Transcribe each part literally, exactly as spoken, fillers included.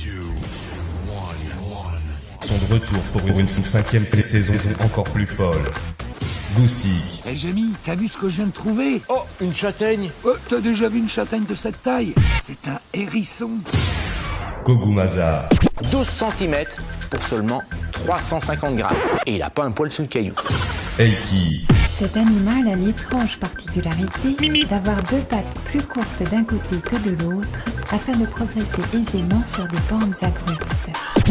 Sont de retour pour une cinquième saison encore plus folle. Goustic. Hé hey, Jamie, t'as vu ce que je viens de trouver? Oh, une châtaigne. Oh, t'as déjà vu une châtaigne de cette taille? C'est un hérisson. Kogumaza. douze centimètres pour seulement trois cent cinquante grammes. Et il a pas un poil sur le caillou. Eiki. Cet animal a l'étrange particularité d'avoir deux pattes plus courtes d'un côté que de l'autre afin de progresser aisément sur des pentes abruptes.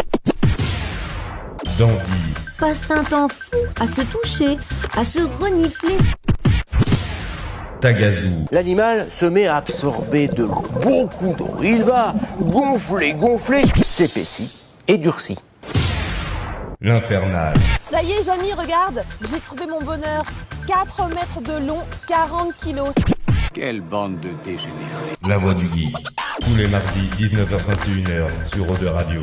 Dandy. Passe un temps fou à se toucher, à se renifler. Tagazu. L'animal se met à absorber de l'eau, beaucoup d'eau. Il va gonfler, gonfler, s'épaissit et durcit. L'Infernal. Ça y est, Jamie, regarde, j'ai trouvé mon bonheur. quatre mètres de long, quarante kilos. Quelle bande de dégénérés. La Voix du Geek. Tous les mardis, dix-neuf heures vingt et une heures sur O deux Radio.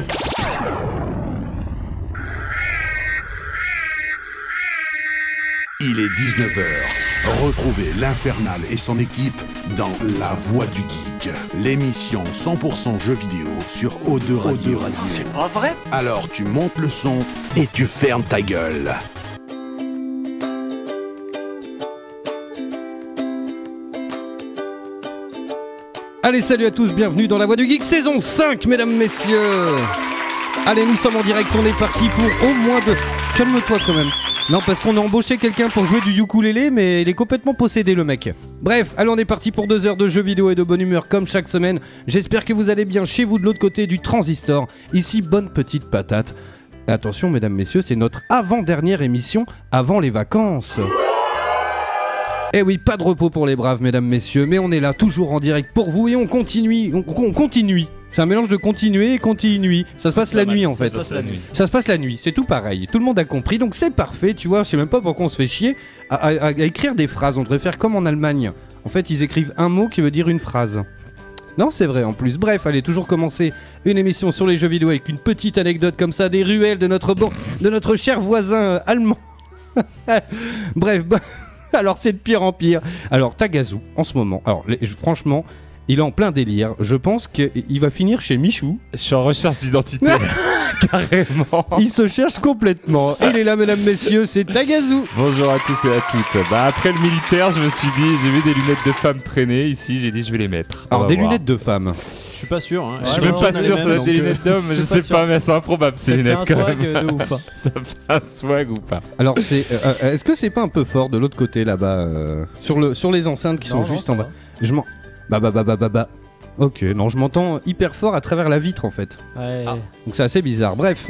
Il est dix-neuf heures. Retrouvez l'Infernal et son équipe dans La Voix du Geek, l'émission cent pour cent jeux vidéo sur O deux Radio. C'est pas vrai? Alors tu montes le son et tu fermes ta gueule. Allez, salut à tous, bienvenue dans La Voix du Geek, saison cinq, mesdames, messieurs. Allez, nous sommes en direct, on est parti pour au moins deux... Calme-toi quand même. Non, parce qu'on a embauché quelqu'un pour jouer du ukulélé, mais il est complètement possédé, le mec. Bref, allez, on est parti pour deux heures de jeux vidéo et de bonne humeur, comme chaque semaine. J'espère que vous allez bien chez vous de l'autre côté du transistor. Ici, bonne petite patate. Attention, mesdames, messieurs, c'est notre avant-dernière émission avant les vacances. Eh oui, pas de repos pour les braves, mesdames, messieurs, mais on est là, toujours en direct pour vous, et on continue, on, on continue. C'est un mélange de continuer et continue. Ça se passe la nuit, en fait. Ça se passe la nuit. Ça se passe la nuit, c'est tout pareil. Tout le monde a compris, donc c'est parfait, tu vois. Je sais même pas pourquoi on se fait chier à, à, à écrire des phrases. On devrait faire comme en Allemagne. En fait, ils écrivent un mot qui veut dire une phrase. Non, c'est vrai en plus. Bref, allez, toujours commencer une émission sur les jeux vidéo avec une petite anecdote comme ça, des ruelles de notre, bon, de notre cher voisin euh, allemand. Bref, bah, alors c'est de pire en pire. Alors, Tagazu, en ce moment, alors les, franchement... Il est en plein délire. Je pense qu'il va finir chez Michou. Je suis en recherche d'identité. Carrément. Il se cherche complètement. Il est là, mesdames, messieurs, c'est Tagazu. Bonjour à tous et à toutes. Bah, après le militaire, je me suis dit, j'ai vu des lunettes de femme traîner ici. J'ai dit, je vais les mettre. Alors, des voir. lunettes de femme. Je suis pas sûr. Hein. Je suis ouais, même non, pas sûr, ça doit être des lunettes d'homme. Je sais pas, mais c'est improbable ces lunettes quand même. Ça fait un swag de ouf. Ça fait un swag ou pas? Alors, c'est, euh, est-ce que c'est pas un peu fort de l'autre côté là-bas, euh, sur, le, sur les enceintes qui non, sont non, juste en bas? Je m'en. Bah bah bah bah bah bah. Ok, non, je m'entends hyper fort à travers la vitre en fait. Ouais. Ah. Donc c'est assez bizarre. Bref,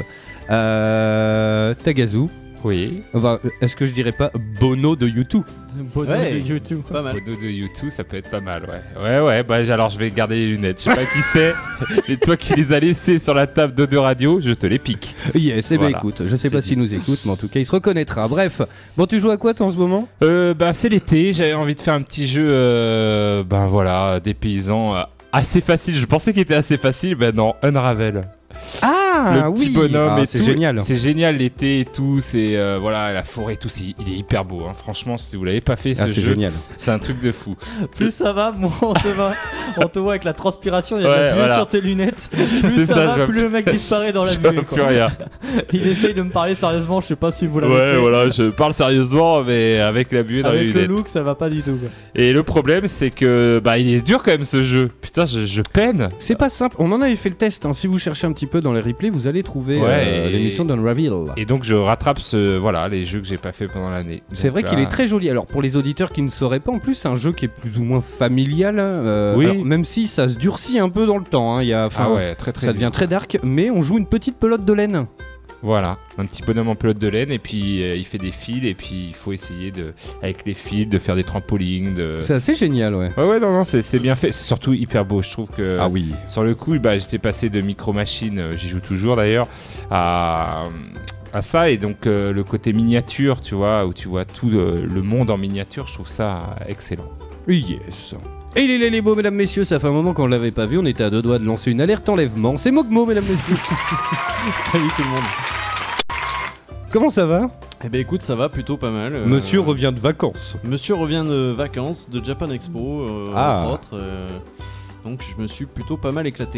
euh, Tagazu. Oui. Enfin, est-ce que je dirais pas Bono de U deux? Bono ouais, de U deux, pas mal. Bono de U deux, ça peut être pas mal, ouais. Ouais, ouais, bah alors je vais garder les lunettes. Je sais pas qui c'est. Et toi qui les as laissées sur la table d'O deux Radio, je te les pique. Yes, eh voilà. Ben écoute, je sais pas s'il nous écoute, mais en tout cas il se reconnaîtra. Bref, bon, tu joues à quoi toi en ce moment? Euh, bah c'est l'été, j'avais envie de faire un petit jeu, euh, ben voilà, des paysans euh, assez facile. Je pensais qu'il était assez facile, ben non, Unravel. Ah le petit oui, bonhomme ah, et c'est tout. génial. C'est génial l'été et tout. C'est euh, voilà la forêt et tout. C'est, il est hyper beau. Hein. Franchement, si vous l'avez pas fait ce ah, c'est jeu, génial. C'est un truc de fou. Plus ça va, moins on te voit, on te voit avec la transpiration. Il y a ouais, de la voilà. sur tes lunettes. Plus c'est ça, ça va, je plus plus... le mec disparaît dans la je nuit. Plus rien. Il essaye de me parler sérieusement. Je sais pas si vous l'avez ouais, fait. voilà. Je parle sérieusement, mais avec la buée dans avec les lunettes. Avec le look, ça va pas du tout. Quoi. Et le problème, c'est que bah il est dur quand même ce jeu. Putain, je, je peine. C'est pas simple. On en avait fait le test. Hein. Si vous cherchez un petit peu dans les replays, vous allez trouver. Ouais, euh, et... l'émission d'Unravel. Et donc je rattrape ce, voilà, les jeux que j'ai pas fait pendant l'année. C'est donc vrai là... qu'il est très joli. Alors pour les auditeurs qui ne sauraient pas, en plus c'est un jeu qui est plus ou moins familial. Euh, oui. Alors, même si ça se durcit un peu dans le temps. Hein. Il y a, ah ouais, très très. Ça devient très dark, mais on joue une petite pelote de laine. Voilà, un petit bonhomme en pelote de laine et puis euh, il fait des fils et puis il faut essayer de, avec les fils de faire des trampolines. De... C'est assez génial, ouais. Ouais, ouais, non, non, c'est, c'est bien fait. C'est surtout hyper beau, je trouve que. Ah oui. Sur le coup, bah, j'étais passé de Micro Machines, euh, j'y joue toujours d'ailleurs, à, à ça et donc euh, le côté miniature, tu vois, où tu vois tout euh, le monde en miniature, je trouve ça excellent. Yes. Et il est les beaux, mesdames, messieurs, ça fait un moment qu'on l'avait pas vu, on était à deux doigts de lancer une alerte enlèvement. C'est Mogmo, mesdames, messieurs. Salut tout le monde. Comment ça va? Eh ben écoute, ça va plutôt pas mal. Euh... Monsieur revient de vacances. Monsieur revient de vacances, de Japan Expo, euh, ah. entre autres. Euh... Donc je me suis plutôt pas mal éclaté.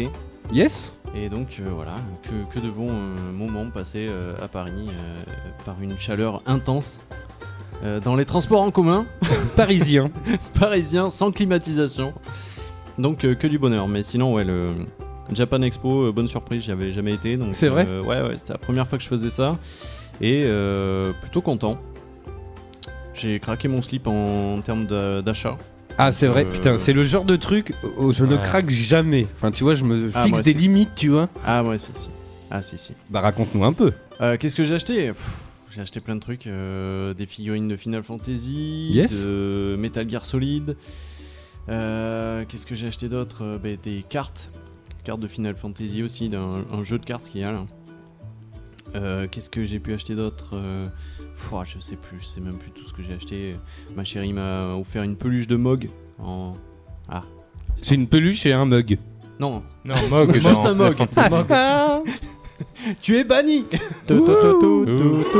Yes. Et donc euh, voilà, que, que de bons euh, moments passés euh, à Paris euh, par une chaleur intense euh, dans les transports en commun. Parisien. Parisien, sans climatisation. Donc euh, que du bonheur. Mais sinon, ouais, le Japan Expo, euh, bonne surprise, j'y avais jamais été. Donc, c'est vrai euh, Ouais, ouais, c'était la première fois que je faisais ça. Et euh, plutôt content. J'ai craqué mon slip en, en termes d'a- d'achat. Ah c'est vrai, Euh, putain, c'est le genre de truc où je ne Ouais. craque jamais. Enfin tu vois, je me Ah, fixe moi des aussi. limites, tu vois. Ah ouais, si, si. Ah si, si. Bah raconte-nous un peu. Euh, Qu'est-ce que j'ai acheté? Pff, J'ai acheté plein de trucs, euh, des figurines de Final Fantasy, Yes. de Metal Gear Solid. Euh, Qu'est-ce que j'ai acheté d'autre? Euh, bah, Des cartes, cartes de Final Fantasy aussi, d'un un jeu de cartes qu'il y a là. Euh, Qu'est-ce que j'ai pu acheter d'autre? euh, pff, ouah, Je sais plus, je sais même plus tout ce que j'ai acheté. Ma chérie m'a offert une peluche de Mog en... Ah. C'est une peluche et un mug. Non. Non, Mog, Juste dans un Mog. Final Fantasy. Tu es banni. Tout, tout, tout, tout, tout, tout.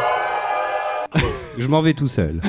Je m'en vais tout seul.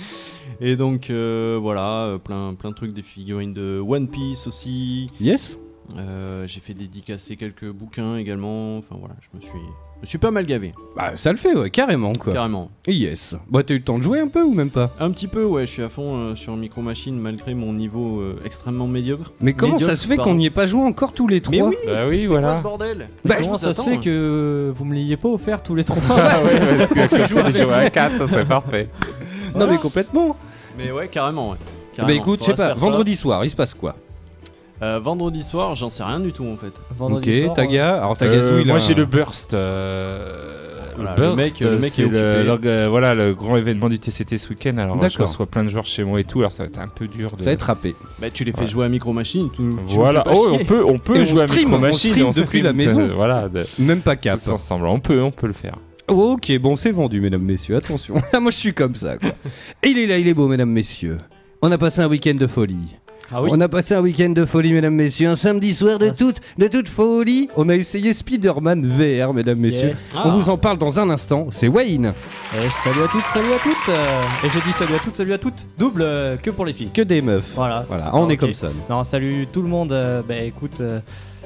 Et donc euh, voilà, euh, plein, plein de trucs, des figurines de One Piece aussi. Yes. Euh, j'ai fait dédicacer quelques bouquins également. Enfin voilà, je me suis, je me suis pas mal gavé. Bah ça le fait, ouais, carrément quoi. Carrément. Yes. Bah t'as eu le temps de jouer un peu ou même pas? Un petit peu, ouais, je suis à fond euh, sur Micro Machine malgré mon niveau euh, extrêmement médiocre. Mais comment Médiocre, ça se fait pardon. qu'on n'y ait pas joué encore tous les trois? Mais oui, Bah oui, c'est voilà. quoi ce bordel? Bah, Mais je comment vous ça se fait que vous me l'ayez pas offert tous les trois? Ah ouais, parce que comme ça, des jouer à quatre, ça serait parfait. Non mais complètement. Mais ouais, carrément, ouais. Bah Carrément, écoute, je sais faudra se pas, faire ça. vendredi soir, il se passe quoi? Euh, vendredi soir, j'en sais rien du tout en fait. Vendredi Ok, soir, Taga, alors Tagazu Euh, il moi a... j'ai le Burst. euh, Voilà, le le Burst, mec- le mec c'est est le, occupé. le- euh, voilà, le grand événement du T C T ce week-end. Alors je D'accord. reçois plein de joueurs chez moi et tout. Alors ça va être un peu dur. De... Ça va être râpé. Bah tu les fais Ouais. jouer à Micro Machine, tu, tu Voilà. nous fais pas Oh, chier. on peut, on peut Et on jouer à stream, Micro on Machine stream on depuis stream, la maison. euh, voilà, de- Même pas cap. tous ensemble. On peut, on peut le faire. Ok, bon c'est vendu mesdames, messieurs, attention. Moi je suis comme ça quoi. Et il est là, il est beau mesdames, messieurs. On a passé un week-end de folie. Ah oui. On a passé un week-end de folie, mesdames, messieurs. Un samedi soir de Ah, toute, de toute folie. On a essayé Spider-Man V R, mesdames, messieurs. Yes. On vous en parle dans un instant. C'est Wayne. Et salut à toutes, salut à toutes. euh, Et je dis salut à toutes, salut à toutes. Double euh, que pour les filles. Que des meufs. Voilà. Voilà, on Ah, est ok. comme ça. nous. Non, salut tout le monde. euh, bah écoute, euh,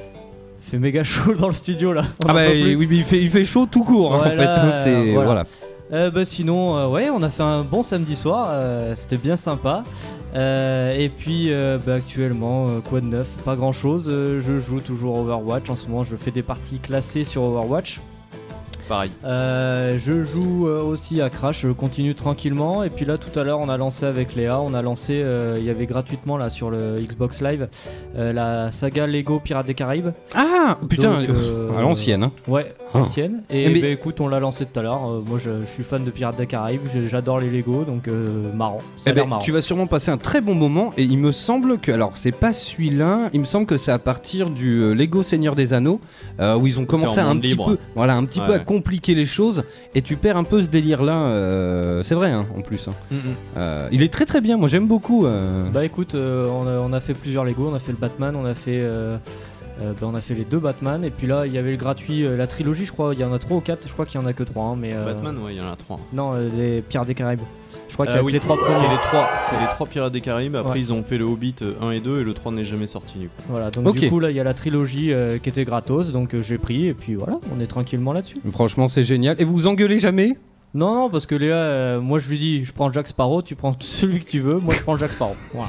fait méga chaud dans le studio là. On Ah en bah peut plus. oui, mais il fait, il fait chaud tout court, hein, en fait. Voilà, C'est voilà. voilà. Euh, bah sinon, euh, ouais, on a fait un bon samedi soir. euh, C'était bien sympa. Euh, et puis euh, bah, actuellement, euh, quoi de neuf? Pas grand chose. je joue toujours Overwatch. En ce moment, je fais des parties classées sur Overwatch. Pareil. Euh, je joue euh, aussi à Crash, je continue tranquillement. Et puis là, tout à l'heure, on a lancé avec Léa, on a lancé, euh, il y avait gratuitement là sur le Xbox Live, euh, la saga Lego Pirates des Caraïbes. Ah putain, Donc, euh, à l'ancienne. Hein. Ouais, Ah. ancienne. Et Mais- bah, écoute, on l'a lancé tout à l'heure. Euh, moi, je, je suis fan de Pirates des Caraïbes, j'ai- j'adore les Lego, donc euh, marrant. Ça Eh a l'air ben, marrant. tu vas sûrement passer un très bon moment et il me semble que, alors c'est pas celui-là, il me semble que c'est à partir du euh, Lego Seigneur des Anneaux euh, où ils ont commencé en à un monde petit libre. peu, voilà, un petit Ouais, peu à ouais. compliquer les choses et tu perds un peu ce délire là. C'est vrai hein, en plus. hein. Mm, mm. Euh, il est très très bien, moi j'aime beaucoup. euh. Bah écoute, euh, on, a, on a fait plusieurs Lego, on a fait le Batman, on a fait, euh, euh, bah, on a fait les deux Batman, et puis là il y avait le gratuit, euh, la trilogie, je crois, il y en a trois ou quatre, je crois qu'il y en a que trois, hein, mais euh, Batman, ouais, il y en a trois. non, euh, les Pirates des Caraïbes. Je crois qu'il y a Euh, que oui, les trois c'est premiers. les trois, c'est les trois Pirates des Caraïbes. Après, Ouais. ils ont fait le Hobbit euh, un et deux et le trois n'est jamais sorti du coup. Voilà, donc Ok. du coup là il y a la trilogie euh, qui était gratos, donc euh, j'ai pris, et puis voilà, on est tranquillement là-dessus. Franchement c'est génial. Et vous vous engueulez jamais? Non, non, parce que Léa, euh, moi je lui dis, je prends Jack Sparrow, tu prends celui que tu veux, moi je prends Jack Sparrow. Voilà.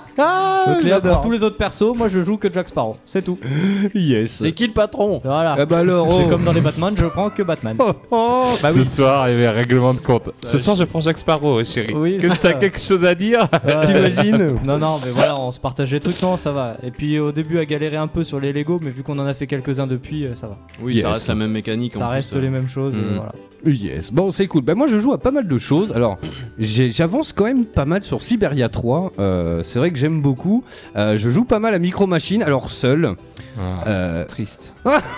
Ah, Donc Léa prend j'adore. tous les autres persos, moi je joue que Jack Sparrow, c'est tout. Yes. C'est qui le patron? Voilà. Ah bah alors. C'est oh. comme dans les Batman, je prends que Batman. Oh, oh, bah Ce oui. soir, il y avait un règlement de compte. Ce soir, je prends Jacques Sparrow, euh, chérie. Oui, que c'est tu as ça. quelque chose à dire? Ouais. T'imagines? Non, non, mais voilà, on se partage les trucs, non, ça va. Et puis au début, à galérer un peu sur les Lego, mais vu qu'on en a fait quelques-uns depuis, euh, ça va. Oui, Yes. ça reste la même mécanique. Ça en reste plus, euh. les mêmes choses, Mhm. euh, voilà. Yes, bon c'est cool. Bah moi je joue à pas mal de choses. Alors j'ai- j'avance quand même pas mal sur Siberia trois. Euh, c'est vrai que j'aime beaucoup. Euh, je joue pas mal à Micro Machine. Alors seul. Ah, Euh, Triste.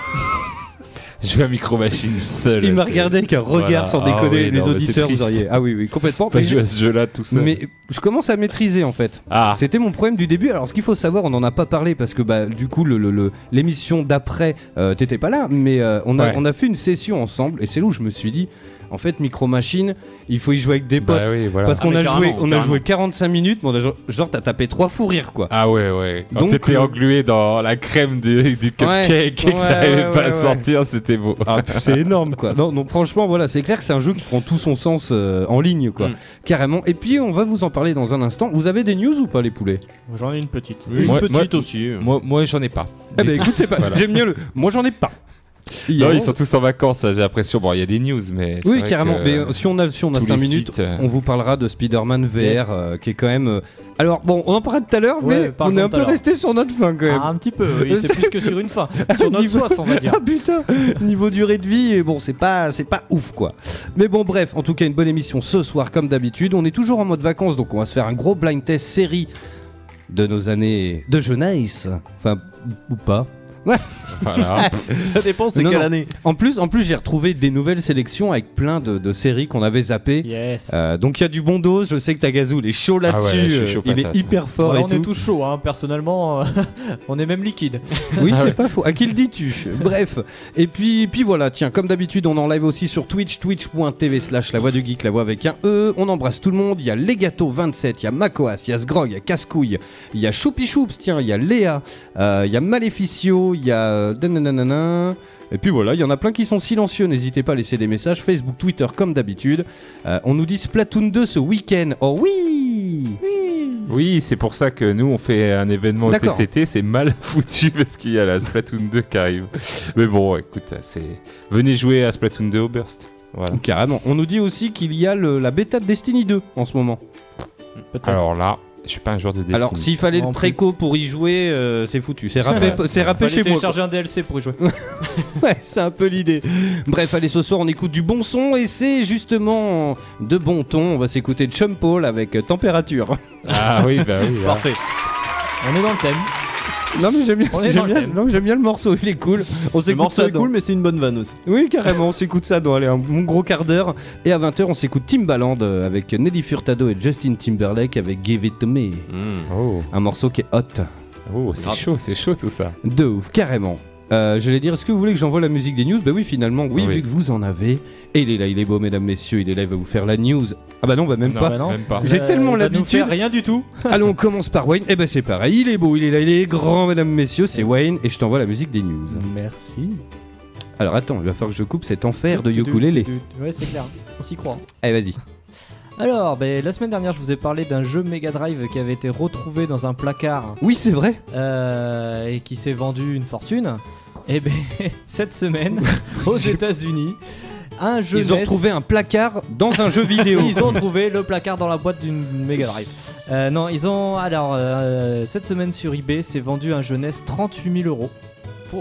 Je vais à Micro Machine seul. il m'a c'est- regardé avec un regard Voilà. sans Ah déconner. oui, les non, mais c'est auditeurs vous triste. auriez. Ah oui oui complètement. Pas Mais, jouer à ce jeu-là tout seul. mais je commence à maîtriser en fait. Ah, C'était mon problème du début. Alors ce qu'il faut savoir, on n'en a pas parlé parce que bah du coup le- le- le- l'émission d'après euh, t'étais pas là, mais euh, on a Ouais. on a fait une session ensemble et c'est là où je me suis dit En fait, Micro Machine, il faut y jouer avec des potes. Bah oui, voilà. Parce qu'on Ah, a, mais joué, carrément, on a carrément. joué quarante-cinq minutes, mais on a genre, genre, t'as tapé trois fous rires quoi. Ah ouais, ouais. Quand Donc, t'étais euh, englué dans la crème du, du cupcake Ouais, et que ouais, t'arrivais ouais, pas ouais, à ouais. sortir, c'était beau. Ah, c'est énorme quoi. Non, donc franchement, voilà, c'est clair que c'est un jeu qui prend tout son sens euh, en ligne quoi. Mm. Carrément. Et puis, on va vous en parler dans un instant. Vous avez des news ou pas, les poulets? J'en ai une petite. Une Moi- petite moi- aussi. euh. Moi, moi j'en ai pas. Eh Du ben tout. écoute, c'est pas. Voilà. J'aime bien le. Moi, j'en ai pas. Non, ils sont tous en vacances, ça, j'ai l'impression. Bon, il y a des news, mais. c'est Oui, vrai carrément. que, Mais euh, si on a, si on a tous cinq les minutes, sites, euh, on vous parlera de Spider-Man V R, Yes. euh, qui est quand même. euh, Alors, bon, on en parlera tout à l'heure, Ouais, mais parle-en on est un tout à peu l'heure. resté sur notre fin quand même. Ah, un petit peu, oui, c'est plus que sur une fin. Sur notre Niveau- soif, on va dire. Ah putain, niveau durée de vie, et bon, c'est pas, c'est pas ouf quoi. Mais bon, bref, en tout cas, une bonne émission ce soir comme d'habitude. On est toujours en mode vacances, donc on va se faire un gros blind test série de nos années de jeunesse. Enfin, ou pas. Voilà. Ça dépend, c'est Non, quelle non. année. En plus, en plus, j'ai retrouvé des nouvelles sélections avec plein de, de séries qu'on avait zappées. Yes. Euh, donc il y a du bon dos. Je sais que Tagazu il est chaud Ah là-dessus. ouais, je suis euh, chaud il patate. est hyper fort Voilà, et on tout. est tous chauds, hein. Personnellement, euh, on est même liquide. Oui, Ah c'est ouais. pas faux. À qui le dis-tu? Bref. Et puis, puis voilà, tiens, comme d'habitude, on est en live aussi sur Twitch, twitch.tv slash la voix du geek, la voix avec un E. On embrasse tout le monde. Il y a Legato vingt-sept, il y a Makoas, il y a Sgrog, il y a Cascouille, il y a Choupi Choups, tiens, il y a Léa, euh, il y a Maleficio, il y a. euh, dananana. Et puis voilà, il y en a plein qui sont silencieux. N'hésitez pas à laisser des messages. Facebook, Twitter, comme d'habitude. Euh, on nous dit Splatoon deux ce week-end. Oh oui! Oui, c'est pour ça que nous on fait un événement au T D'accord. C T, c'est mal foutu parce qu'il y a la Splatoon deux qui arrive. Mais bon, écoute, c'est venez jouer à Splatoon deux au Burst. Voilà. Carrément. On nous dit aussi qu'il y a le- la bêta de Destiny deux en ce moment. Peut-être. Alors là, je suis pas un joueur de Destiny. Alors, s'il fallait En le plus. préco pour y jouer, euh, c'est foutu. C'est rappé, c'est rappé Fallait chez moi. télécharger un D L C pour y jouer. quoi. Ouais, c'est un peu l'idée. Bref, allez, ce soir, on écoute du bon son et c'est justement de bon ton. On va s'écouter Chum Paul avec euh, Température. Ah oui, bah oui. là. Parfait. On est dans le thème. Non, mais j'aime bien, On est dans j'aime le bien, thème. non, j'aime bien le morceau, il est cool. On Le s'écoute morceau ça est dans- cool, mais c'est une bonne vanne aussi. Oui, carrément, on s'écoute ça dans allez, un bon gros quart d'heure. Et à vingt heures, on s'écoute Timbaland euh, avec Nelly Furtado et Justin Timberlake avec Give It To Me. Oh, Un morceau qui est hot. oh c'est Grave. chaud, c'est chaud tout ça. De ouf, carrément. Euh, J'allais dire, est-ce que vous voulez que j'envoie la musique des news? Bah oui, finalement, oui, Oui. vu que vous en avez. Et il est là, il est beau, mesdames, messieurs, il est là, il va vous faire la news. Ah bah non, bah même Non, pas. bah non. même pas. J'ai tellement il va nous l'habitude. faire rien du tout. Allez, on commence par Wayne. Et bah c'est pareil, il est beau, il est là, il est grand, mesdames, messieurs, c'est Wayne, et je t'envoie la musique des news. Merci. Alors attends, il va falloir que je coupe cet enfer de ukulélé. Ouais, c'est clair. On s'y croit. Allez, vas-y. Alors, ben, la semaine dernière, je vous ai parlé d'un jeu Mega Drive qui avait été retrouvé dans un placard Oui, c'est vrai. euh, et qui s'est vendu une fortune. Et ben, cette semaine, aux États-Unis, un jeu Ils ont N E S retrouvé un placard dans un jeu vidéo. Ils ont trouvé le placard dans la boîte d'une Mega Drive. Euh, non, ils ont. Alors, euh, cette semaine sur eBay, c'est vendu un jeu N E S trente-huit mille euros. Pour.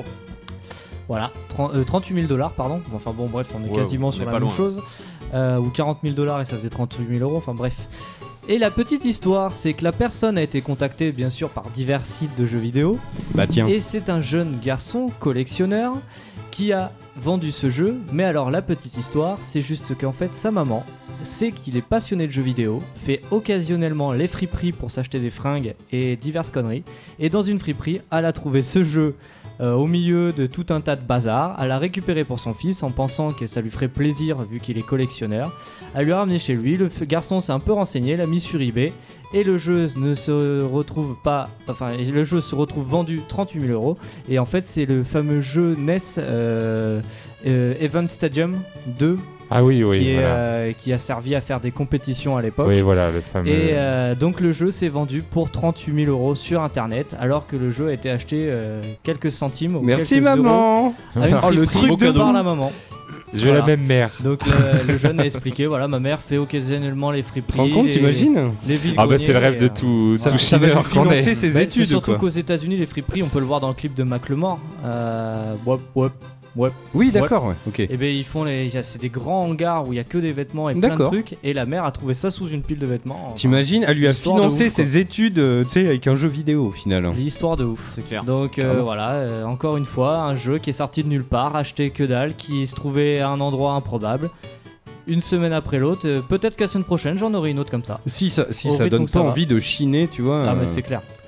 Voilà, trente, euh, trente-huit mille dollars, pardon. Enfin bon, bref, on est Ouais, quasiment on sur est la pas même loin. chose. Euh, ou quarante mille dollars et ça faisait trente-huit mille euros. Enfin bref. Et la petite histoire, c'est que la personne a été contactée, bien sûr, par divers sites de jeux vidéo. Bah tiens. Et c'est un jeune garçon collectionneur qui a vendu ce jeu. Mais alors la petite histoire, c'est juste qu'en fait sa maman sait qu'il est passionné de jeux vidéo, fait occasionnellement les friperies pour s'acheter des fringues et diverses conneries. Et dans une friperie, elle a trouvé ce jeu euh, au milieu de tout un tas de bazar. Elle l'a récupéré pour son fils en pensant que ça lui ferait plaisir vu qu'il est collectionneur. Elle lui a ramené chez lui, le f- garçon s'est un peu renseigné, l'a mis sur eBay. Et le jeu ne se retrouve pas, enfin le jeu se retrouve vendu trente-huit mille euros. Et en fait c'est le fameux jeu N E S euh, euh, Event Stadium deux Ah oui, oui. qui, est, voilà. euh, qui a servi à faire des compétitions à l'époque. Oui, voilà, le fameux. Et euh, donc le jeu s'est vendu pour trente-huit mille euros sur internet alors que le jeu a été acheté euh, quelques centimes ou Merci quelques euros maman. à une Oh, le friperie truc de par fou. la maman. J'ai Voilà. la même mère. Donc le, le jeune a expliqué, voilà, ma mère fait occasionnellement les Tu friperies. te rends compte, les- t'imagines? les Ah bah c'est le rêve de et, euh, tout, Ça, tout ça va chineur lui qu'on est. financer ses bah, c'est études surtout quoi. qu'aux États-Unis, les friperies, on peut le voir dans le clip de Macklemore. Euh, ouais, ouais, ouais. Oui, d'accord, ouais. Ok. Et ben ils font les, y a- c'est des grands hangars où il y a que des vêtements et plein de D'accord. trucs. Et la mère a trouvé ça sous une pile de vêtements. Enfin, T'imagines, elle lui a histoire de financé ouf, quoi. ses études, euh, tu sais, avec un jeu vidéo au final. L'histoire de ouf. C'est clair. Donc euh, Carrément. voilà, euh, encore une fois, un jeu qui est sorti de nulle part, acheté que dalle, qui se trouvait à un endroit improbable. Une semaine après l'autre, euh, peut-être qu'à la semaine prochaine j'en aurai une autre comme ça. Si ça, si Au ça rythme donne où ça pas va. envie de chiner, tu vois. Ah euh, mais c'est clair.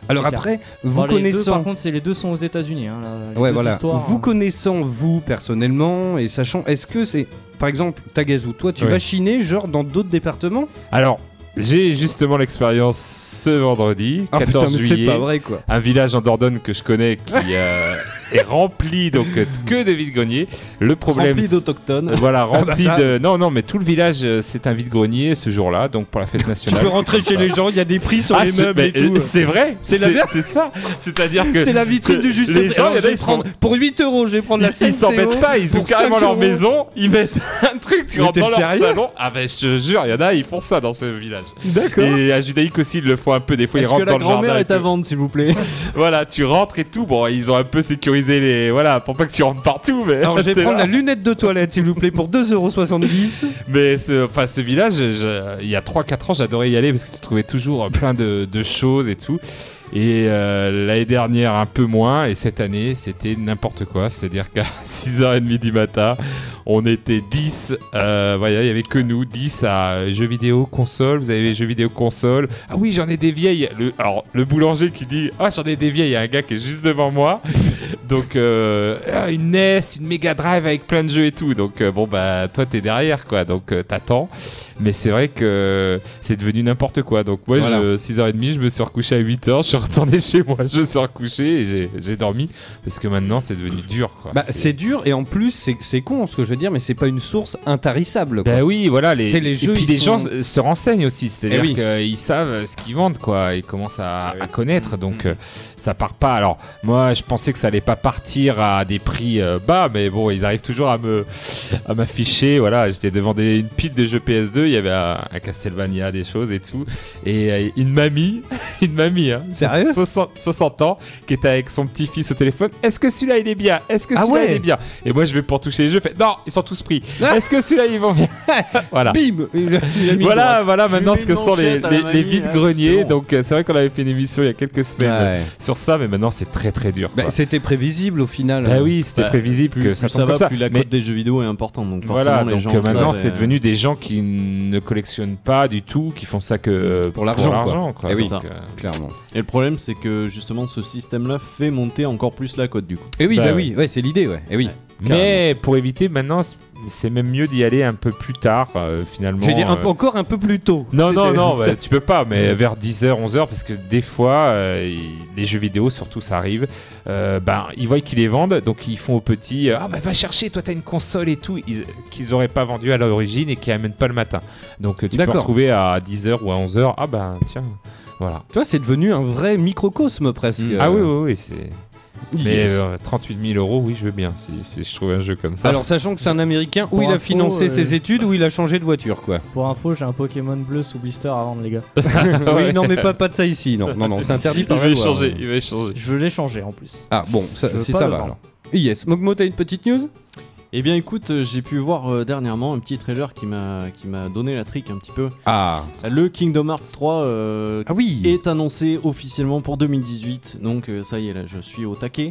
Alors C'est après, clair. vous Bon, les deux, connaissant... par contre, c'est les deux sont aux États-Unis. Hein, là, les Ouais, deux voilà. histoires, Vous hein. connaissant, vous, personnellement, et sachant, est-ce que c'est... Par exemple, Tagazu, toi, tu Oui. vas chiner, genre, dans d'autres départements? Alors, j'ai justement l'expérience ce vendredi, Ah, quatorze putain, mais c'est juillet. pas vrai, quoi. Un village en Dordogne que je connais qui euh, est rempli donc euh, que de vide-greniers. Le problème, Rempli c'est- d'autochtones. Euh, Voilà, Ah bah rempli ça. de. Non, non, mais tout le village, euh, c'est un vide-grenier ce jour-là, donc pour la fête Tu nationale. peux rentrer c'est chez comme les ça. gens, il y a des prix sur Ah, les je- meubles mais, et tout. euh, C'est vrai, C'est la ver- c'est ça. C'est-à-dire que C'est la vitrine que du juste les prix. gens, Alors, il y en je a, vais ils se prendre- rendent- Pour huit euros, je vais prendre la Ils ils s'embêtent C N C O. pas, ils ont Pour carrément cinq leur euros. maison, ils mettent un truc, tu Mais rentres t'es dans leur sérieux salon. Ah ben je te jure, il y en a, ils font ça dans ce village. D'accord. Et à Judaïque aussi, ils le font un peu, des fois ils Est-ce rentrent que la dans le jardin. grand-mère et est à tout. vendre, s'il vous plaît? Voilà, tu rentres et tout. Bon, ils ont un peu sécurisé les. Voilà, pour pas que tu rentres partout, mais. Alors, je vais t'es prendre là. la lunette de toilette, s'il vous plaît, pour deux euros soixante-dix. Mais ce, enfin, ce village, je- il y a trois quatre ans, j'adorais y aller parce que tu trouvais toujours plein de, de choses et tout. Et euh, l'année dernière, un peu moins. Et cette année, c'était n'importe quoi. C'est-à-dire qu'à six heures trente du matin, on était dix. Euh, voilà, il n'y avait que nous, dix à jeux vidéo, console. Vous avez les jeux vidéo, console. Ah oui, j'en ai des vieilles. Le, alors, le boulanger qui dit ah, j'en ai des vieilles. Il y a un gars qui est juste devant moi. Donc, euh, ah, une N E S, une Mega Drive avec plein de jeux et tout. Donc, euh, bon, bah, toi, t'es derrière, quoi. Donc, euh, t'attends. Mais c'est vrai que c'est devenu n'importe quoi. Donc, moi, Voilà. je, six heures trente, je me suis recouché à huit heures. Je suis retourné chez moi. Je me suis recouché et j'ai- j'ai dormi. Parce que maintenant, c'est devenu dur, quoi. Bah, c'est dur, et en plus, c'est c'est con ce que je veux dire, mais c'est pas une source intarissable, quoi. Bah oui, voilà. Les, C'est les jeux, et puis ils les sont- gens euh, se renseignent aussi. C'est-à-dire Eh oui. qu'ils savent ce qu'ils vendent, quoi. Ils commencent à, Eh oui. à connaître. Donc, euh, ça part pas. Alors, moi, je pensais que ça allait pas partir à des prix euh, bas. Mais bon, ils arrivent toujours à me à m'afficher. Voilà, j'étais devant des, une pile de jeux P S deux. Il y avait un, un Castlevania, des choses et tout. Et euh, une mamie, une mamie, hein, Sérieux soixante, soixante ans, qui était avec son petit-fils au téléphone. Est-ce que celui-là, il est bien? Est-ce que Ah celui-là, ouais. il est bien? Et moi, je vais pour toucher les jeux. Je fais non, ils sont tous pris. Est-ce que celui-là, ils vont bien? Voilà. Bim Il a- il a mis Voilà, droite. voilà Tu maintenant mets ce que une sont les, manchette à les, la les mamie, vides-greniers. hein, c'est bon. Donc euh, c'est vrai qu'on avait fait une émission il y a quelques semaines euh, Ouais. sur ça, mais maintenant c'est très très dur. Bah, quoi. c'était prévisible au final. Bah oui, c'était Bah, prévisible Plus, que plus ça ça tombe va, comme ça. plus la Mais cote des jeux vidéo est importante. Donc voilà, forcément, les donc gens euh, maintenant savent, c'est euh, devenu des gens qui ne collectionnent pas du tout, qui font ça que euh, Pour l'argent, quoi. l'argent, quoi. Eh oui. Donc, ça. euh, Clairement. Et le problème, c'est que justement, ce système-là fait monter encore plus la cote du coup. Et oui, bah, Bah, oui, ouais, c'est l'idée, ouais. Et oui. mais pour éviter maintenant, c'est même mieux d'y aller un peu plus tard euh, finalement. J'ai dit un euh, peu- encore un peu plus tôt. Non, non, C'était- non, bah, tu peux pas, mais vers dix heures, onze heures, parce que des fois, euh, ils- les jeux vidéo, surtout, ça arrive, euh, ben, ils voient qu'ils les vendent, donc ils font aux petits, euh, ah bah va chercher, toi t'as une console et tout, ils- qu'ils auraient pas vendu à l'origine et qui amènent pas le matin. Donc euh, tu peux D'accord. retrouver à dix heures ou à onze heures, ah ben tiens, voilà. Toi, c'est devenu un vrai microcosme presque. Mm. Ah oui, oui, oui, c'est. Mais Yes. euh, trente-huit mille euros, oui, je veux bien, si, si je trouve un jeu comme ça. Alors, sachant que c'est un américain, où Pour il a info, financé euh, ses études, où il a changé de voiture, quoi. Pour info, j'ai un Pokémon bleu sous blister à vendre, les gars. Oui, non, mais pas, pas de ça ici, non, non, non, c'est interdit il par va la loi, échanger, hein. il va échanger. Je veux les changer en plus. Ah bon, ça- Je veux si pas ça le va vendre. alors. Yes, Mogmo, t'as une petite news? Eh bien, écoute, euh, j'ai pu voir euh, dernièrement un petit trailer qui m'a qui m'a donné la trick un petit peu. Ah. Le Kingdom Hearts trois euh, Ah oui. est annoncé officiellement pour deux mille dix-huit, donc euh, ça y est, là, je suis au taquet.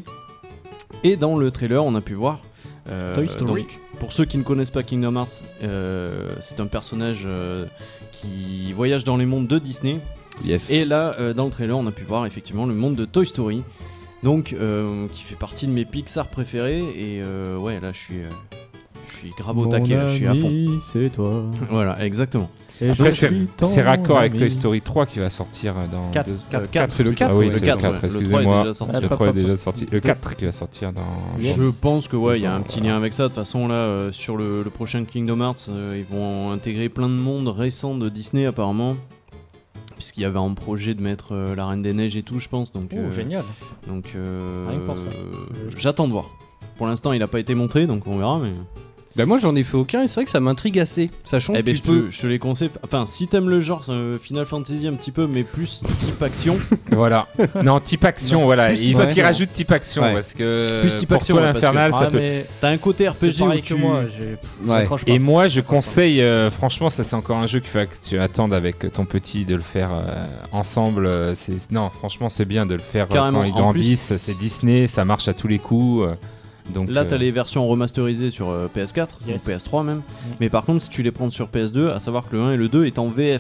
Et dans le trailer, on a pu voir. euh, Toy Story. donc, pour ceux qui ne connaissent pas Kingdom Hearts, euh, c'est un personnage euh, qui voyage dans les mondes de Disney. Yes. Et là, euh, dans le trailer, on a pu voir effectivement le monde de Toy Story, donc euh, qui fait partie de mes Pixar préférés. Et euh, ouais, là, je suis, euh, je suis grave au taquet, là, je suis à fond. c'est toi. Voilà, exactement. Et Après, je c'est suis ton c'est raccord avec ami. Toy Story trois qui va sortir dans. Quatre. deux- Quatre. Euh, quatre, c'est le plutôt. quatre, Ah oui, ouais. c'est le le quatre, quatre, ouais. Le trois est excusez-moi. déjà sorti. Ah, Le pas- trois est pas- déjà sorti. Le quatre qui va sortir dans. Yes. Je pense que ouais, il y a un Ils petit ont- lien avec ça. De toute façon, là, euh, sur le, le prochain Kingdom Hearts, euh, ils vont intégrer plein de mondes récents de Disney apparemment, puisqu'il y avait un projet de mettre euh, la Reine des Neiges et tout, je pense. Donc, Oh, euh, génial. donc euh, Rien que pour ça. euh, j'attends de voir. Pour l'instant, il n'a pas été montré, donc on verra. Mais Bah moi j'en ai fait aucun et c'est vrai que ça m'intrigue assez. Sachant eh que ben, tu je, peux... te, je te les conseille. Enfin, si t'aimes le genre euh, Final Fantasy un petit peu, mais plus type action. Voilà. Non, type action, Non, voilà. plus Il type faut action. qu'il rajoute type action Ouais. parce que Plus type pour action, toi ouais, parce l'infernal, que- ça Ah, peut. mais T'as un côté R P c'est G où pareil tu... que moi. j'ai- Ouais. j'accroche pas. Et moi, je conseille, euh, franchement, ça c'est encore un jeu qu'il faut que tu attendes avec ton petit de le faire euh, ensemble. euh, c'est non, franchement, c'est bien de le faire euh, Carrément. quand ils En grandissent. plus, C'est Disney, ça marche à tous les coups. euh, donc Là, euh, t'as les versions remasterisées sur euh, P S quatre Yes. ou P S trois même. Mais par contre, si tu les prends sur P S deux, à savoir que le un et le deux est en V F.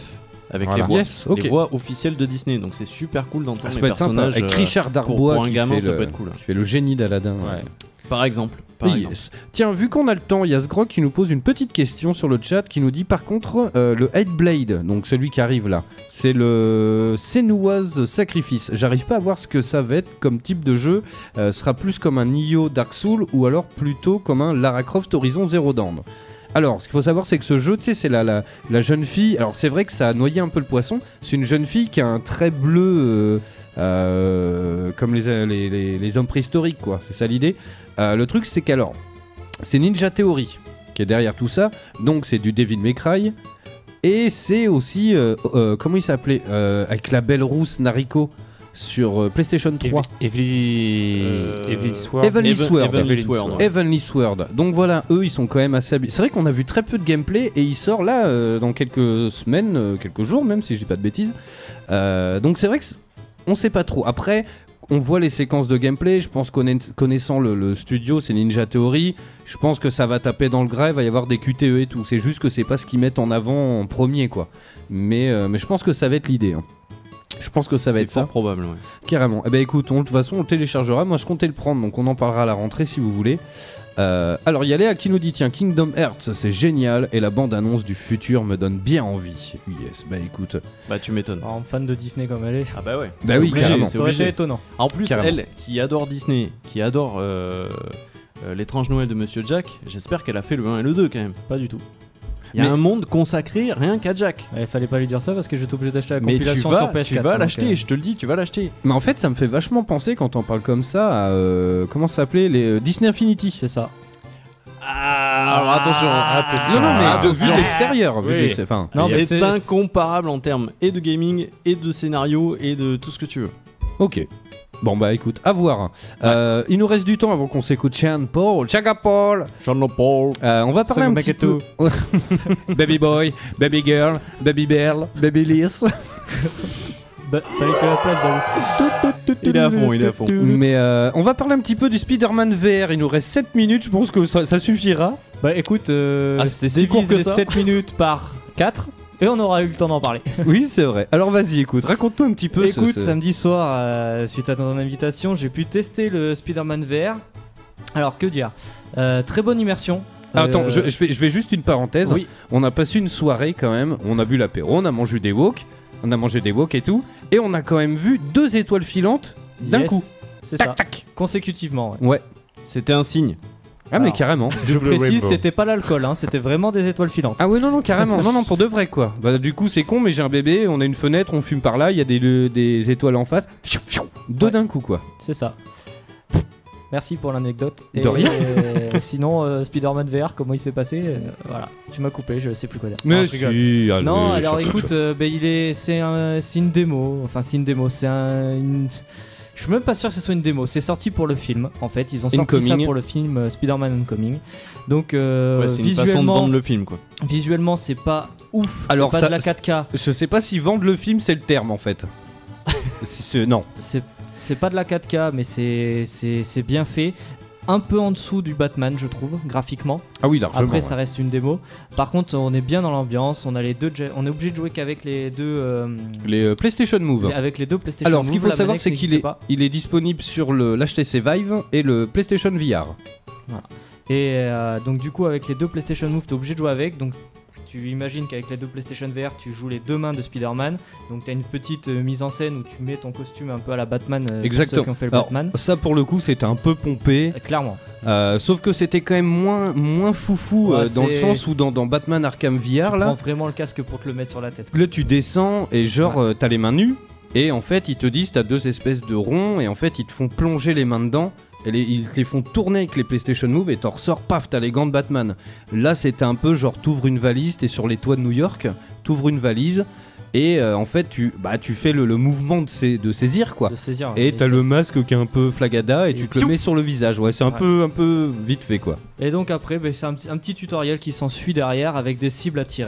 avec Voilà. les voix, Yes, ok. les voix officielles de Disney. Donc c'est super cool d'entendre Ah, ça les peut être sympa. personnages. Avec euh, Richard Darbois pour un qui, gamin, fait ça le, peut être cool. qui fait le génie d'Aladin. Ouais. Par exemple. Par Yes. exemple. Tiens, vu qu'on a le temps, il y a Sgrog qui nous pose une petite question sur le chat qui nous dit par contre euh, le Hateblade, donc celui qui arrive là, c'est le Senua's Sacrifice. J'arrive pas à voir ce que ça va être comme type de jeu. Euh, sera plus comme un Nioh Dark Souls ou alors plutôt comme un Lara Croft Horizon Zero Dawn. Alors, ce qu'il faut savoir, c'est que ce jeu, tu sais, c'est la, la, la jeune fille. Alors, c'est vrai que ça a noyé un peu le poisson. C'est une jeune fille qui a un trait bleu. Euh, euh, comme les, les, les, les hommes préhistoriques, quoi. C'est ça l'idée. Euh, le truc, c'est qu'alors, c'est Ninja Theory qui est derrière tout ça. Donc, c'est du Devil May Cry. Et c'est aussi, euh, euh, comment il s'appelait euh, avec la belle rousse Nariko sur euh, PlayStation trois. Heavenly Euh, Heavenly Sword. Heavenly Even- Sword. Heavenly Sword. Heavenly Sword. Donc voilà, eux ils sont quand même assez habitués. C'est vrai qu'on a vu très peu de gameplay et il sort là euh, dans quelques semaines, euh, quelques jours même si je dis pas de bêtises. Euh, donc c'est vrai que c- on sait pas trop. Après, on voit les séquences de gameplay. Je pense qu'on connaissant le, le studio, c'est Ninja Theory. Je pense que ça va taper dans le gras. Il va y avoir des Q T E et tout. C'est juste que c'est pas ce qu'ils mettent en avant en premier quoi. Mais euh, mais je pense que ça va être l'idée. Hein. Je pense que ça va C'est être fort ça. probable, ouais. Carrément. Eh ben écoute, on- de toute façon on le téléchargera. Moi je comptais le prendre, donc on en parlera à la rentrée si vous voulez. Euh, alors il y a Léa qui nous dit tiens Kingdom Hearts c'est génial et la bande annonce du futur me donne bien envie. Yes, bah écoute. Bah tu m'étonnes. En fan de Disney comme elle est. Ah bah ouais. Bah C'est oui, obligé, carrément. c'est Ça aurait obligé. été étonnant. En plus, Carrément. elle qui adore Disney, qui adore euh, euh, l'étrange Noël de Monsieur Jack, j'espère qu'elle a fait le un et le deux quand même. Pas du tout. Il y a Mais- un monde consacré rien qu'à Jack. Il fallait pas lui dire ça parce que j'étais obligé d'acheter la Mais tu compilation vas, sur P S quatre. tu vas donc, l'acheter, euh, je te le dis, tu vas l'acheter. Mais en fait ça me fait vachement penser quand on parle comme ça à euh, comment ça s'appelait les euh, Disney Infinity. C'est ça. Alors attention, attention. Non non mais de attention. vue de l'extérieur. vu Oui. de- enfin, Non, mais c'est c'est- incomparable en termes et de gaming et de scénario et de tout ce que tu veux. ok. Bon bah écoute, à voir. Euh, il nous reste du temps avant qu'on s'écoute Sean Paul. Chaka Paul. Jean Paul. Euh, on va parler un petit peu. Baby boy, baby girl, baby girl, baby Liz. Bah, fallait que tu aies la place, Balou. Il est à fond, il est à fond. Mais euh, on va parler un petit peu du Spider-Man V R. Il nous reste sept minutes, je pense que ça, ça suffira. Bah écoute, euh, Ah, c'était si court divise que les ça sept minutes par quatre et on aura eu le temps d'en parler. Oui, c'est vrai. Alors vas-y, écoute, raconte-nous un petit peu. ce- Écoute, ce- samedi soir, euh, suite à ton invitation, j'ai pu tester le Spider-Man V R. Alors que dire Euh, Très bonne immersion. Ah, attends, Euh, je, je fais, je fais juste une parenthèse. Oui. On a passé une soirée quand même. On a bu l'apéro, on a mangé des wok, on a mangé des wok et tout. Et on a quand même vu deux étoiles filantes d'un Yes, coup. C'est Tac, ça. tac. Consécutivement. Ouais. Ouais. C'était un signe. Ah, mais Alors. carrément. Je Double précise, rainbow. c'était pas l'alcool, hein, c'était vraiment des étoiles filantes. Ah, ouais, non, non, carrément. non, non, pour de vrai, quoi. Bah, du coup, c'est con, mais j'ai un bébé, on a une fenêtre, on fume par là, il y a des, le- des étoiles en face. Fiou, fiou. Deux Ouais. d'un coup, quoi. C'est ça. Merci pour l'anecdote. De Et- rien. et sinon, euh, Spider-Man V R, comment il s'est passé euh, Voilà, tu m'as coupé, je sais plus quoi dire. Mais Non, je rigole. si, allez, Non, alors cherche- écoute, euh, ben, il est, c'est un, c'est une démo. Enfin, c'est une démo. C'est un. une- Je suis même pas sûr que ce soit une démo. C'est sorti pour le film. En fait, ils ont sorti ça Incoming. pour le film euh, Spider-Man Homecoming. Donc euh, Ouais, c'est une façon de visuellement, vendre le film, quoi. visuellement, c'est pas ouf. Alors, c'est pas ça- de la quatre K. Je sais pas si vendre le film, c'est le terme, en fait. Si c'est- non. C'est, c'est pas de la quatre K, mais c'est, c'est, c'est bien fait. Un peu en dessous du Batman, je trouve, graphiquement. Ah oui, largement. Après, ouais. ça reste une démo. Par contre, on est bien dans l'ambiance. On a les deux. jet- On est obligé de jouer qu'avec les deux. euh, Les euh, PlayStation Move. les- avec les deux PlayStation. Alors, ce qu'il Move, faut la savoir, manette c'est qu'il n'existe est, pas. il est disponible sur le l'H T C Vive et le PlayStation V R. Et euh, donc, du coup, avec les deux PlayStation Move, t'es obligé de jouer avec. Donc, tu imagines qu'avec les deux PlayStation V R, tu joues les deux mains de Spider-Man. Donc, t'as une petite euh, mise en scène où tu mets ton costume un peu à la Batman. euh, pour Exactement. ceux qui ont fait le Alors, Batman. ça, pour le coup, c'était un peu pompé. Euh, Clairement. Euh, sauf que c'était quand même moins, moins foufou Ouais, euh, dans le c'est- sens où dans, dans Batman Arkham V R, Tu là, prends vraiment le casque pour te le mettre sur la tête. là, tu descends et genre, euh, t'as les mains nues. Et en fait, ils te disent, t'as deux espèces de ronds. Et en fait, ils te font plonger les mains dedans. Et les- ils te les font tourner avec les PlayStation Move. Et t'en ressors, paf, t'as les gants de Batman. Là, c'était un peu genre, t'ouvres une valise, t'es sur les toits de New York. T'ouvres une valise. Et euh, en fait, tu, bah, tu fais le, le mouvement de, sais- de saisir, quoi. De saisir. Et t'as ça- le masque qui est un peu flagada et, Et tu te le pfiou. mets sur le visage. Ouais, c'est un, Ouais. peu, un peu vite fait, quoi. Et donc après, ben, c'est un, petit- un petit tutoriel qui s'ensuit derrière avec des cibles à tirer.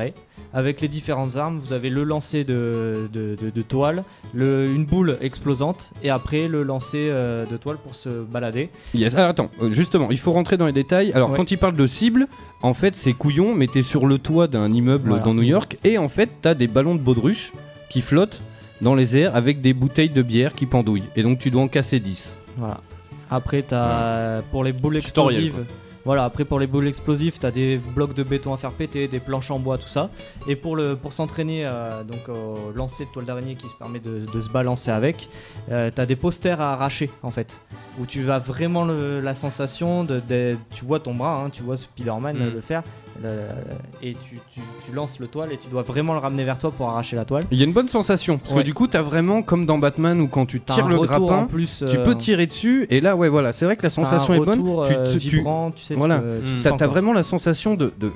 avec les différentes armes. Vous avez le lancer de, de, de, de toile, le, une boule explosante et après le lancer euh, de toile pour se balader. Yes. Alors attends, euh, justement, il faut rentrer dans les détails. Alors Ouais. quand il parle de cible, en fait c'est couillon, mais t'es sur le toit d'un immeuble Voilà. dans New York et en fait t'as des ballons de baudruche qui flottent dans les airs avec des bouteilles de bière qui pendouillent. Et donc tu dois en casser dix. Voilà. Après, t'as pour les boules Tutoriel, explosives. Voilà, après pour les boules explosives, t'as des blocs de béton à faire péter, des planches en bois, tout ça. Et pour le pour s'entraîner euh, donc au lancer de toile d'araignée qui se permet de, de se balancer avec, euh, t'as des posters à arracher en fait, où tu as vraiment le- la sensation de, de- tu vois ton bras, hein, tu vois Spider-Man Mm. le faire, le- et tu, tu, tu lances le toile et tu dois vraiment le ramener vers toi pour arracher la toile. Il y a une bonne sensation parce Ouais. que du coup t'as vraiment comme dans Batman où quand tu T'as tires un le retour grappin, en plus, tu euh, peux tirer dessus et là ouais voilà, c'est vrai que la t'as un sensation est bonne. retour, Tu- euh, tu- tu- vibrant, tu sais, tu voilà, peux- tu le t'as sens, t'as quoi. vraiment la sensation de, de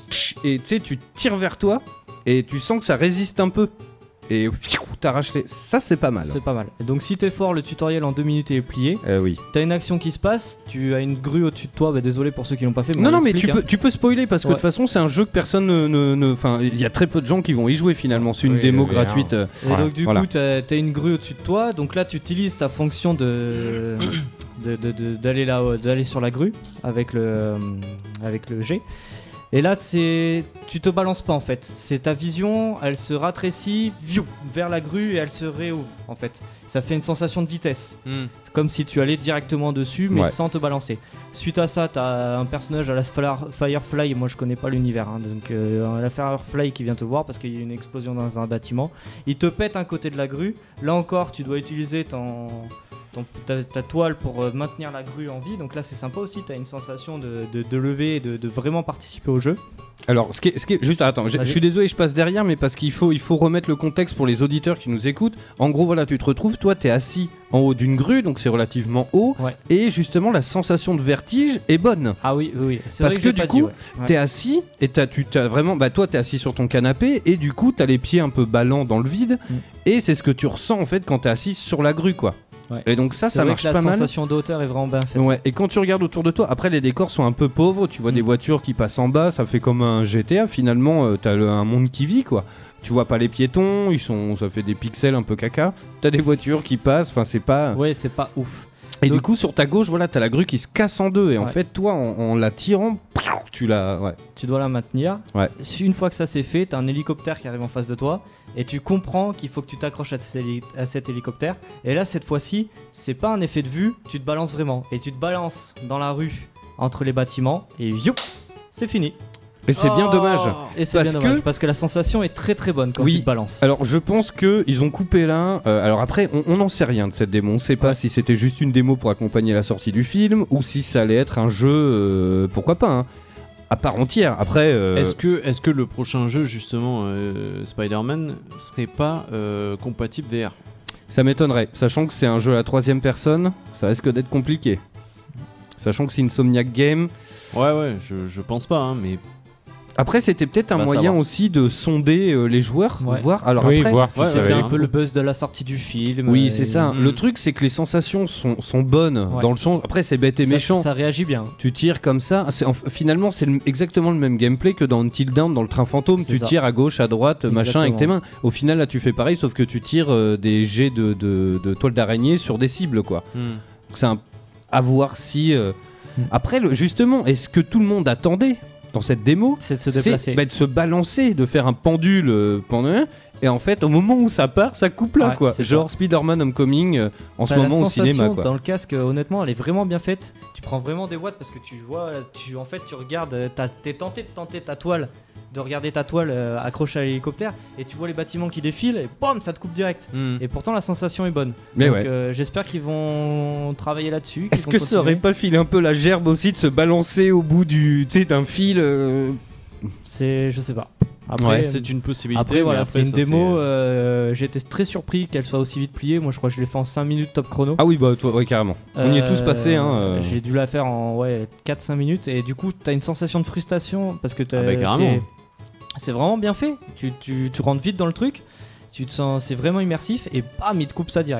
et tu sais tu tires vers toi et tu sens que ça résiste un peu et t'arraches les. Ça c'est pas mal. C'est pas mal. Et donc si t'es fort, le tutoriel en deux minutes est plié. Euh, oui. T'as une action qui se passe, tu as une grue au-dessus de toi, bah désolé pour ceux qui l'ont pas fait. Mais Non, on non, mais tu l'explique, peux, tu peux spoiler parce que de Ouais. toute façon, c'est un jeu que personne ne. ne- ne- Enfin, il y a très peu de gens qui vont y jouer finalement. C'est une Oui, démo oui, gratuite. euh, Et donc du voilà. coup, t'as as une grue au-dessus de toi. Donc là, tu utilises ta fonction de de- de- de- d'aller là, d'aller sur la grue avec le euh, avec le G. Et là, c'est tu te balances pas en fait. C'est ta vision, elle se ratrécit viou, vers la grue et elle se réouvre en fait. Ça fait une sensation de vitesse. Hmm. C'est comme si tu allais directement dessus, mais Ouais. sans te balancer. Suite à ça, t'as un personnage à la Fla- Firefly. Moi, je connais pas l'univers, hein, donc euh, la Firefly qui vient te voir parce qu'il y a une explosion dans un bâtiment. Il te pète un côté de la grue. Là encore, tu dois utiliser ton, ton- ta, ta toile pour euh, maintenir la grue en vie. Donc là, c'est sympa aussi. T'as une sensation de, de, de lever et de, de vraiment participer au jeu. Alors, ce qui est, ce qui est- juste, attends, j'ai- je Vas-y. suis désolé, je passe derrière, mais parce qu'il faut, il faut remettre le contexte pour les auditeurs qui nous écoutent. En gros, voilà, tu te retrouves, toi, t'es assis en haut d'une grue, donc c'est relativement haut, Ouais. et justement, la sensation de vertige est bonne. Ah oui, oui, oui. C'est Parce vrai que, je l'ai du pas coup, dit, ouais. Ouais. t'es assis et t'as, tu t'as vraiment, bah toi t'es assis sur ton canapé et du coup t'as les pieds un peu ballants dans le vide Mm. et c'est ce que tu ressens en fait quand t'es assis sur la grue quoi. Ouais. Et donc ça, C'est ça vrai marche que la pas mal. sensation de hauteur est vraiment bien faite. Ouais. Et quand tu regardes autour de toi, après les décors sont un peu pauvres, tu vois Mm. des voitures qui passent en bas, ça fait comme un G T A finalement, euh, t'as le- un monde qui vit quoi. Tu vois pas les piétons, ils sont, ça fait des pixels un peu caca. T'as des voitures qui passent, enfin c'est pas. Ouais, c'est pas ouf. Et Donc- du coup sur ta gauche, voilà, t'as la grue qui se casse en deux et en Ouais. fait toi en, en la tirant, tu la, ouais. Tu dois la maintenir. Ouais. Une fois que ça c'est fait, t'as un hélicoptère qui arrive en face de toi et tu comprends qu'il faut que tu t'accroches à, cet héli- à cet hélicoptère. Et là, cette fois-ci, c'est pas un effet de vue, tu te balances vraiment. Et tu te balances dans la rue entre les bâtiments et youp, c'est fini. Et c'est bien Oh. dommage. Et c'est Parce bien dommage que- parce que la sensation est très très bonne quand Oui. tu te balances. Alors je pense que ils ont coupé là. euh, alors après, on n'en sait rien de cette démo. On sait pas Ouais. si c'était juste une démo pour accompagner la sortie du film ou si ça allait être un jeu, euh, pourquoi pas, hein, à part entière. Après, euh, Est-ce que, est-ce que le prochain jeu, justement, euh, Spider-Man, serait pas euh, compatible V R? ça m'étonnerait, sachant que c'est un jeu à la troisième personne, ça risque d'être compliqué. Sachant que c'est une Insomniac Game. Ouais, ouais, je, je pense pas, hein, mais Après, c'était peut-être un Va moyen savoir. aussi de sonder euh, les joueurs, Ouais. voir. Alors Oui, après, voir si ouais, ça C'était va un être- peu le buzz de la sortie du film. oui, euh, c'est ça. Mm. Le truc, c'est que les sensations sont, sont bonnes Ouais. dans le sens. Après, c'est bête et ça, méchant. ça réagit bien. Tu tires comme ça. C'est, en- finalement, c'est le- exactement le même gameplay que dans Until Dawn, dans le train fantôme. C'est Tu ça. tires à gauche, à droite, machin, avec tes Exactement. mains. Au final, là, tu fais pareil, sauf que tu tires euh, des jets de, de, de toile d'araignée sur des cibles, quoi. hmm. Donc, c'est un... à voir si. euh, Mm. Après, le- justement, est-ce que tout le monde attendait dans cette démo C'est de se c'est déplacer. bah, de se balancer, de faire un pendule euh, pendant un. Et en fait, au moment où ça part, ça coupe là, Ouais, quoi. c'est Genre Spider-Man Homecoming euh, en ce T'as la moment au sensation cinéma, quoi. Dans le casque, euh, honnêtement, elle est vraiment bien faite. Tu prends vraiment des watts parce que tu vois, tu en fait, tu regardes, euh, t'as- t'es tenté de tenter ta toile, de regarder ta toile euh, accrochée à l'hélicoptère, et tu vois les bâtiments qui défilent, et bam, ça te coupe direct. Hmm. Et pourtant, la sensation est bonne. Mais Donc, ouais. euh, j'espère qu'ils vont travailler là-dessus. qu'ils Est-ce vont que ça aurait continuer. pas filé un peu la gerbe aussi de se balancer au bout du, tu sais, d'un fil euh, C'est, je sais pas. Après, Ouais, euh, C'est une possibilité. Après mais voilà, après, c'est une ça, démo. c'est- euh, J'ai été très surpris qu'elle soit aussi vite pliée. Moi, je crois que je l'ai fait en cinq minutes top chrono. Ah oui, bah toi, ouais, carrément. On y est tous Euh, passés. Hein, euh. J'ai dû la faire en ouais, quatre cinq minutes et du coup t'as une sensation de frustration parce que t'as- Ah bah, carrément. c'est- c'est vraiment bien fait. Tu, tu, tu rentres vite dans le truc, tu te sens, c'est vraiment immersif et bam il te coupe ça direct.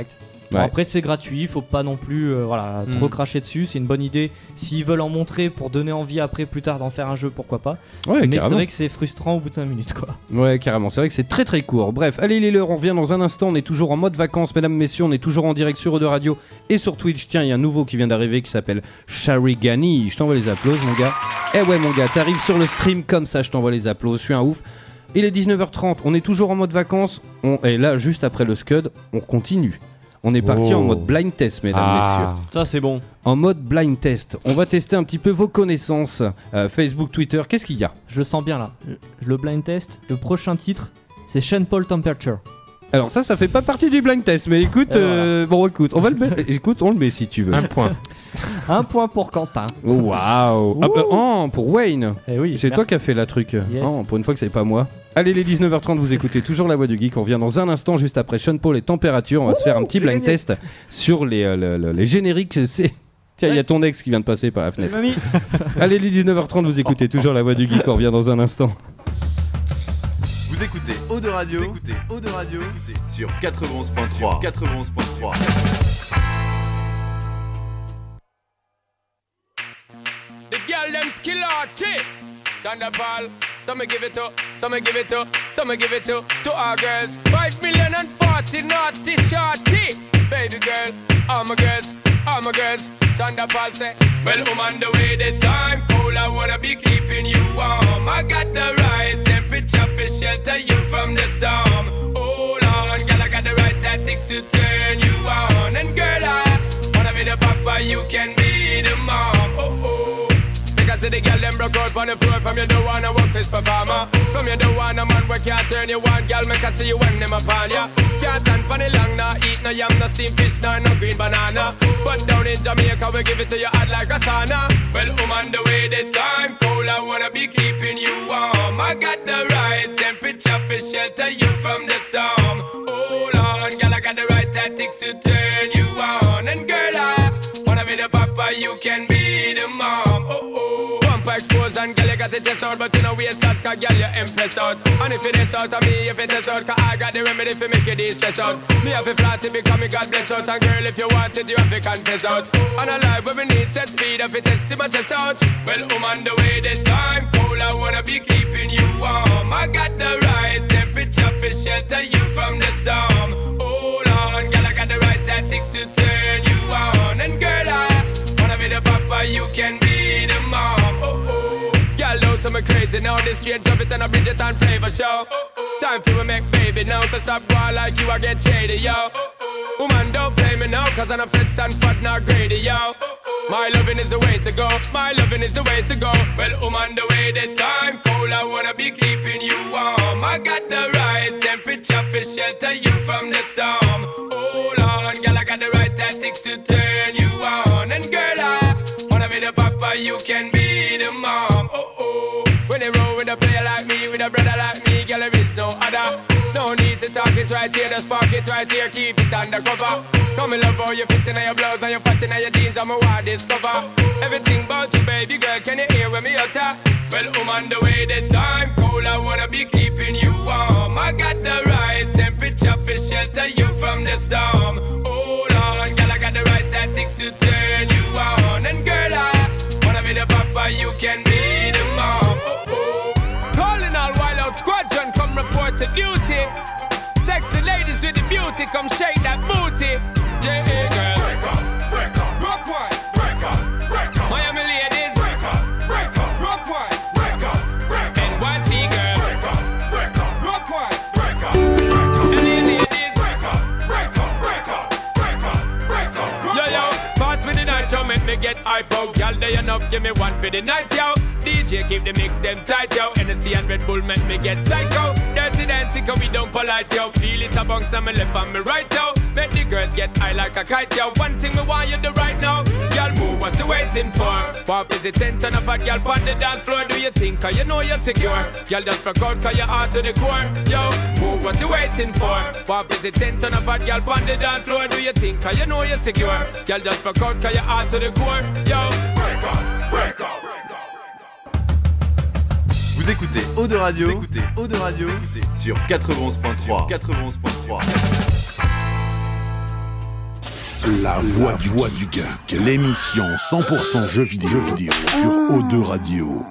Bon, Ouais. après c'est gratuit, faut pas non plus euh, voilà, trop Mm. cracher dessus, c'est une bonne idée. S'ils veulent en montrer pour donner envie après plus tard d'en faire un jeu, pourquoi pas. Ouais, Mais carrément. c'est vrai que c'est frustrant au bout de cinq minutes quoi. Ouais, carrément, c'est vrai que c'est très très court. Bref, allez les leurs, on revient dans un instant, on est toujours en mode vacances, mesdames, messieurs, on est toujours en direct sur Eau de Radio et sur Twitch. Tiens, il y a un nouveau qui vient d'arriver qui s'appelle Sharigani, je t'envoie les applaudissements mon gars. Eh ouais mon gars, t'arrives sur le stream comme ça, je t'envoie les applaudissements, je suis un ouf. Il est dix-neuf heures trente, on est toujours en mode vacances, on... et là juste après le Scud, on continue. On est parti Oh. en mode blind test, mesdames, Ah. messieurs. Ça, c'est bon. En mode blind test, on va tester un petit peu vos connaissances. Euh, Facebook, Twitter, qu'est-ce qu'il y a? Je le sens bien là. Le blind test, le prochain titre, c'est Sean Paul Temperature. Alors ça, ça fait pas partie du blind test, mais écoute, Et voilà. euh, bon écoute, on va le mettre. Écoute, on le met si tu veux. Un point. Un point pour Quentin. Oh, waouh. Ah bah, oh, pour Wayne. Eh oui, C'est merci. toi qui as fait la truc. Yes. Oh, pour une fois que c'est pas moi. Allez les dix-neuf heures trente, vous écoutez toujours La Voix du Geek. On revient dans un instant, juste après Sean Paul et Température. On va se faire un petit blind test sur les, euh, le- le- les génériques. C'est... Tiens, il y a ton ex qui vient de passer par la fenêtre. Mamie. Allez les dix-neuf heures trente, vous écoutez toujours La Voix du Geek. On revient dans un instant. Vous écoutez Eau de Radio, vous écoutez Eau de Radio vous écoutez sur quatre-vingt-onze point trois. quatre-vingt-onze point trois. The girl them skill arty. Thunderball. Some me give it to, some me give it to, some me give it to, to our girls. Five million and forty naughty shorty. Baby girl, all my girls, all my girls. Thunderball say, well, I'm on the way, the time cold, I wanna be keeping you warm. I got the right temperature for shelter you from the storm. Hold on, girl, I got the right tactics to turn you on. And girl, I wanna be the papa, you can be the mom. Oh, oh. Because the girl them broke out on the floor. From you don't wanna work this performer. From you don't want a man where can't turn you on. Girl, me can see you when them upon ya. Can't stand for the long, nah eat no yam, no steamed fish, nah no green banana. But down in Jamaica we give it to you hot like a sauna. Well, I'm on the way, the time cold, I wanna be keeping you warm. I got the right temperature for shelter you from the storm. Hold on, girl, I got the right tactics to turn you on. And girl, I wanna be the papa, you can be the mom. Oh, oh. Bumper expose and girl, you got the chest out, but you know we a sad, cause girl, you impressed out. And if it is out of me, if it is out, cause I got the remedy for make you de-stress out. Me have a flat to become me God bless out. And girl, if you want it, you have to confess out. And a life where we need set speed, if it is to my chest out. Well, I'm on the way, the time cold, I wanna be keeping you warm. I got the right temperature for shelter you from the storm. Hold on, girl, I got the right tactics to turn you on. And girl, I wanna be the papa, you can be the mom. Oh, oh. Girl, know some crazy now. This straight drop it and a Bridget and flavor show. Oh, oh. Time for we make baby now. So stop going like you, I get shady, yo. Oh, oh. Woman, don't play me now, cause I'm a fits and fat, not greedy, yo. Oh, oh. My loving is the way to go. My loving is the way to go. Well, I'm on the way, the time cold, I wanna be keeping you warm. I got the right temperature for shelter you from the storm. Hold on, girl, I got the right tactics to turn you on. And girl, I wanna be the papa, you can be the mom. Oh, oh. When they roll with a player like me, with a brother like me, girl, there is no other. No need to talk it right here, just spark it right here, keep it undercover. Come in love how you fit in your blouse and you fat in your jeans, I'm a wild discover. Everything about you, baby girl, can you hear when me utter? Well, I'm on the way, the time cold, I wanna be keeping you warm. I got the right temperature for shelter you from the storm. Hold on, girl, I got the right tactics to turn you on. And girl, I wanna be the papa, you can be the mom. Oh, oh. Calling all wild out squadron, come report to duty. Sexy ladies with the beauty, come shake that booty. J A girls, break up, break up, rock wine, break up, break up. Miami ladies, break up, break up, rock wine, break up, break up. N Y C girls, break up, break up, rock wine, break up, break up. L A ladies, break up, break up, break up, break up, break up. Yo yo, pass me the night, yo, make me get hype out. Girl, they enough, give me one for the night, yo. D J keep the mix them tight, yo. Hennessy and Red Bull make me get psycho. Dirty dancing, cause we don't polite, yo. Feel it a bounce on me left and me right, yo. Make the girls get high like a kite, yo. One thing me want you do right now. Girl, move, what you waiting for? Pop is the tent and a fat girl on the dance floor. Do you think, cause you know you're secure? Girl, just rock out, cause you're hard to the core. Yo, move, what you waiting for? Pop is the tent and a fat girl on the dance floor. Do you think, cause you know you're secure? Girl, just rock out, cause you're hard to the core. Yo, break up, break up. Vous écoutez Eau de Radio, vous écoutez Eau de Radio sur quatre-vingt-onze point trois. quatre-vingt-onze point trois. La voix du, voix du geek, l'émission cent pour cent jeux vidéo, jeux vidéo sur O deux Radio.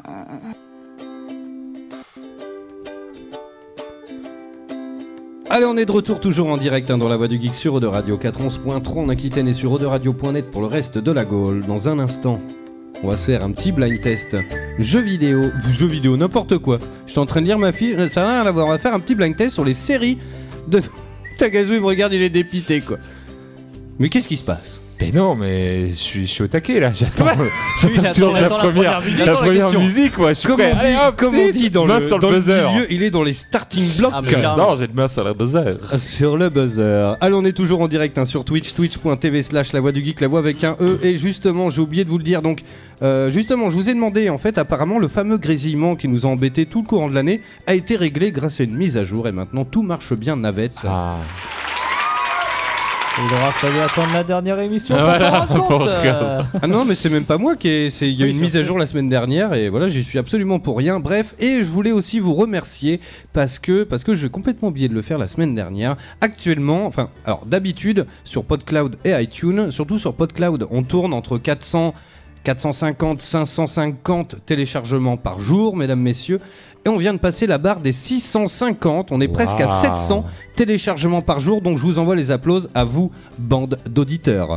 Allez, on est de retour toujours en direct hein, dans la voix du geek sur O deux Radio quatre-vingt-onze point trois en Aquitaine et sur O deux radio point net pour le reste de la Gaule. Dans un instant, on va se faire un petit blind test. Jeux vidéo, jeux vidéo, n'importe quoi. Je suis en train de lire ma fille, ça n'a rien à voir. On va faire un petit blind test sur les séries de... Tagazu, il me regarde, il est dépité quoi. Mais qu'est-ce qui se passe ? Mais non, mais je suis, je suis au taquet là, j'attends, Ouais. j'attends Oui, toujours attends, la attends, la première, première musique. la J'attends la première question. musique, moi je suis Comme prêt. on dit, Allez, hop, comme petit, on dit dans, main le, sur dans le le buzzer. milieu, il est dans les starting blocks. Ah, mais non, j'ai de main sur le buzzer. Sur le buzzer. Allez, on est toujours en direct hein, sur Twitch, twitch point t v slash la voix du geek, la voix avec un E. Et justement, j'ai oublié de vous le dire, donc euh, justement, je vous ai demandé, en fait, apparemment, le fameux grésillement qui nous a embêté tout le courant de l'année a été réglé grâce à une mise à jour et maintenant tout marche bien navette. Ah. Il aura fallu attendre la dernière émission pour Voilà, s'en rendre compte. euh. Ah non, mais c'est même pas moi qui ai. c'est- Il y a Oui, une je mise à sais. jour la semaine dernière et voilà, j'y suis absolument pour rien. Bref, et je voulais aussi vous remercier parce que parce que j'ai complètement oublié de le faire la semaine dernière. Actuellement, enfin, alors d'habitude sur PodCloud et iTunes, surtout sur PodCloud, on tourne entre quatre cents, quatre cent cinquante, cinq cent cinquante téléchargements par jour, mesdames, messieurs. Et on vient de passer la barre des six cent cinquante, on est presque à Waouh. sept cents téléchargements par jour, donc je vous envoie les applaudissements à vous, bande d'auditeurs.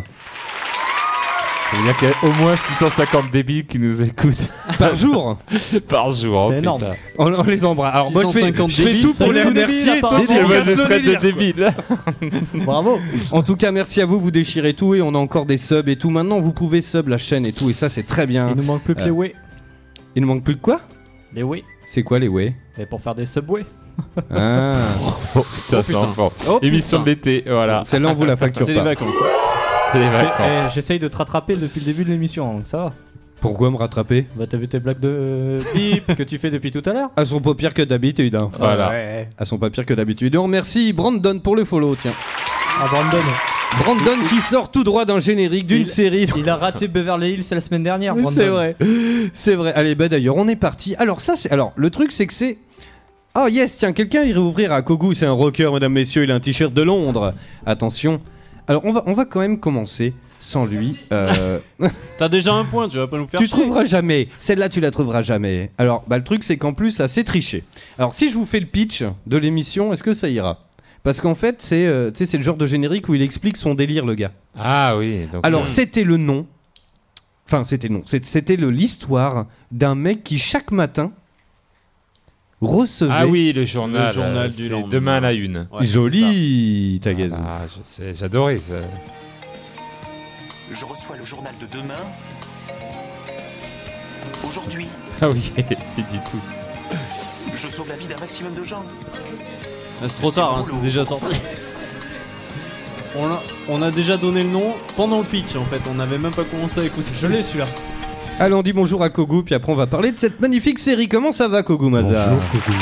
Ça veut dire qu'il y a au moins six cent cinquante débiles qui nous écoutent. Par jour Par jour, C'est oh, énorme. putain. On, on les embrasse. Alors moi je fais, six cent cinquante je fais débiles, tout pour salut les les remercier, débiles, toi apparemment. tu Moi, je casses les le traite de délire, quoi. débiles. Bravo. En tout cas, merci à vous, vous déchirez tout et on a encore des subs et tout. Maintenant, vous pouvez sub la chaîne et tout et ça c'est très bien. Il nous manque plus que Euh, les way. Il nous manque plus que quoi? Les way. C'est quoi les way? Et pour faire des subways. Ah. Oh putain, c'est enfant. Oh, Émission de putain. l'été, voilà. Celle-là, on vous la facture C'est pas. les vacances. C'est les C'est- vacances. eh, J'essaye de te rattraper depuis le début de l'émission, donc ça va. Pourquoi me rattraper? Bah t'as vu tes blagues de bip que tu fais depuis tout à l'heure? Elles sont pas pires que d'habitude. Hein. Voilà. Ouais. Elles sont pas pires que d'habitude. Et on remercie Brandon pour le follow, tiens. Ah Brandon. Brandon qui sort tout droit d'un générique d'une Il- série. Il a raté Beverly Hills la semaine dernière, Oui, Brandon. c'est vrai, c'est vrai. Allez, bah d'ailleurs, on est parti. Alors ça, c'est alors le truc, c'est que c'est. Oh yes, tiens, quelqu'un irait ouvrir à Kogu, c'est un rocker, mesdames, messieurs, il a un t-shirt de Londres. Attention. Alors on va, on va quand même commencer sans lui. Euh... T'as déjà un point, tu vas pas nous faire tu chier. trouveras jamais. Celle-là, tu la trouveras jamais. Alors, bah le truc, c'est qu'en plus, ça c'est triché. Alors si je vous fais le pitch de l'émission, est-ce que ça ira? Parce qu'en fait, c'est, euh, tu sais, c'est le genre de générique où il explique son délire, le gars. Ah oui. Donc, Alors, euh, c'était le nom. Enfin, c'était non. c'est- C'était le- l'histoire d'un mec qui, chaque matin, recevait. Ah oui, le journal. Le journal euh, du c'est lendemain. demain à la une. Ouais, Joli, Tagazu. Ah, je sais, j'adorais ça. Je reçois le journal de demain. Aujourd'hui, Ah oui, il dit tout. je sauve la vie d'un maximum de gens. Ah, c'est trop tard, hein, c'est déjà sorti. On a, on a déjà donné le nom pendant le pitch en fait, on n'avait même pas commencé à écouter. Je l'ai celui-là. Allez, on dit bonjour à Kogu, puis après on va parler de cette magnifique série. Comment ça va, Kogu Mazar? Bonjour, Kogu.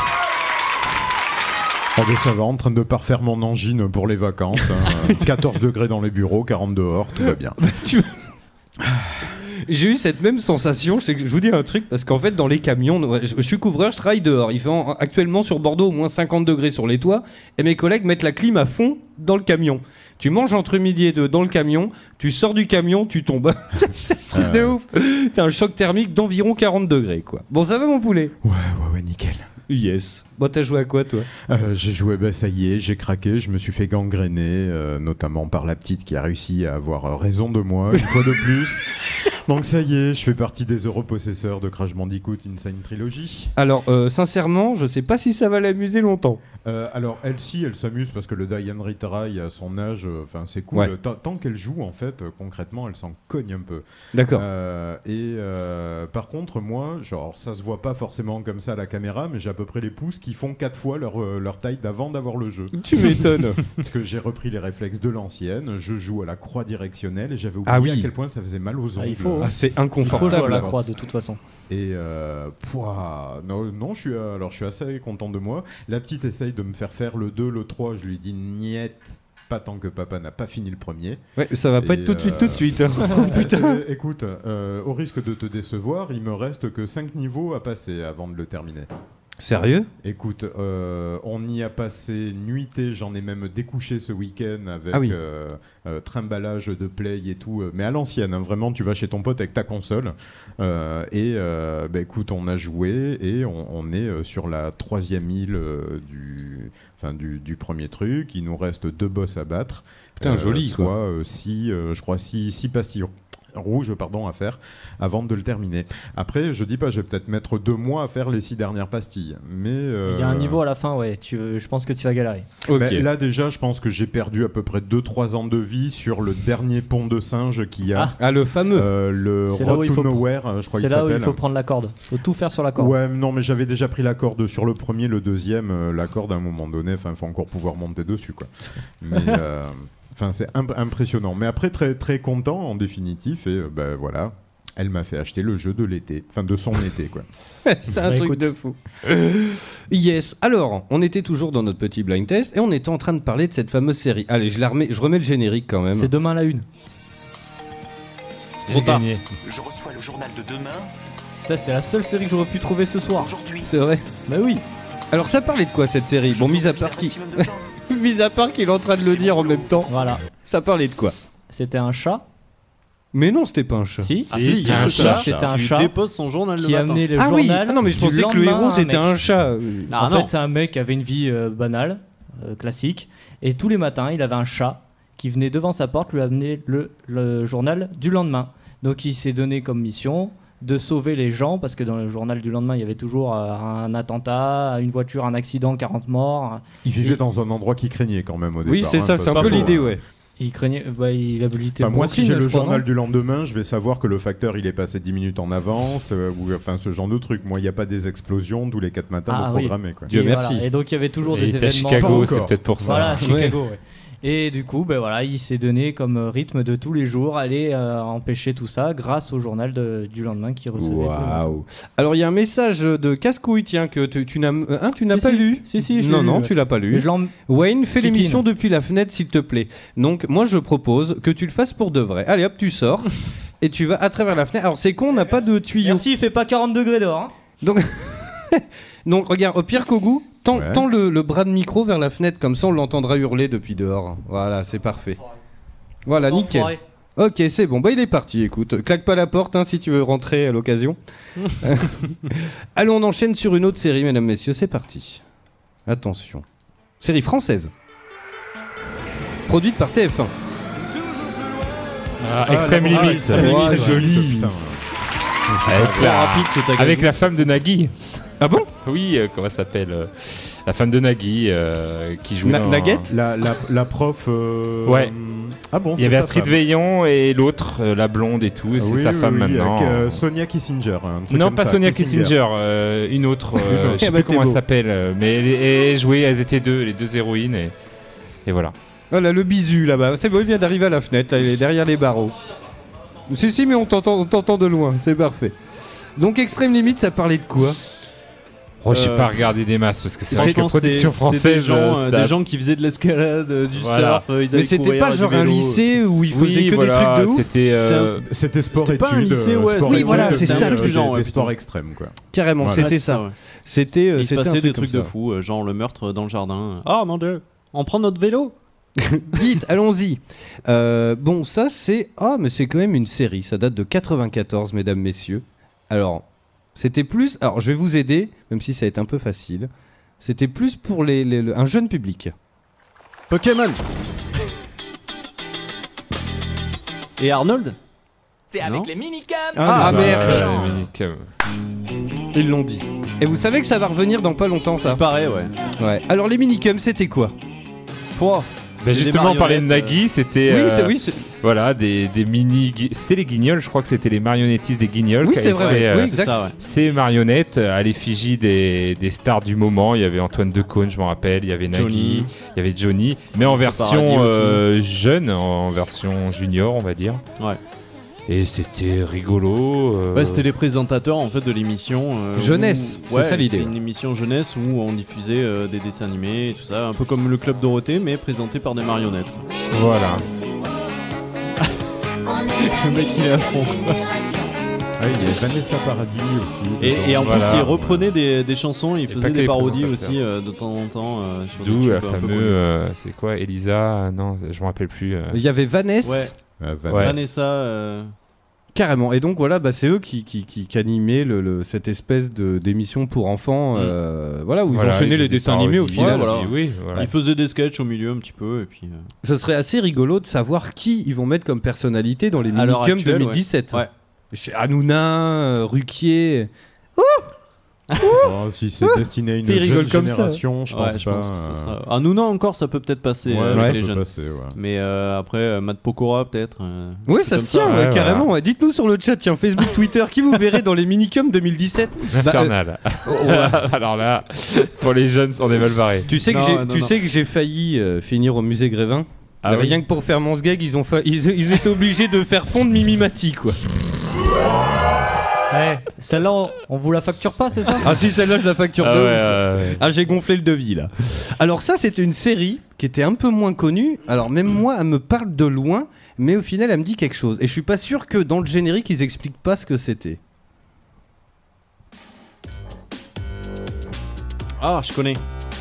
Ah ben ça va, en train de parfaire mon angine pour les vacances. hein. quatorze degrés dans les bureaux, quarante dehors, tout va bien. Tu- J'ai eu cette même sensation, je, sais que- je vous dis un truc, parce qu'en fait dans les camions, je, je suis couvreur, je travaille dehors, il fait en- actuellement sur Bordeaux au moins cinquante degrés sur les toits, et mes collègues mettent la clim à fond dans le camion. Tu manges entre midi et deux dans le camion, tu sors du camion, tu tombes. C'est un truc Ah de ouais. ouf. T'as un choc thermique d'environ quarante degrés, quoi. Bon, ça va mon poulet? Ouais, ouais, ouais, nickel. Yes. Bon, t'as joué à quoi, toi? Euh, j'ai joué, bah ça y est, j'ai craqué, je me suis fait gangréner, euh, notamment par la petite qui a réussi à avoir euh, raison de moi, une fois de plus. Donc ça y est, je fais partie des heureux possesseurs de Crash Bandicoot Insane Trilogy. Alors, euh, sincèrement, je sais pas si ça va l'amuser longtemps. Euh, alors elle si elle s'amuse parce que le Diane Retry à son âge, enfin c'est cool. Ouais. Tant- Tant qu'elle joue en fait, euh, concrètement, elle s'en cogne un peu. D'accord. Euh, et euh, par contre moi, genre ça se voit pas forcément comme ça à la caméra, mais j'ai à peu près les pouces qui font quatre fois leur, euh, leur taille d'avant d'avoir le jeu. Tu m'étonnes. Parce que j'ai repris les réflexes de l'ancienne, je joue à la croix directionnelle et j'avais oublié Ah oui. à quel point ça faisait mal aux ongles. Ah, il faut, Ah, c'est Il faut inconfortable. jouer à la à croix force. de toute façon. Et euh, pouah, non, non, je suis euh, alors je suis assez content de moi. La petite essaye de me faire faire le deux, le trois, je lui dis niet, pas tant que papa n'a pas fini le premier. Ouais, ça va pas Et, être tout de suite, euh, tout de suite. hein. euh, c'est- écoute, euh, au risque de te décevoir, il me reste que cinq niveaux à passer avant de le terminer. Sérieux ? Écoute, euh, on y a passé nuitée, j'en ai même découché ce week-end avec Ah oui. euh, euh, trimballage de play et tout, euh, mais à l'ancienne, hein, vraiment, tu vas chez ton pote avec ta console, euh, et euh, bah, écoute, on a joué, et on, on est euh, sur la troisième île euh, du, enfin, du, du premier truc, il nous reste deux boss à battre. Putain, joli, soit quoi. euh, six, euh, je crois, six, six pastilles rouge pardon, à faire avant de le terminer. Après, je dis pas, je vais peut-être mettre deux mois à faire les six dernières pastilles. Mais euh... il y a un niveau à la fin, ouais. Tu, je pense que tu vas galérer. Okay. Ben, là déjà, je pense que j'ai perdu à peu près deux trois ans de vie sur le dernier pont de singe qu'il y a. Ah, ah le fameux. Euh, le Road to Nowhere, je crois qu'il s'appelle. C'est là où il faut prendre la corde. Il faut tout faire sur la corde. Ouais, non, mais j'avais déjà pris la corde sur le premier, le deuxième, euh, la corde à un moment donné. Enfin, il faut encore pouvoir monter dessus, quoi. Mais euh... Enfin, c'est imp- impressionnant. Mais après, très, très content en définitif. Et euh, ben voilà, elle m'a fait acheter le jeu de l'été. Enfin, de son été, quoi. C'est un bah, truc écoute. de fou. Yes. Alors, on était toujours dans notre petit blind test et on était en train de parler de cette fameuse série. Allez, je, la remets, je remets le générique quand même. C'est demain la une. C'est trop tard. Je reçois le journal de demain. Putain, c'est la seule série que j'aurais pu trouver ce soir. C'est vrai. Bah oui. Alors, ça parlait de quoi cette série? Bon, mis à part qui... Mis à part qu'il est en train de le dire en même temps. Voilà. Ça parlait de quoi? C'était un chat. Mais non, c'était pas un chat. Si, ah, si, si un, un chat. C'était un chat. Qui dépose son journal qui le a amené le ah journal. Oui. Ah non, mais je pensais que le héros c'était un chat. Ah, en non. fait, c'est un mec qui avait une vie euh, banale, euh, classique, et tous les matins, il avait un chat qui venait devant sa porte lui amener le, le journal du lendemain. Donc, il s'est donné comme mission de sauver les gens, parce que dans le journal du lendemain, il y avait toujours euh, un attentat, une voiture, un accident, quarante morts. Il vivait et... dans un endroit qui craignait quand même au départ. Oui, c'est hein, ça, c'est un peu l'idée, ouais. Il craignait, bah, il habilitait. Enfin, moi, si j'ai le crois, journal non du lendemain, je vais savoir que le facteur il est passé dix minutes en avance, euh, ou enfin ce genre de truc. Moi, il n'y a pas des explosions tous les quatre matins ah, de oui. programmer. Quoi. Dieu merci. Voilà. Et donc il y avait toujours et des il événements. À Chicago, c'est peut-être pour ça. Voilà, Chicago. Ouais. Ouais. Et du coup, ben voilà, il s'est donné comme rythme de tous les jours aller euh, empêcher tout ça grâce au journal de, du lendemain qu'il recevait. Waouh. Alors il y a un message de Casse-Couille, tiens, que tu, tu n'as, hein, tu n'as si, pas si. lu. Si, si, je non, l'ai non, lu, tu l'as pas lu. Wayne, fais l'émission depuis la fenêtre, s'il te plaît. Donc moi, je propose que tu le fasses pour de vrai. Allez, hop, tu sors et tu vas à travers la fenêtre. Alors c'est con, on n'a pas de tuyau. Merci, il fait pas quarante degrés dehors. Hein. Donc, donc regarde, au pire Kogu, tends, ouais. tends le, le bras de micro vers la fenêtre, comme ça on l'entendra hurler depuis dehors. Voilà, c'est parfait. Voilà, oh, nickel. Foiré. Ok, c'est bon, bah il est parti, écoute. Claque pas la porte hein, si tu veux rentrer à l'occasion. Allons, on enchaîne sur une autre série, mesdames, messieurs, c'est parti. Attention. Série française. Produite par T F un. Ah, ah, Extreme Limits. Ah, ouais, ouais, joli. Putain, avec la, rapide, avec la femme de Nagui. Ah bon? Oui, euh, comment ça s'appelle euh, la femme de Nagui euh, qui joue Na- dans... Naguette la, la, la prof... Euh... Ouais. Ah bon, il y avait Astrid Veillon et l'autre, euh, la blonde et tout, et ah, c'est oui, sa oui, femme oui, maintenant. Avec, euh, Sonia Kissinger. Un non, pas ça, Sonia Kissinger, Kissinger, euh, une autre, euh, je sais plus comment elle s'appelle, mais elle, elle jouait, elles étaient deux, les deux héroïnes, et, et voilà. Voilà, le bisu là-bas, c'est bon, il vient d'arriver à la fenêtre, là, il est derrière les barreaux. Si, si, mais on t'entend, on t'entend de loin, c'est parfait. Donc Extreme Limits, ça parlait de quoi? Oh, j'ai euh, pas regardé des masses parce que c'est vrai que production française, des gens, euh, des gens qui faisaient de l'escalade, euh, du voilà. surf, euh, ils mais c'était pas genre un lycée où ils faisaient oui, que voilà, des trucs de ouf. C'était, euh, c'était sport c'était études. Pas un lycée, ouais. Sport oui, études, voilà, c'est ça, des, genre, des, ouais, des sports extrêmes, quoi. Carrément, voilà. c'était ouais, ça. Ouais. C'était. Il se passait des trucs de fou, genre le meurtre dans le jardin. Ah mon dieu, on prend notre vélo. Vite, allons-y. Euh, bon, ça c'est... Ah, mais c'est quand même une série. Ça date de quatre-vingt-quatorze, mesdames, messieurs. Alors, c'était plus... Alors, je vais vous aider, même si ça va être un peu facile. C'était plus pour les, les, le... un jeune public. Pokémon. Et Arnold. C'est avec les minicums. Ah, ah bah, merde. Euh, les minicums. Ils l'ont dit. Et vous savez que ça va revenir dans pas longtemps, ça. Pareil, ouais. Ouais. Alors, les minicums, c'était quoi? Pouah. Bah justement, on parlait de Nagui, c'était. Oui, euh, c'est, oui, c'est... Voilà, des, des mini. C'était les Guignols, je crois que c'était les marionnettistes des Guignols. Oui, qui c'est vrai. fait, euh, oui, exact. Ça, ouais. Ces marionnettes à l'effigie des, des stars du moment. Il y avait Antoine Decaune, je m'en rappelle. Il y avait Nagui, Johnny. il y avait Johnny, mais en version euh, jeune, en version junior, on va dire. Ouais. Et c'était rigolo. Euh... Ouais, c'était les présentateurs en fait de l'émission euh, jeunesse. Où... Ouais, c'est ça l'idée. C'était une émission jeunesse où on diffusait euh, des dessins animés et tout ça, un peu comme le Club Dorothée, mais présenté par des marionnettes. Voilà. Le mec il est à fond. Ah, il y a Vanessa Paradis aussi. Et, et en Voilà. plus, il reprenait des, des chansons, il Et faisait pas que des les parodies présentateurs. aussi euh, de temps en temps euh, sur D'où YouTube. la un peu fameuse, connu. euh, c'est quoi, Elisa? Non, je me rappelle plus. euh. Il y avait Vanessa. Ouais. Euh, Van- Ouais. Vanessa. euh, Carrément. Et donc voilà, bah, c'est eux qui, qui, qui, qui animaient le, le- cette espèce de, d'émission pour enfants, euh, voilà, où Voilà, ils enchaînaient ils les faisaient des dessins animés au parodies, final. ouais, voilà. Oui, voilà. Il faisait des sketchs au milieu un petit peu et puis. euh, Ce serait assez rigolo de savoir qui ils vont mettre comme personnalité dans les À l'heure Minicums actuelle, deux mille dix-sept. ouais. Chez Hanouna, euh, Ruquier. Oh, si c'est destiné à une Tu sais, ils rigolent jeune comme ça. génération, je ouais, pense je pas. pense que ça euh, sera. Ah, Nouna encore, ça peut peut-être passer Ouais, euh, ça avec peut les jeunes. passer, ouais. Mais euh, après, euh, Matt Pokora peut-être. euh, Oui, c'est ça comme se tient, ouais, ouais, carrément. voilà. ouais. Dites-nous sur le chat, tiens, Facebook, Twitter, qui vous verrez dans les Minicums deux mille dix-sept. Infernal. Bah, euh, Alors là, pour les jeunes, on est mal barrés. Tu sais que Non, j'ai, non, tu non. sais que j'ai failli euh, finir au musée Grévin. Ah Mais oui. Rien que pour faire mon sgeg, ils ont fa- ils, ils étaient obligés de faire fondre Mimimati, quoi. Ouais, celle-là, on, on vous la facture pas, c'est ça? Ah si, celle-là, je la facture Ah de ouais, ouf. ouais, ouais. Ah, j'ai gonflé le devis, là. Alors ça, c'était une série qui était un peu moins connue. Alors même moi, elle me parle de loin, mais au final, elle me dit quelque chose. Et je suis pas sûr que dans le générique, ils expliquent pas ce que c'était. Ah, je connais.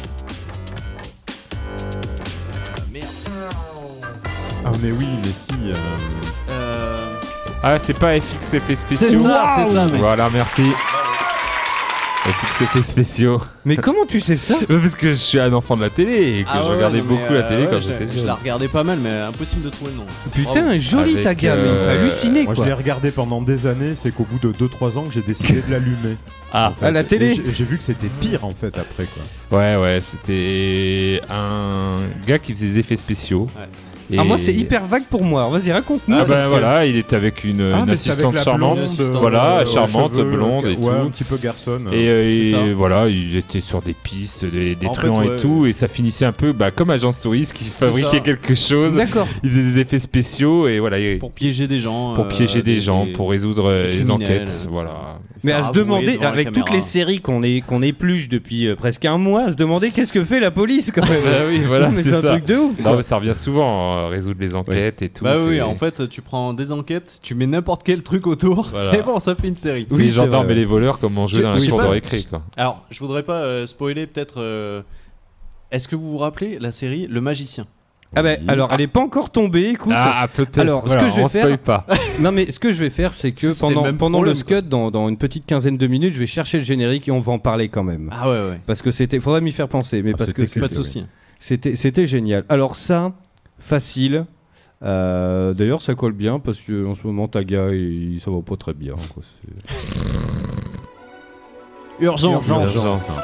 Merde. Ah, mais oui, mais si. euh, Euh... Ah, c'est pas F X effets spéciaux. C'est ça, c'est ça, mec. Voilà, merci. F X effets spéciaux. Mais comment tu sais ça? Ouais, Parce que je suis un enfant de la télé et que Ah je ouais, regardais non, mais, beaucoup la euh, télé ouais, quand je- j'étais Je jeune. la regardais pas mal, mais impossible de trouver le nom. Putain, Bravo. joli Avec, ta gamme, euh, il me fait halluciner, Moi, quoi. je l'ai regardé pendant des années, c'est qu'au bout de deux trois ans que j'ai décidé de l'allumer. Ah, en fait. à la télé. Et j'ai- J'ai vu que c'était pire en fait après quoi. ouais, ouais, c'était un gars qui faisait des effets spéciaux. Ouais. Et- Ah, moi, c'est hyper vague pour moi. Alors, vas-y, raconte-nous. Ah, parce ben que- voilà, il était avec une, Ah, une mais c'est assistante avec la charmante. blonde, euh, Voilà, ouais, charmante, cheveux, blonde et ouais, tout. un petit peu garçonne. Et, euh, C'est et ça. voilà, ils étaient sur des pistes, des, des En fait, truands ouais. et tout, et ça finissait un peu bah, comme Agence Touriste qui fabriquait ça. quelque chose. D'accord. Ils faisaient des effets spéciaux et voilà. et- Pour piéger des gens. pour euh, piéger des, gens, pour résoudre euh, des les criminels. enquêtes. Voilà. Mais à Faire se avouer demander, devant la avec toutes caméra. les séries qu'on est, qu'on épluche depuis euh, presque un mois, à se demander qu'est-ce que fait la police quand même. Bah oui, voilà, Non, mais c'est c'est un ça. truc de ouf. Non, quoi. mais ça revient souvent, euh, résoudre les enquêtes et tout. Bah oui, c'est- en fait, tu prends des enquêtes, tu mets n'importe quel truc autour, Voilà. c'est bon, ça fait une série. c'est Oui, les c'est gendarmes vrai, et les voleurs comme on jouait Je- dans je la sais cour de pas. récré. Quoi. Alors, je voudrais pas euh, spoiler peut-être. euh, Est-ce que vous vous rappelez la série Le Magicien? Ah bah, alors, elle est pas encore tombée, écoute. Ah, peut-être. Alors, Voilà, ce que je vais on faire, spoil pas. non mais ce que je vais faire, c'est que Parce que c'était le pendant, même pendant problème, le scud, dans, dans une petite quinzaine de minutes, je vais chercher le générique et on va en parler quand même. Ah ouais, ouais. Parce que c'était, faudrait m'y faire penser, mais Ah, parce que c'était Pas de c'était, soucis. c'était, c'était génial. Alors ça, facile. Euh, d'ailleurs, ça colle bien parce que en ce moment, Taga, il, ça va pas très bien. Quoi. C'est- Urgence. Urgence.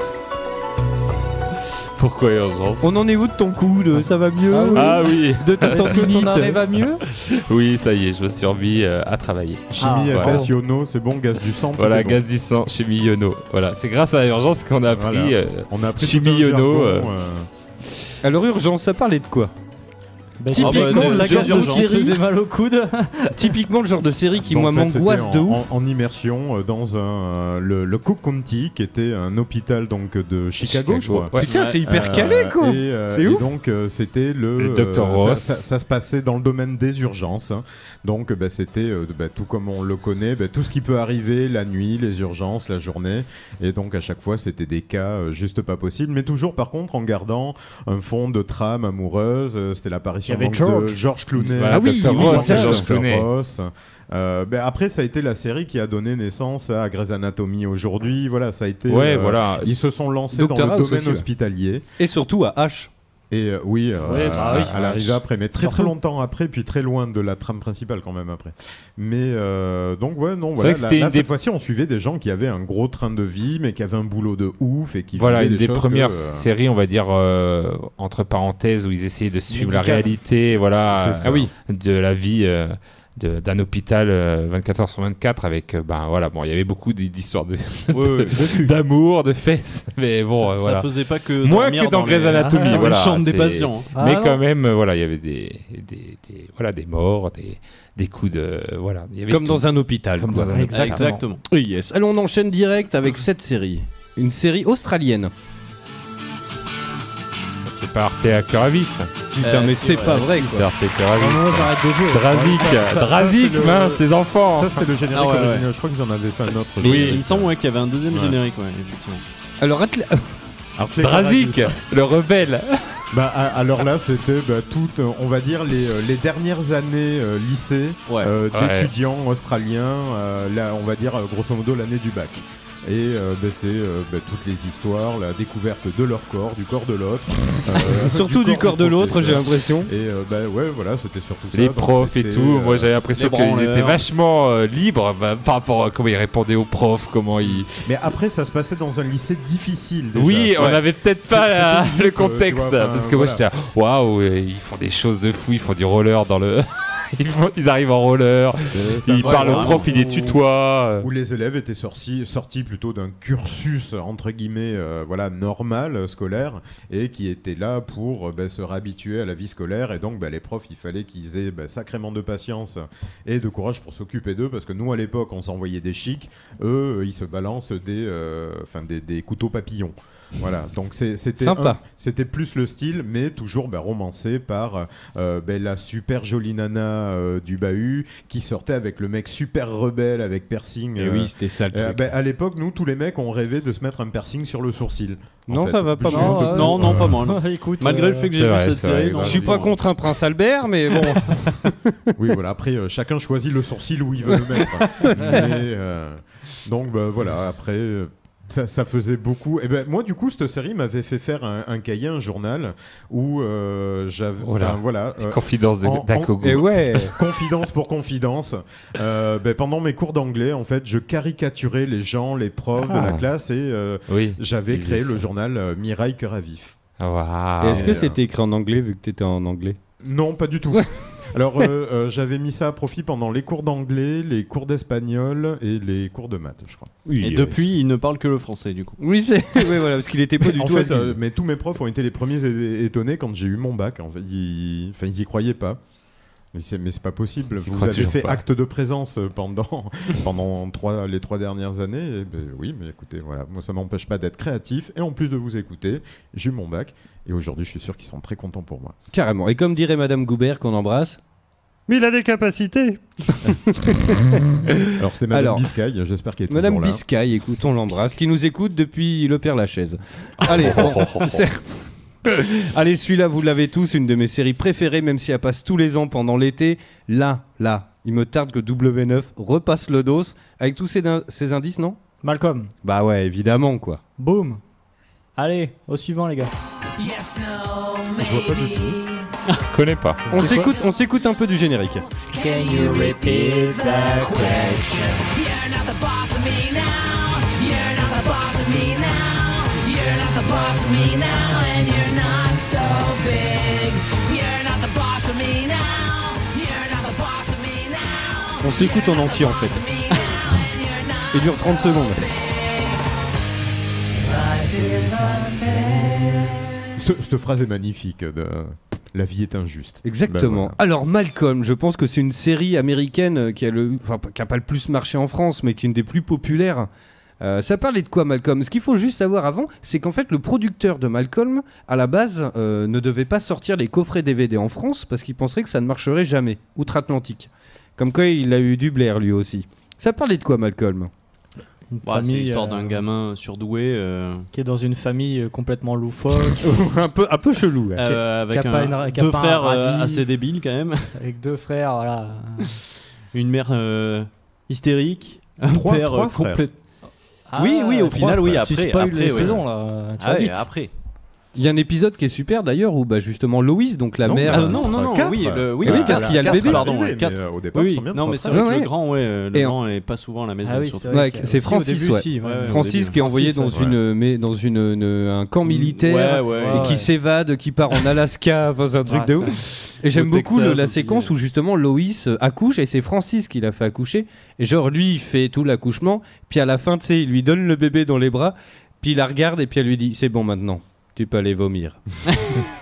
Pourquoi urgence On en est où de ton coude? Ça va mieux? Ah oui. De ton Est-ce que tendinite t'en arrives à mieux? Oui, ça y est, je me suis remis euh, à travailler. Chimie, Ah, F S, Yono, c'est bon, gaz du sang. Voilà, tout est bon. gaz du sang, chimie Yono. Voilà, c'est grâce à l'urgence qu'on a appris Voilà. euh, On a appris chimie tout un Yono. jargon, euh, euh, Alors urgence, ça parlait de quoi? Bah, Typiquement, bah, le déjà, genre de urgence, série, faisait mal au coude. typiquement le genre de série qui Bon, moi en fait, m'angoisse c'était de en, ouf. En, en immersion euh, dans un, euh, le, le Cook County, qui était un hôpital donc de Chicago, Chicago, je crois. ouais. Putain, t'es hyper Euh, calé quoi. Et, euh, C'est et ouf. donc euh, c'était le, Le docteur euh, Ross. Ça, ça- ça se passait dans le domaine des urgences. hein. Donc bah, c'était euh, bah, tout comme on le connaît, bah, tout ce qui peut arriver la nuit, les urgences, la journée. Et donc à chaque fois c'était des cas euh, juste pas possibles, mais toujours par contre en gardant un fond de trame amoureuse. Euh, C'était l'apparition Il y avait donc, de George. George Clooney. Voilà, Ah oui, docteur oui, Ross, c'est George docteur Clooney. Ross. Euh, ben après, ça a été la série qui a donné naissance à Grey's Anatomy aujourd'hui. Voilà, ça a été. Ouais, euh, voilà. Ils se sont lancés Doctor dans le House domaine aussi, ouais. hospitalier. Et surtout à H. Et euh, oui, euh, Ouais, bah à- oui. à l'arrivée après, mais très Surtout. très longtemps après, puis très loin de la trame principale quand même après. Mais euh, donc ouais, non, C'est voilà. vrai que Là, c'était là, une cette des- fois-ci, on suivait des gens qui avaient un gros train de vie, mais qui avaient un boulot de ouf et qui Voilà, vivaient une des choses premières que, euh, séries, on va dire, euh, entre parenthèses, où ils essayaient de suivre la Médicale. réalité voilà, C'est ça. euh, oui, de la vie euh, de- d'un hôpital euh, vingt-quatre heures sur vingt-quatre avec, euh, ben voilà, bon, il y avait beaucoup d- d'histoires de, Ouais, de- d'amour, de fesses, mais bon, ça, euh, ça voilà. faisait pas que Moins dormir que dans Grey's les- Anatomy, dans les voilà. chambres des c'est- patients. Ah mais non. quand même, euh, voilà, il y avait des, des, des- voilà, des morts, des, des coups de, voilà. il y avait Comme tout. dans un hôpital. Comme quoi. dans un hôpital. Exactement. Oui, yes. Allons, on enchaîne direct avec cette série. Une série australienne. c'est pas Arte à cœur à vif. Putain, mais c'est pas vrai, C'est quoi. Arte à cœur à vif. Ah non, j'arrête de jouer. Drazik, Ça, ça, ça, Drazik, c'est le- mince, ses enfants. Ça, c'était le générique Ah ouais, ouais. original. Je crois qu'ils en avaient fait un autre. Oui, générique. il me semble ouais, qu'il y avait un deuxième Ouais. générique, ouais, effectivement. Alors, Atle- Hartley Drazik, Caragus. le rebelle. Bah, a- alors là, c'était bah, toutes, euh, on va dire, les, euh, les dernières années euh, lycée Ouais. euh, Ouais. d'étudiants australiens, euh, là, on va dire, euh, grosso modo, l'année du bac. Et euh, bah, c'est euh, bah, toutes les histoires, la découverte de leur corps, du corps de l'autre. euh, Surtout du corps de l'autre, j'ai l'impression. Et euh, bah ouais, voilà, c'était surtout ça. Les Donc, profs et c'était, tout, euh, moi j'avais l'impression les qu'ils branleurs. étaient vachement euh, libres bah, par rapport à comment ils répondaient aux profs, comment ils. Mais après, ça se passait dans un lycée difficile. Déjà. Oui, on Ouais. avait peut-être C'est- pas c'était la- visible, le tu vois, contexte, enfin, parce que moi voilà. j'étais là, waouh, euh, ils font des choses de fou, ils font du roller dans le. ils, font- ils arrivent en roller, C'est un ils vrai parlent au vraiment prof, ils les où- tutoient. Où les élèves étaient sortis, sortis plutôt d'un cursus entre guillemets euh, voilà, normal, euh, scolaire, et qui étaient là pour euh, bah, se réhabituer à la vie scolaire. Et donc bah, les profs, il fallait qu'ils aient bah, sacrément de patience et de courage pour s'occuper d'eux, parce que nous à l'époque on s'envoyait des chics, eux ils se balancent des, euh, enfin, des, des couteaux papillons. Voilà, donc c'est- c'était Sympa. un- c'était plus le style, mais toujours bah, romancé par euh, bah, la super jolie nana euh, du bahut qui sortait avec le mec super rebelle avec piercing. Et euh, oui, c'était ça le euh, truc. bah, à l'époque, nous, tous les mecs, on rêvait de se mettre un piercing sur le sourcil. en Non, fait. ça va pas Juste mal. pour, Ouais, Non, non, pas mal. Écoute, Malgré euh, le fait que c'est j'ai vu vrai, cette c'est vrai, série, ouais. non, Je suis c'est pas bon. contre un prince Albert, mais bon. Oui, voilà. Après, euh, chacun choisit le sourcil où il veut le mettre. Mais, euh, donc, bah, voilà. Après. euh, Ça, ça faisait beaucoup. Et ben moi, du coup, cette série m'avait fait faire un, un cahier, un journal où euh, j'avais. Oh là, enfin, voilà. les euh, confidences de- en- en- d'Akogo. Et ouais. Confidence pour confidence. Euh, ben, pendant mes cours d'anglais, en fait, je caricaturais les gens, les profs de la Ah. classe, et euh, Oui. j'avais Il créé faisait le ça. journal euh, Mireille Cœur à Vif. Waouh. Est-ce que euh, c'était écrit en anglais vu que t'étais en anglais? Non, pas du tout. Alors, euh, euh, j'avais mis ça à profit pendant les cours d'anglais, les cours d'espagnol et les cours de maths, je crois. Oui. Et euh, depuis, il ne parle que le français, du coup. Oui, c'est. Oui, voilà, parce qu'il était pas du En tout. fait, à euh, mais tous mes profs ont été les premiers é- étonnés quand j'ai eu mon bac. En fait, ils, enfin, ils y croyaient pas. Mais c'est, mais c'est pas possible. Ils y Vous croient avez toujours fait pas. acte de présence pendant, pendant trois, les trois dernières années. Et ben, oui, mais écoutez, voilà, moi ça m'empêche pas d'être créatif. Et en plus de vous écouter, j'ai eu mon bac. Et aujourd'hui, je suis sûr qu'ils sont très contents pour moi. Carrément. Et comme dirait Madame Goubert qu'on embrasse. Mais il a des capacités. Alors c'était Madame Alors, Biscay, j'espère qu'elle est Madame toujours là. Biscay, écoute, on l'embrasse, qui nous écoute depuis le Père Lachaise. Allez, bon, c'est- Allez, celui-là, vous l'avez tous, une de mes séries préférées, même si elle passe tous les ans pendant l'été. Là, là, il me tarde que W neuf repasse le dos avec tous ces, din- ces indices, non? Malcolm. Bah ouais, évidemment, quoi. Boum. Allez, au suivant, les gars. Je vois pas du tout. Je connais pas. On C'est s'écoute, on s'écoute un peu du générique. Can you repeat the question? You're not the boss of me now. You're not the boss of me now. You're not the boss of me now. And you're not so big. You're not the boss of me now. You're not the boss of me now. On se l'écoute en entier, en fait. Il dure trente secondes. Cette, cette phrase est magnifique. De... La vie est injuste. Exactement. Ben voilà. Alors Malcolm, je pense que c'est une série américaine euh, qui a le, enfin qui a pas le plus marché en France, mais qui est une des plus populaires. Euh, ça parlait de quoi Malcolm? Ce qu'il faut juste savoir avant, c'est qu'en fait le producteur de Malcolm, à la base, euh, ne devait pas sortir les coffrets D V D en France parce qu'il penserait que ça ne marcherait jamais, outre-Atlantique. Comme quoi il a eu du Blair lui aussi. Ça parlait de quoi Malcolm? Une Ouais, c'est famille, l'histoire euh, d'un gamin surdoué euh, qui est dans une famille euh, complètement loufoque. un, peu, un peu chelou. Ouais. euh, avec qui a pas un- une- qui a deux pas un frères euh, radis. assez débiles quand même. Avec deux frères, voilà. Une mère euh, hystérique. Un Trois- père trois euh, frères. complète- Oui, oui, au trois final, oui, frères. après. Tu spoil après, les ouais. saisons, là. Tu Ah vas ouais, vite. après. Il y a un épisode qui est super d'ailleurs où bah, justement Loïs, donc la Non, mère. Ah, euh, non, non, non, quatre. oui, le, oui, Ah oui, voilà, parce qu'il y a le quatre, bébé. Pardon, Mais, ouais, quatre. euh, au départ, Oui, ils sont bien non, trois mais c'est frères. vrai que Ouais, le grand, ouais, euh, le Et grand est pas souvent à la maison. Ah oui, surtout. c'est vrai Ouais, que- c'est aussi, au Francis, début ouais. aussi, ouais. Ouais, ouais, Francis au qui est envoyé Francis, dans ouais. une, mais dans une, une- un camp militaire Ouais, ouais. et Ouais, qui ouais. s'évade, qui part en Alaska, enfin c'est un truc Ah, de ça- ouf. Et j'aime Au beaucoup le- Texas la aussi, séquence ouais. où justement Loïs euh, accouche et c'est Francis qui l'a fait accoucher. Et genre lui il fait tout l'accouchement, puis à la fin tu sais il lui donne le bébé dans les bras, puis il la regarde et puis elle lui dit c'est bon maintenant, tu peux aller vomir.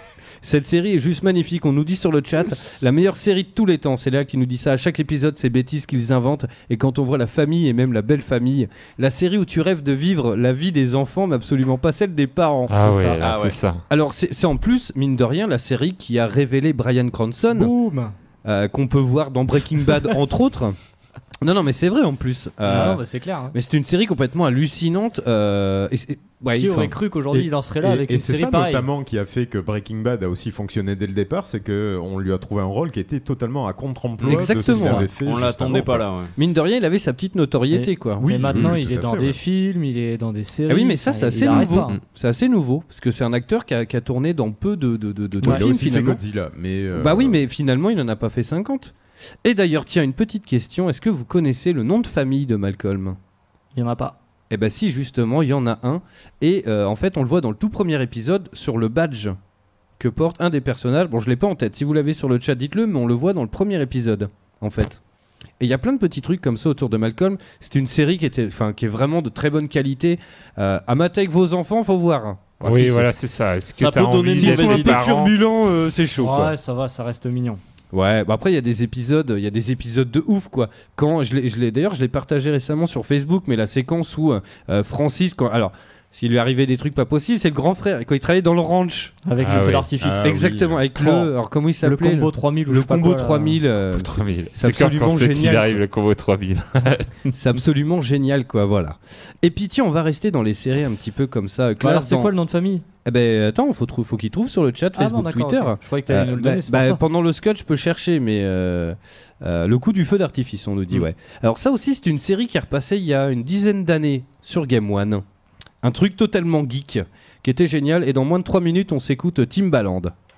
Cette série est juste magnifique. On nous dit sur le chat, la meilleure série de tous les temps. C'est Léa qui nous dit ça. À chaque épisode, c'est bêtises qu'ils inventent. Et quand on voit la famille et même la belle famille, la série où tu rêves de vivre la vie des enfants, mais absolument pas celle des parents. Ah c'est ouais, ça. là, Ah c'est ouais. ça. Alors c'est, c'est en plus, mine de rien, la série qui a révélé Bryan Cranston. Boum. Euh, qu'on peut voir dans Breaking Bad entre autres. Non, non, mais c'est vrai en plus. Euh, Non, bah, c'est clair, hein. Mais c'est une série complètement hallucinante. euh, et c'est- ouais, Qui enfin- aurait cru qu'aujourd'hui Et- il en serait là et- avec et une c'est série ça pareille. notamment qui a fait que Breaking Bad a aussi fonctionné dès le départ, c'est que on lui a trouvé un rôle qui était totalement à contre-emploi de ce qu'il Exactement. avait fait On juste l'attendait avant, pas quoi. là, ouais. Mine de rien, il avait sa petite notoriété, Et- quoi. Et maintenant, oui, il tout est à dans fait, des ouais. films, il est dans des séries. Ah oui, mais ça, enfin, c'est il assez arrête nouveau. pas, hein. C'est assez nouveau parce que c'est un acteur qui a, qui a tourné dans peu de, de, de, de, de Ouais, il a films aussi fait finalement. Godzilla, mais euh, Bah oui, mais finalement, il en a pas fait cinquante. Et d'ailleurs, tiens, une petite question. Est-ce que vous connaissez le nom de famille de Malcolm ? Il y en a pas. Eh ben si, justement, il y en a un. Et euh, en fait, on le voit dans le tout premier épisode sur le badge que porte un des personnages. Bon, je l'ai pas en tête. Si vous l'avez sur le chat, dites-le, mais on le voit dans le premier épisode, en fait. Et il y a plein de petits trucs comme ça autour de Malcolm. C'est une série qui, était, enfin, qui est vraiment de très bonne qualité. Euh, à mater avec vos enfants, faut voir. Ah, Oui, si, voilà, c'est- c'est ça. Est-ce que Ça t'as peut donner envie une S'ils d'être sont un peu parent turbulents, euh, c'est chaud. quoi. Ouais, ça va, ça reste mignon. Ouais, bah après il y a des épisodes, il y a des épisodes de ouf quoi. Quand je l'ai, je l'ai d'ailleurs, je l'ai partagé récemment sur Facebook, mais la séquence où euh, Francis, quand, alors s'il lui arrivait des trucs pas possibles, c'est le grand frère quand il travaillait dans le ranch. Avec Ah le feu oui. d'artifice. Ah Exactement, oui. avec Oh. le, alors comment il Le s'appelait combo trois mille ou je le sais pas combo quoi, là. trois mille. euh, trois mille. c'est C'est quand absolument quand c'est qu'il génial. arrive le combo trois mille. c'est absolument génial quoi, voilà. Et puis tiens, on va rester dans les séries un petit peu comme ça. Bah classe alors, c'est dans- quoi le nom de famille? Eh ben attends, faut, trou- faut qu'il trouve sur le chat Ah Facebook, bon, d'accord, Twitter. ok. Je croyais que t'allais nous le donner, bah, c'est pour bah, ça. pendant le sketch, je peux chercher, mais euh, euh, le coup du feu d'artifice, on nous dit, Mm. ouais. Alors ça aussi, c'est une série qui est repassée il y a une dizaine d'années sur Game One. Un truc totalement geek, qui était génial. Et dans moins de trois minutes, on s'écoute Timbaland.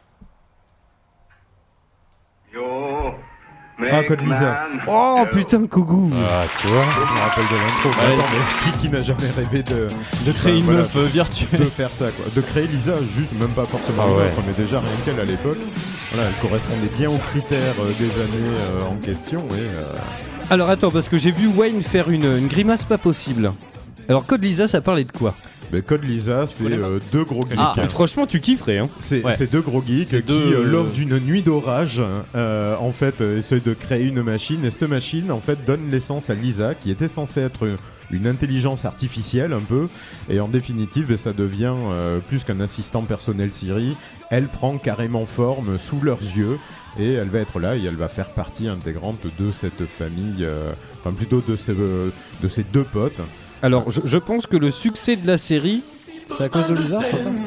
Ah, Code Lisa. Oh putain, Kougou. Ah, tu vois. Je me rappelle de l'intro. Ouais, Attends, mais qui, qui n'a jamais rêvé de, De créer une voilà, meuf euh, virtuelle. de faire ça quoi, de créer Lisa, juste même pas forcément Ah une ouais. meuf, mais déjà rien qu'elle à l'époque, voilà, elle correspondait bien aux critères euh, des années euh, en question. Et, euh, Alors attends, parce que j'ai vu Wayne faire une, une grimace pas possible. Alors Code Lisa, ça parlait de quoi? mais Code Lisa, c'est euh, deux gros geeks. Ah, franchement, tu kifferais, hein. C'est Ouais. c'est deux gros geeks C'est qui, deux, euh, euh, lors d'une nuit d'orage, euh, en fait, euh, essayent de créer une machine. Et cette machine, en fait, donne naissance à Lisa, qui était censée être une intelligence artificielle, un peu. Et en définitive, ben, ça devient euh, plus qu'un assistant personnel Siri. Elle prend carrément forme sous leurs yeux. Et elle va être là et elle va faire partie intégrante de cette famille, euh, enfin plutôt de ces, euh, de ces deux potes. Alors, je, je pense que le succès de la série, C'est à cause de Lisa, c'est ça?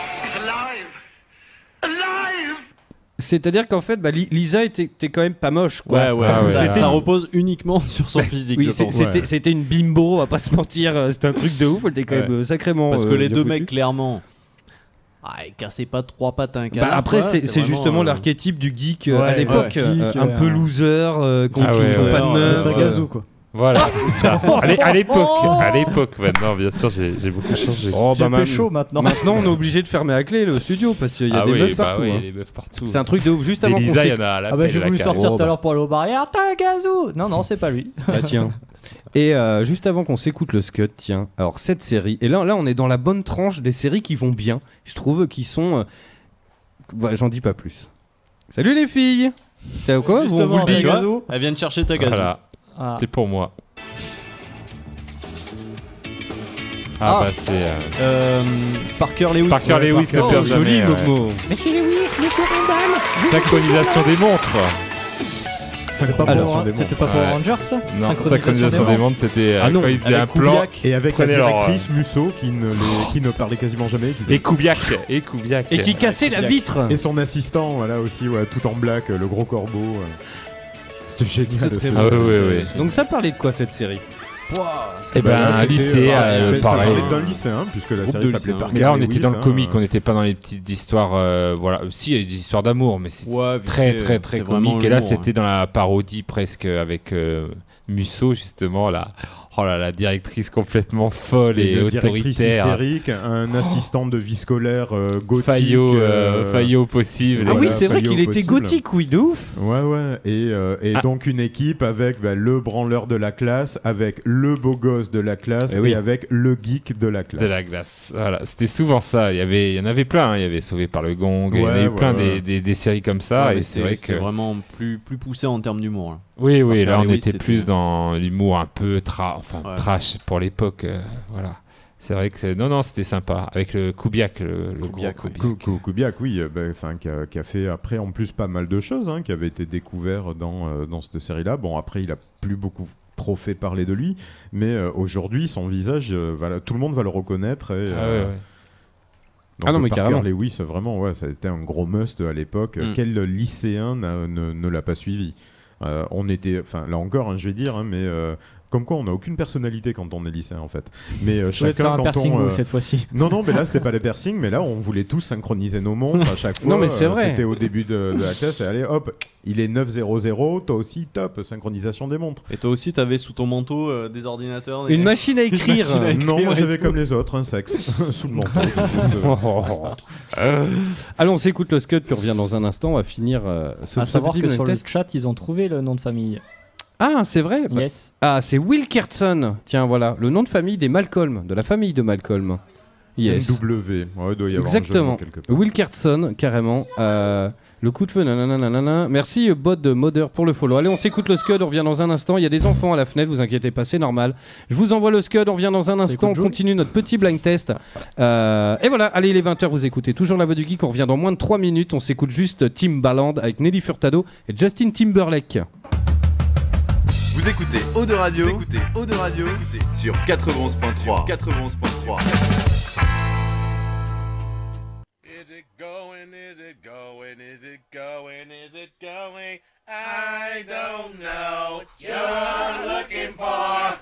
c'est-à-dire qu'en fait, bah, Li- Lisa était, était quand même pas moche, quoi. Ouais, ouais, Ah ouais. ça, C'était- ça repose uniquement sur son physique, Oui, je c'est- pense. c'était, ouais. c'était une bimbo, on va pas se mentir. euh, C'était un truc de ouf, elle était quand Ouais. même euh, sacrément. Parce que euh, les bien deux foutue. mecs, clairement, ah, ils cassaient pas trois pattes à un Bah, canard. après, quoi, c'est, c'était c'est vraiment, justement euh, l'archétype du geek euh, Ouais, à l'époque, ouais, euh, geek, un euh, peu loser, euh, qui Ah qui ouais, ont ouais, pas de ouais, meuf. ouais, Tagazu, euh, quoi. Voilà, c'est ça. Allez, à l'époque, à l'époque maintenant, bien sûr, j'ai j'ai beaucoup changé. Oh, J'ai bah, même- pécho maintenant. Maintenant, on est obligé de fermer à clé le studio parce qu'il y a ah des oui, meufs bah partout. oui, hein. les meufs partout. C'est un truc de ouf. Juste Des avant qu'on Lisa, il y s'écoute- en a à la Ah bah pelle, j'ai la voulu carrière. sortir Oh, tout à bah. l'heure pour aller au barrière. Tagazu. Non, non, c'est pas lui. Bah tiens. Et euh, juste avant qu'on s'écoute le scud, tiens. Alors cette série, et là, là on est dans la bonne tranche des séries qui vont bien. Je trouve qu'ils sont. euh, voilà, j'en dis pas plus. Salut les filles. T'as quoi vous, Justement, vous le dites, Tagazu. tu vois Elle vient de chercher Tagazu. Voilà, Ah. c'est pour moi. Ah, Ah. bah c'est. euh, Euh, Parker Lewis. Parker Ouais, Lewis Parker. ne perd Oh, joli jamais. ouais. Momo. Monsieur Lewis, monsieur Randall. Synchronisation des montres. C'était pas Synchronisation pour, des c'était montres. pas pour Ouais. Rangers ça? Non, synchronisation des montres, c'était euh, Ah non, quand ils faisaient avec un plan. Kubiak. Et avec la Prenez leur, directrice Musso qui ne, les- qui ne parlait quasiment jamais. Qui Et Kubiak, et Kubiak. Et qui cassait la vitre. Et son assistant, voilà aussi, ouais, tout en black, le gros corbeau. euh. C'était génial. C'est très cette beau. Ah ouais, série. ouais, ouais. Donc ça parlait de quoi cette série? Eh ben, Bah, un c'était, lycée, euh, euh, mais ça pareil. parlait d'un lycéen, puisque la Groupe série de s'appelait lycéens. Parker Mais là, on Lewis, était dans le hein, comique, euh. on n'était pas dans les petites histoires. euh, voilà, si, il y a des histoires d'amour, mais c'est Ouais, vite très, fait, très, très c'était vraiment comique. Et là, l'humour, c'était ouais. dans la parodie presque avec euh, Musso, justement. Là. Oh là là, directrice complètement folle et, et directrice autoritaire. hystérique, un oh. assistant de vie scolaire euh, gothique. Faillot, euh, euh, faillot possible. Ah oui, c'est vrai qu'il était gothique, oui, de ouf. Ouais, ouais. Et, euh, et ah. donc une équipe avec bah, le branleur de la classe, avec le beau gosse de la classe et, et oui. avec le geek de la classe. De la classe. Voilà, c'était souvent ça. Il y avait, il y en avait plein. Hein. Il y avait Sauvé par le Gong. Ouais, il y en a eu ouais, plein ouais. Des, des, des séries comme ça. Ouais, et c'est vrai que vraiment plus plus poussé en termes d'humour. Là. Oui, oui. Là, on oui, était plus dans l'humour un peu tra, enfin ouais. trash pour l'époque. Euh, voilà. C'est vrai que c'est... non, non, c'était sympa avec le Kubiak, le, le Kubiak, gros Kubiak. Kubiak, Kubiak oui, euh, bah, qui, a, qui a fait après en plus pas mal de choses, hein, qui avaient été découverts dans euh, dans cette série-là. Bon, après, il a plus beaucoup trop fait parler de lui, mais euh, aujourd'hui, son visage, euh, voilà, tout le monde va le reconnaître. Et, ah, euh, ouais, ouais. Donc, ah non mais Parker carrément. Lewis, vraiment, ouais, ça a été un gros must à l'époque. Mm. Quel lycéen ne, ne l'a pas suivi? euh, On était, enfin là encore, hein, je vais dire, hein, mais euh, comme quoi on n'a aucune personnalité quand on est lycéen en fait. Mais euh, chacun faire un quand piercing on, euh... cette fois-ci. Non non, mais là c'était pas les piercings, mais là on voulait tous synchroniser nos montres à chaque fois. Non mais c'est vrai. Euh, c'était au début de, de la classe et allez hop, il est neuf zéro zéro, toi aussi top, synchronisation des montres. Et toi aussi t'avais sous ton manteau euh, des ordinateurs, des... une machine à écrire. Machine à écrire non, moi j'avais comme les autres un sexe sous le manteau. Allons, on s'écoute le scud puis on revient dans un instant. On va finir euh, ce, à ce savoir petit que sur test. le chat ils ont trouvé le nom de famille. Ah, c'est vrai. Yes. Ah, c'est Wilkerson. Tiens, voilà, le nom de famille des Malcolm, de la famille de Malcolm. Yes. M W. Ouais, il doit y avoir exactement. Un jeu quelque part. Wilkerson, carrément. Euh, le coup de feu, nanana. Merci, Bod de Modder, pour le follow. Allez, on s'écoute le scud, on revient dans un instant. Il y a des enfants à la fenêtre, vous inquiétez pas, c'est normal. Je vous envoie le scud, on revient dans un instant. On continue notre petit blind test. Euh, et voilà, allez, il est vingt heures, vous écoutez toujours La Voix du Geek. On revient dans moins de trois minutes. On s'écoute juste Timbaland avec Nelly Furtado et Justin Timberlake. Vous écoutez Eau de Radio, vous écoutez Eau de Radio écoutez sur quatre-vingt-onze point trois. quatre-vingt-onze point trois. Is it going, is it going, is it going, is it going? I don't know what you're looking for.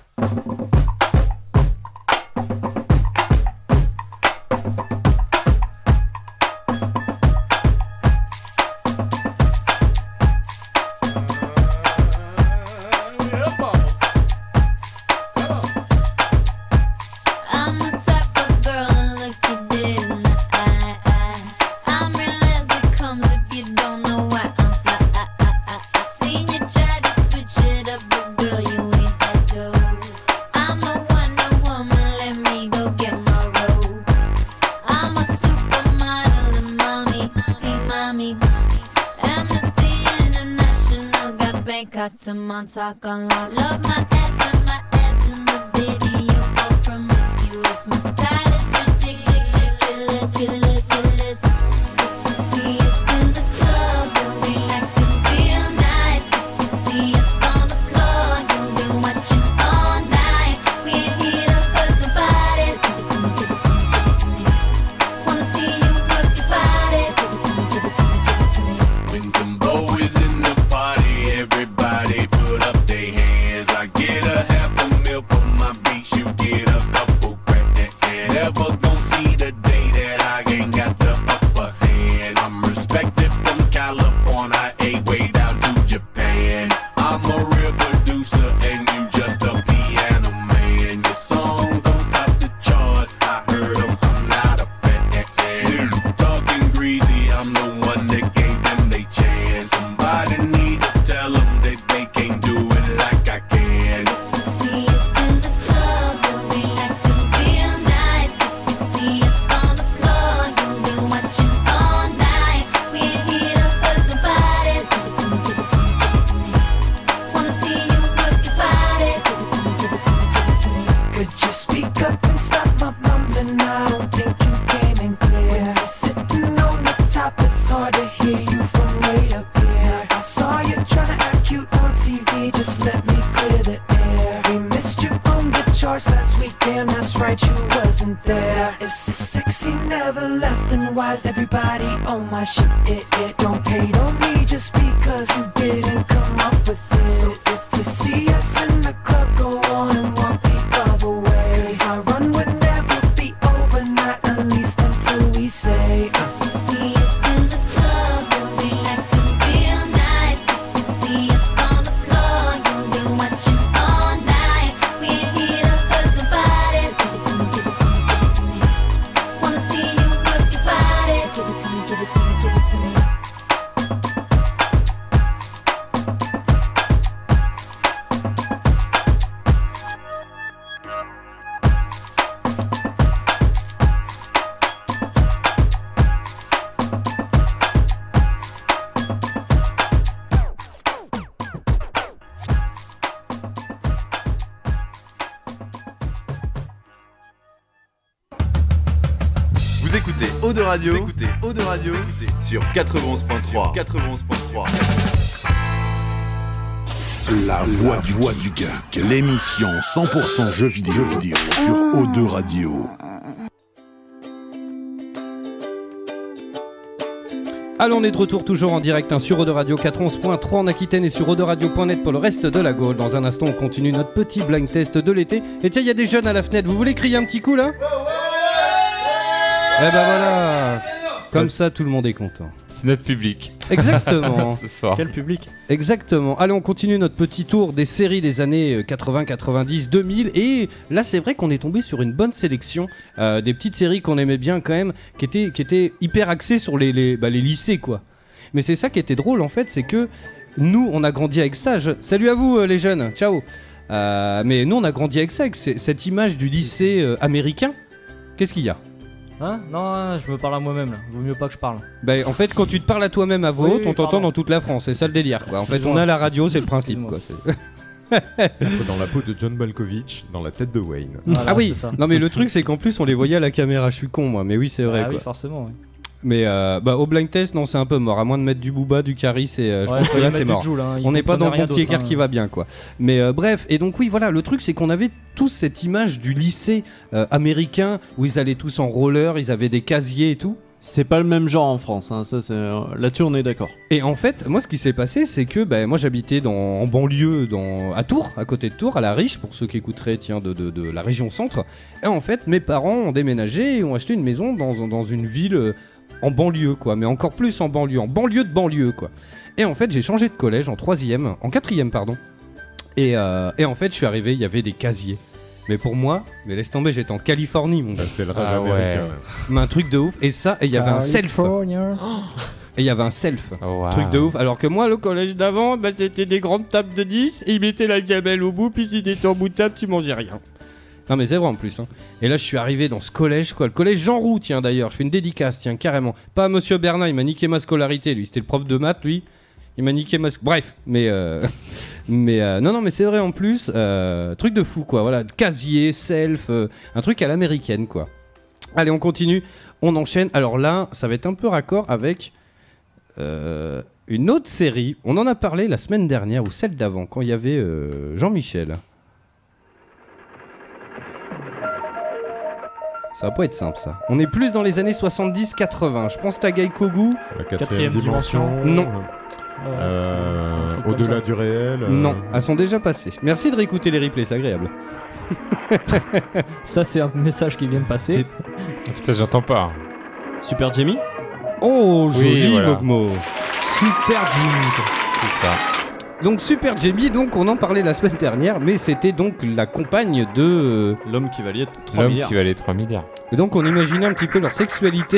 To Montauk on law. Love my ass and my abs in the video. All promiscuous. My style is ridiculous. Ridiculous, ridiculous. If you see us in the club, then we like to feel nice. If you see us on the floor, you'll be watching all night. We ain't here to hurt nobody. So give it to me, give it to me, give it to me. Wanna see you work your body. So give it to me, give it to me, give it to me. When Timbo is in the party, everybody put up their hands. I get a half a mil for my beats, you get a couple grand. And never gon' see the day that I ain't got the upper hand. I'm respected from California, a way down to Japan. I'm a real producer and you just a piano man. Your songs don't top the charts, I heard them, I'm not a fan. Talking greasy, I'm the one that gave them they chance. Somebody need to tell them that they can't do it like I can. If you see us in the club, then we like to feel nice. If you see us on the floor, you'll be watching all night. We ain't here to hurt nobody. So give it to me, give it to me, give it to me. Wanna see you work your body. So give it to me, give it to me, give it to me. Could you speak up and stop my mumbling? I don't think you came in clear. When you're sitting on the top, it's hard to hear you from way up here. I saw you trying to act cute on T V, just let me clear the air. We missed you on the charts last week, damn that's right, you wasn't there. If so sexy never left, then why's everybody on my shit? It, it don't hate on me just because you didn't come up with it. So if you see us in the club, go on and walk the other way. Cause our run would never be over, not at least until we say uh. If you see us in the club, then we like to feel nice. If you see us on the floor, you'll be watching all night. We ain't here écoutez Eau de Radio, vous écoutez Eau de Radio sur quatre-vingt-onze point trois. quatre-vingt-onze point trois. La voix du, voix du geek, l'émission cent pour cent jeux vidéo, jeux vidéo sur O deux Radio. Allons, on est de retour toujours en direct hein, sur O deux Radio quatre-vingt-onze point trois en Aquitaine et sur O deux radio point net pour le reste de la Gaule. Dans un instant, on continue notre petit blind test de l'été. Et tiens, il y a des jeunes à la fenêtre. Vous voulez crier un petit coup là ? Eh ben voilà. Comme ça, tout le monde est content. C'est notre public. Exactement. Ce soir. Quel public. Exactement. Allez, on continue notre petit tour des séries des années quatre-vingts, quatre-vingt-dix, deux mille. Et là, c'est vrai qu'on est tombé sur une bonne sélection. Euh, des petites séries qu'on aimait bien quand même, qui étaient, qui étaient hyper axées sur les, les, bah, les lycées, quoi. Mais c'est ça qui était drôle, en fait, c'est que nous, on a grandi avec ça. Je... Salut à vous, euh, les jeunes. Ciao. Euh, mais nous, on a grandi avec ça, avec c- cette image du lycée euh, américain. Qu'est-ce qu'il y a ? Hein ? Non, je me parle à moi-même là. Vaut mieux pas que je parle. Bah, en fait, quand tu te parles à toi-même à voix Oui, haute, on t'entend pardon. dans toute la France. C'est ça le délire, quoi. En fait, on Excuse-moi. a la radio, c'est le principe, quoi. C'est- Dans la peau de John Malkovich, dans la tête de Wayne. Voilà, ah oui. c'est ça. Non, mais le truc, c'est qu'en plus, on les voyait à la caméra. Je suis con, moi. Mais oui, c'est vrai, Ah quoi. oui, forcément. Oui. Mais euh, bah, au blind test, non, c'est un peu mort. À moins de mettre du Booba, du Caris, et euh, je Ouais, pense faut que y là, mettre c'est du mort. Joule, hein. Il On n'est pas comprenait dans le rien bon petit d'autre, écart hein. qui va bien, quoi. Mais euh, bref, et donc oui, voilà, le truc, c'est qu'on avait tous cette image du lycée euh, américain où ils allaient tous en roller, ils avaient des casiers et tout. C'est pas le même genre en France, hein. Ça, c'est... là-dessus on est d'accord. Et en fait, moi ce qui s'est passé, c'est que ben, moi j'habitais dans, en banlieue, dans, à Tours, à côté de Tours, à La Riche, pour ceux qui écouteraient tiens, de, de, de la région centre. Et en fait, mes parents ont déménagé et ont acheté une maison dans, dans une ville euh, en banlieue, quoi, mais encore plus en banlieue, en banlieue de banlieue, quoi. Et en fait, j'ai changé de collège en troisième, en quatrième, pardon. Et, euh, et en fait, je suis arrivé, il y avait des casiers. Mais pour moi, mais laisse tomber, j'étais en Californie, mon gars. C'était le rêve Ah américain. ouais. Mais un truc de ouf. Et ça, et il y avait un self. California. Et il y avait un self. Oh, wow. Truc de ouf. Alors que moi, le collège d'avant, bah, c'était des grandes tables de dix, et ils mettaient la gamelle au bout, puis si t'étais en bout de table, tu mangeais rien. Non mais c'est vrai en plus. Hein. Et là, je suis arrivé dans ce collège, quoi. Le collège Jean Roux, tiens d'ailleurs. Je fais une dédicace, tiens, carrément. Pas à Monsieur Bernat, il m'a niqué ma scolarité, lui. C'était le prof de maths, lui. Il m'a niqué ma... Bref, mais... Euh... mais euh... non, non, mais c'est vrai en plus. Euh... Truc de fou, quoi. Voilà, casier, self, euh... un truc à l'américaine, quoi. Allez, on continue. On enchaîne. Alors là, ça va être un peu raccord avec euh... une autre série. On en a parlé la semaine dernière, ou celle d'avant, quand il y avait euh... Jean-Michel. Ça va pas être simple, ça. On est plus dans les années soixante-dix quatre-vingts. Je pense Tagai Kogu. La quatrième, Quatrième dimension. dimension. Non. Euh, c'est un truc comme Au-delà ça. du réel. euh, Non, elles sont déjà passées. Merci de réécouter les replays, c'est agréable. Ça, c'est un message qui vient de passer. Putain, j'entends pas. Super Jamie. Oh, Oui, joli voilà. Mogmo. Super Jimmy. C'est ça. Donc Super Jamie, donc on en parlait la semaine dernière, mais c'était donc la compagne de... L'homme qui valait trois L'homme milliards. qui valait trois milliards. Et donc on imaginait un petit peu leur sexualité.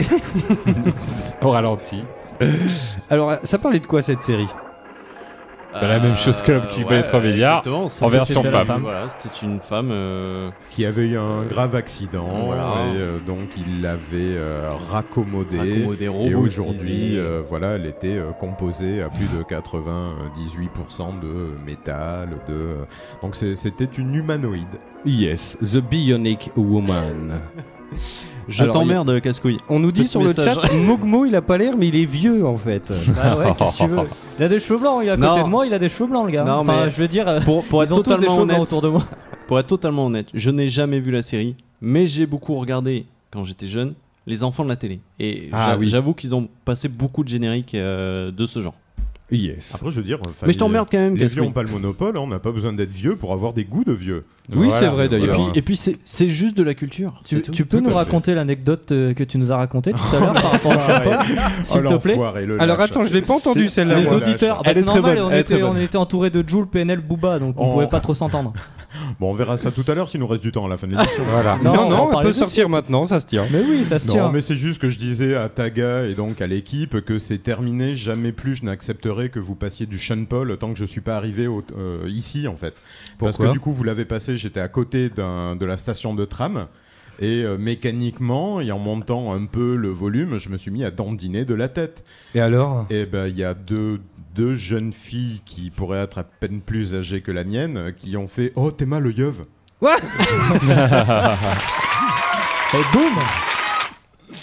Au ralenti. Alors ça parlait de quoi cette série? Bah, la même chose que l'homme qui valait trois milliards, exactement, en sauf que version c'était la femme. Voilà, c'était une femme euh, qui avait eu un grave accident, voilà. et euh, donc il l'avait euh, raccommodée. Raccommodée, Et robotisée. aujourd'hui, euh, voilà, elle était euh, composée à plus de quatre-vingt-dix-huit pour cent de métal. De... euh, Donc c'est- c'était une humanoïde. Yes, The Bionic Woman. Je Alors, t'emmerde, il y a- casse-couille. On nous dit Petit sur le message. chat, Mogmo il a pas l'air mais il est vieux en fait. Bah ouais, qu'est-ce que tu veux? Il a des cheveux blancs, il est à côté Non. de moi, il a des cheveux blancs, le gars. Non, enfin, mais je veux dire, euh, Pour, pour ils être ont tous des totalement cheveux blancs honnête, autour de moi. Pour être totalement honnête, je n'ai jamais vu la série, mais j'ai beaucoup regardé quand j'étais jeune les enfants de la télé. Et Ah j'a- oui. j'avoue qu'ils ont passé beaucoup de génériques euh, de ce genre. Yes. Après, je veux dire, enfin, Mais je t'emmerde quand même, les vieux casse-couille. n'ont pas le monopole, hein, on n'a pas besoin d'être vieux pour avoir des goûts de vieux. Oui, c'est vrai Et d'ailleurs. puis, et puis c'est, c'est juste de la culture. Tu, c'est tout. tu peux Tout nous à fait. raconter l'anecdote euh, que tu nous as racontée tout à l'heure par rapport au chapeau, s'il Oh, te plaît? l'enfoiré, le Alors lâche. attends, je l'ai pas entendu celle-là. Les moi. auditeurs, bah, Elle c'est est très normal, bonne, on elle est très était, on bonne. était entouré de Jules, P N L, Booba, donc on On- pouvait pas trop s'entendre. Bon, on verra ça tout à l'heure s'il nous reste du temps à la fin de l'émission. Voilà. Non, Non, on va non, en on parler peut tout de sortir suite. maintenant, ça se tient. Mais oui, ça se Non, tient. mais c'est juste que je disais à Taga et donc à l'équipe que c'est terminé, jamais plus je n'accepterai que vous passiez du Sean Paul tant que je suis pas arrivé au- euh, ici en fait. Parce Pourquoi que du coup vous l'avez passé, j'étais à côté d'un- de la station de tram et euh, mécaniquement et en montant un peu le volume, je me suis mis à dandiner de la tête. Et alors? Et ben il y a deux, deux jeunes filles qui pourraient être à peine plus âgées que la mienne qui ont fait oh t'es mal le yeuve. What? Et boum.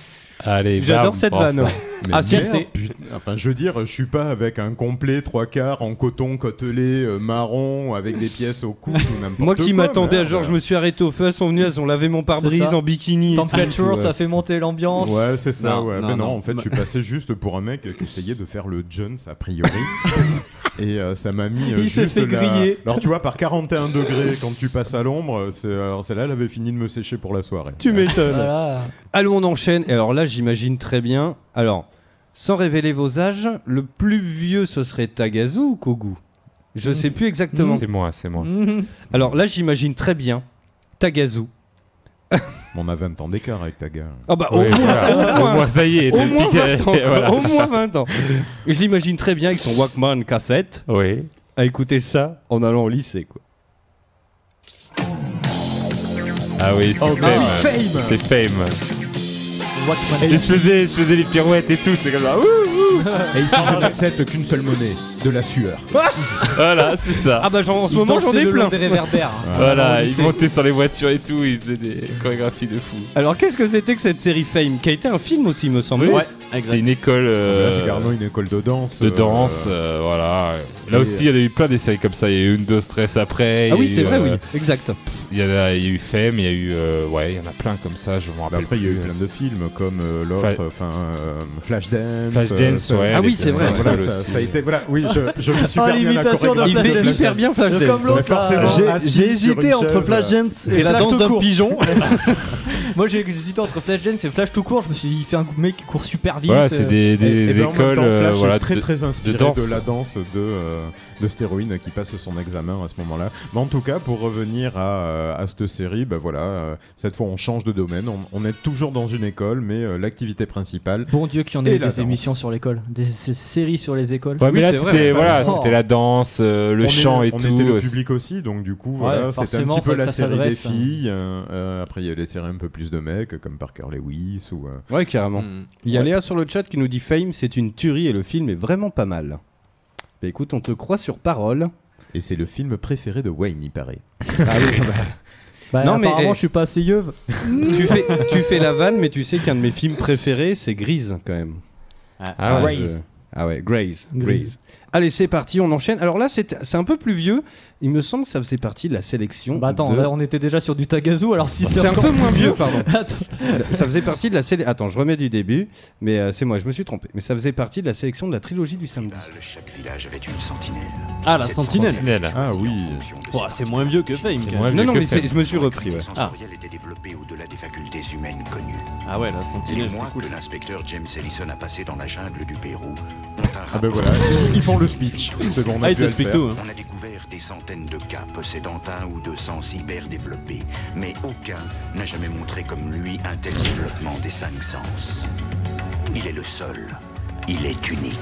Allez, J'adore bam, cette prends vanne. ça. Mais Ah, si, merde, c'est. putain. Enfin, je veux dire, je suis pas avec un complet trois quarts en coton côtelé euh, marron avec des pièces au cou ou n'importe quoi. Moi qui m'attendais à merde. genre, je me suis arrêté au feu, elles sont venues, elles ont lavé mon C'est pare-brise ça. en bikini. et tout, Temperature, ouais. ça fait monter l'ambiance. Ouais, c'est ça, Non, ouais. non, mais non, non. en fait, je suis passé juste pour un mec qui essayait de faire le Jones a priori. Et euh, ça m'a mis. euh, Il s'est juste fait la- griller. Alors, tu vois, par quarante et un degrés, quand tu passes à l'ombre, c'est... alors celle-là, elle avait fini de me sécher pour la soirée. Tu m'étonnes. Voilà. Allons, on enchaîne. Et alors là, j'imagine très bien. Alors, sans révéler vos âges, le plus vieux, ce serait Tagazu ou Kogu? Je sais plus exactement. C'est moi, c'est moi. Mhm. Alors là, j'imagine très bien Tagazu. On a vingt ans d'écart avec ta gare. Ah bah Oui, au, moins, voilà. au moins, Au moins, ça y est, au depuis moins qu'elle- vingt ans, quoi. voilà. Au moins vingt ans. Et je l'imagine très bien avec son Walkman cassette Oui. à écouter ça en allant au lycée, quoi. Ah oui, c'est Oh, Fame. bah oui, Fame. C'est Fame. Walkman. Et je faisais, je faisais les pirouettes et tout, c'est comme ça. Ouh, ouh. Et il s'en n'accepte qu'une seule monnaie, de la sueur. Voilà, c'est ça. Ah bah genre, en ce Il moment, j'en dansait ai le long plein. des réverbères. Voilà, Au il lycée. montait sur les voitures et tout, il faisait des chorégraphies de fou. Alors qu'est-ce que c'était que cette série Fame, qui a été un film aussi, me semble. Oui, c'était une école euh, Là, c'est carrément une école de danse. de euh, danse, euh, voilà. Là et- aussi, il y en a eu plein des séries comme ça. Il y a eu une Dos Stress après. Ah il y oui, a eu, c'est vrai, euh, oui, exact. Il y, en a, il y a eu Fame, il y a eu. euh, ouais, il y en a plein comme ça, je me Bah rappelle. après, il y a eu plus. plein de films comme euh, l'autre, Fla- enfin euh, Flashdance. Flashdance, ça- ouais, Ah oui, les- c'est vrai. Voilà, École ça, aussi. ça a été. Voilà, oui, je, je me suis Oh, permis à la l'imitation de chorégraphie Il fait Flashdance. hyper bien Flashdance. Comme l'autre, Mais forcément, là. J'ai assis j'ai sur hésité une entre chaise. Flashdance et, Et la Flash danse tout d'un court. pigeon. Moi j'ai hésité entre Flashdance et Flash tout court. Je me suis dit, il fait un mec qui court super vite. Voilà, c'est euh, des, des Et, et ben, en même écoles temps, euh, Flash est voilà, très de, très inspiré de de, danse. la danse de, euh, de Stéroïne qui passe son examen à ce moment-là. Mais en tout cas, pour revenir à, euh, à cette série, bah voilà, euh, cette fois on change de domaine. On, on est toujours dans une école, mais euh, l'activité principale. Bon Dieu qu'il y en ait Et eu la des danse. émissions sur l'école, des s- séries sur les écoles. Ouais, mais Oui, là, c'est vrai, c'était ouais. voilà, Oh. c'était la danse, euh, le on chant est- et on tout. était le euh, public aussi, donc du coup, voilà, c'était un forcément, petit peu faut que la ça série des s'adresse. filles. euh, euh, après, il y a les séries un peu plus de mecs, comme Parker Lewis ou. euh, Ouais, carrément. Mm. Il y a Ouais. Léa sur le chat qui nous dit Fame, c'est une tuerie et le film est vraiment pas mal. Bah écoute, on te croit sur parole. Et c'est le film préféré de Wayne, il paraît. Ah oui, bah, Bah, Non, mais, apparemment, eh, je suis pas assez yeuve. tu, fais, tu fais la vanne, mais tu sais qu'un de mes films préférés, c'est Grease, quand même. Ah ouais. je- Ah ouais, Grease. Grease. Grease. Allez, c'est parti, on enchaîne. Alors là, c'est c'est un peu plus vieux. Il me semble que ça faisait partie de la sélection. Bah attends, de- là on était déjà sur du Tagazu, alors si c'est C'est un encore peu moins plus vieux, pardon. Attends. Ça faisait partie de la sélection. Attends, je remets du début, mais euh, c'est moi, je me suis trompé. Mais ça faisait partie de la sélection de la trilogie du samedi. Chaque village avait une sentinelle. Ah, la Cette sentinelle. Sentinelle. Ah oui. Oh, c'est moins vieux que Fame. quand même. moins Non, vieux non, que mais c'est- Fame. je me suis repris, ouais. Ah. sensorielle était développée au-delà des facultés humaines connues. Ah ouais, la Les sentinelle, c'était mois cool. que l'inspecteur James Ellison a passé dans la jungle du Pérou ont un Ah ben rapport. voilà, ils font le speech. C'est bon, on a Ah, il pu le t'explique faire. tout. hein. On a découvert des centaines de cas possédant un ou deux sens hyper développés, mais aucun n'a jamais montré comme lui un tel développement des cinq sens. Il est le seul. Il est unique.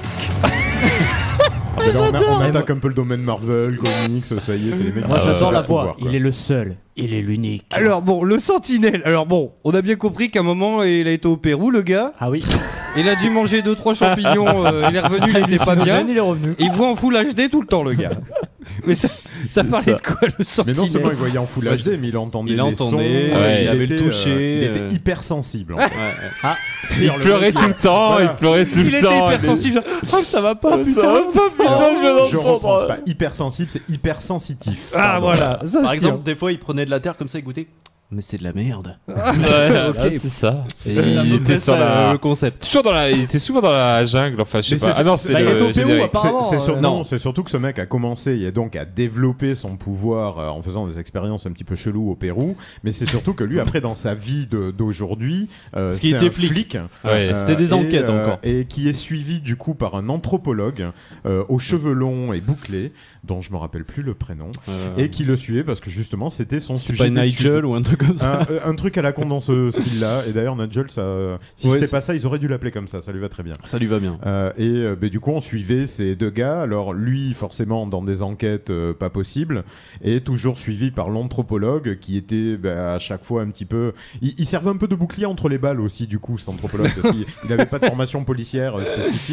Ah, ben là, on, a- on attaque un peu le domaine Marvel, comics, ça y est, c'est les mecs Moi qui j'adore ont la le voix. pouvoir, quoi. Il est le seul. Il est l'unique. Alors bon, le sentinelle. Alors bon, on a bien compris qu'à un moment, il a été au Pérou, le gars. Ah oui. Il a dû manger deux trois champignons. euh, il est revenu, il était pas bien. Il est revenu. Il voit en full H D tout le temps, le gars. Mais ça, ça parlait ça. de quoi, le Mais sentinelle? non seulement il voyait en full H D, mais il entendait Il les entendait, sons, ouais, il avait le était, toucher, euh, il euh. était hypersensible en fait. Ah, Il pleurait tout le temps, Voilà. il pleurait tout Il le était temps. hypersensible. Oh, ça va pas, Ça putain. va pas, putain, je viens Je reprends, d'entendre. c'est pas hypersensible, c'est hypersensitif. Ah Pardon. voilà. Ça, Par se exemple, tient. des fois, il prenait de la terre comme ça, il goûtait. Mais c'est de la merde. Ouais, voilà, Ok. c'est ça. Et C'est à il peu était près sur ça, la. le concept. Toujours dans la. Il était souvent dans la jungle. Enfin, je sais Mais pas. c'est- Ah non, c'est- c'est bah, il le était au Pérou, générique. apparemment. C'est- c'est sur- euh, non, c'est surtout que ce mec a commencé et donc a développé son pouvoir euh, en faisant des expériences un petit peu cheloues au Pérou. Mais c'est surtout que lui, après, dans sa vie de- d'aujourd'hui, euh, Parce qu'il c'est était un flic. flic. Ouais. euh, C'était des et, enquêtes euh, encore. Et qui est suivi du coup par un anthropologue euh, aux cheveux longs et bouclés, dont je me rappelle plus le prénom, Euh, et qui le suivait parce que justement c'était son C'est sujet pas d'étude. Nigel ou un truc comme ça. Un, euh, un truc à la con dans ce style-là. Et d'ailleurs, Nigel, ça, si Ouais, c'était c'est- pas ça, ils auraient dû l'appeler comme ça. Ça lui va très bien. Ça lui va bien. Euh, et euh, bah, du coup, on suivait ces deux gars. Alors, lui, forcément, dans des enquêtes euh, pas possibles, et toujours suivi par l'anthropologue qui était bah, à chaque fois un petit peu. Il, il servait un peu de bouclier entre les balles aussi, du coup, cet anthropologue, parce qu'il n'avait pas de formation policière euh, spécifique.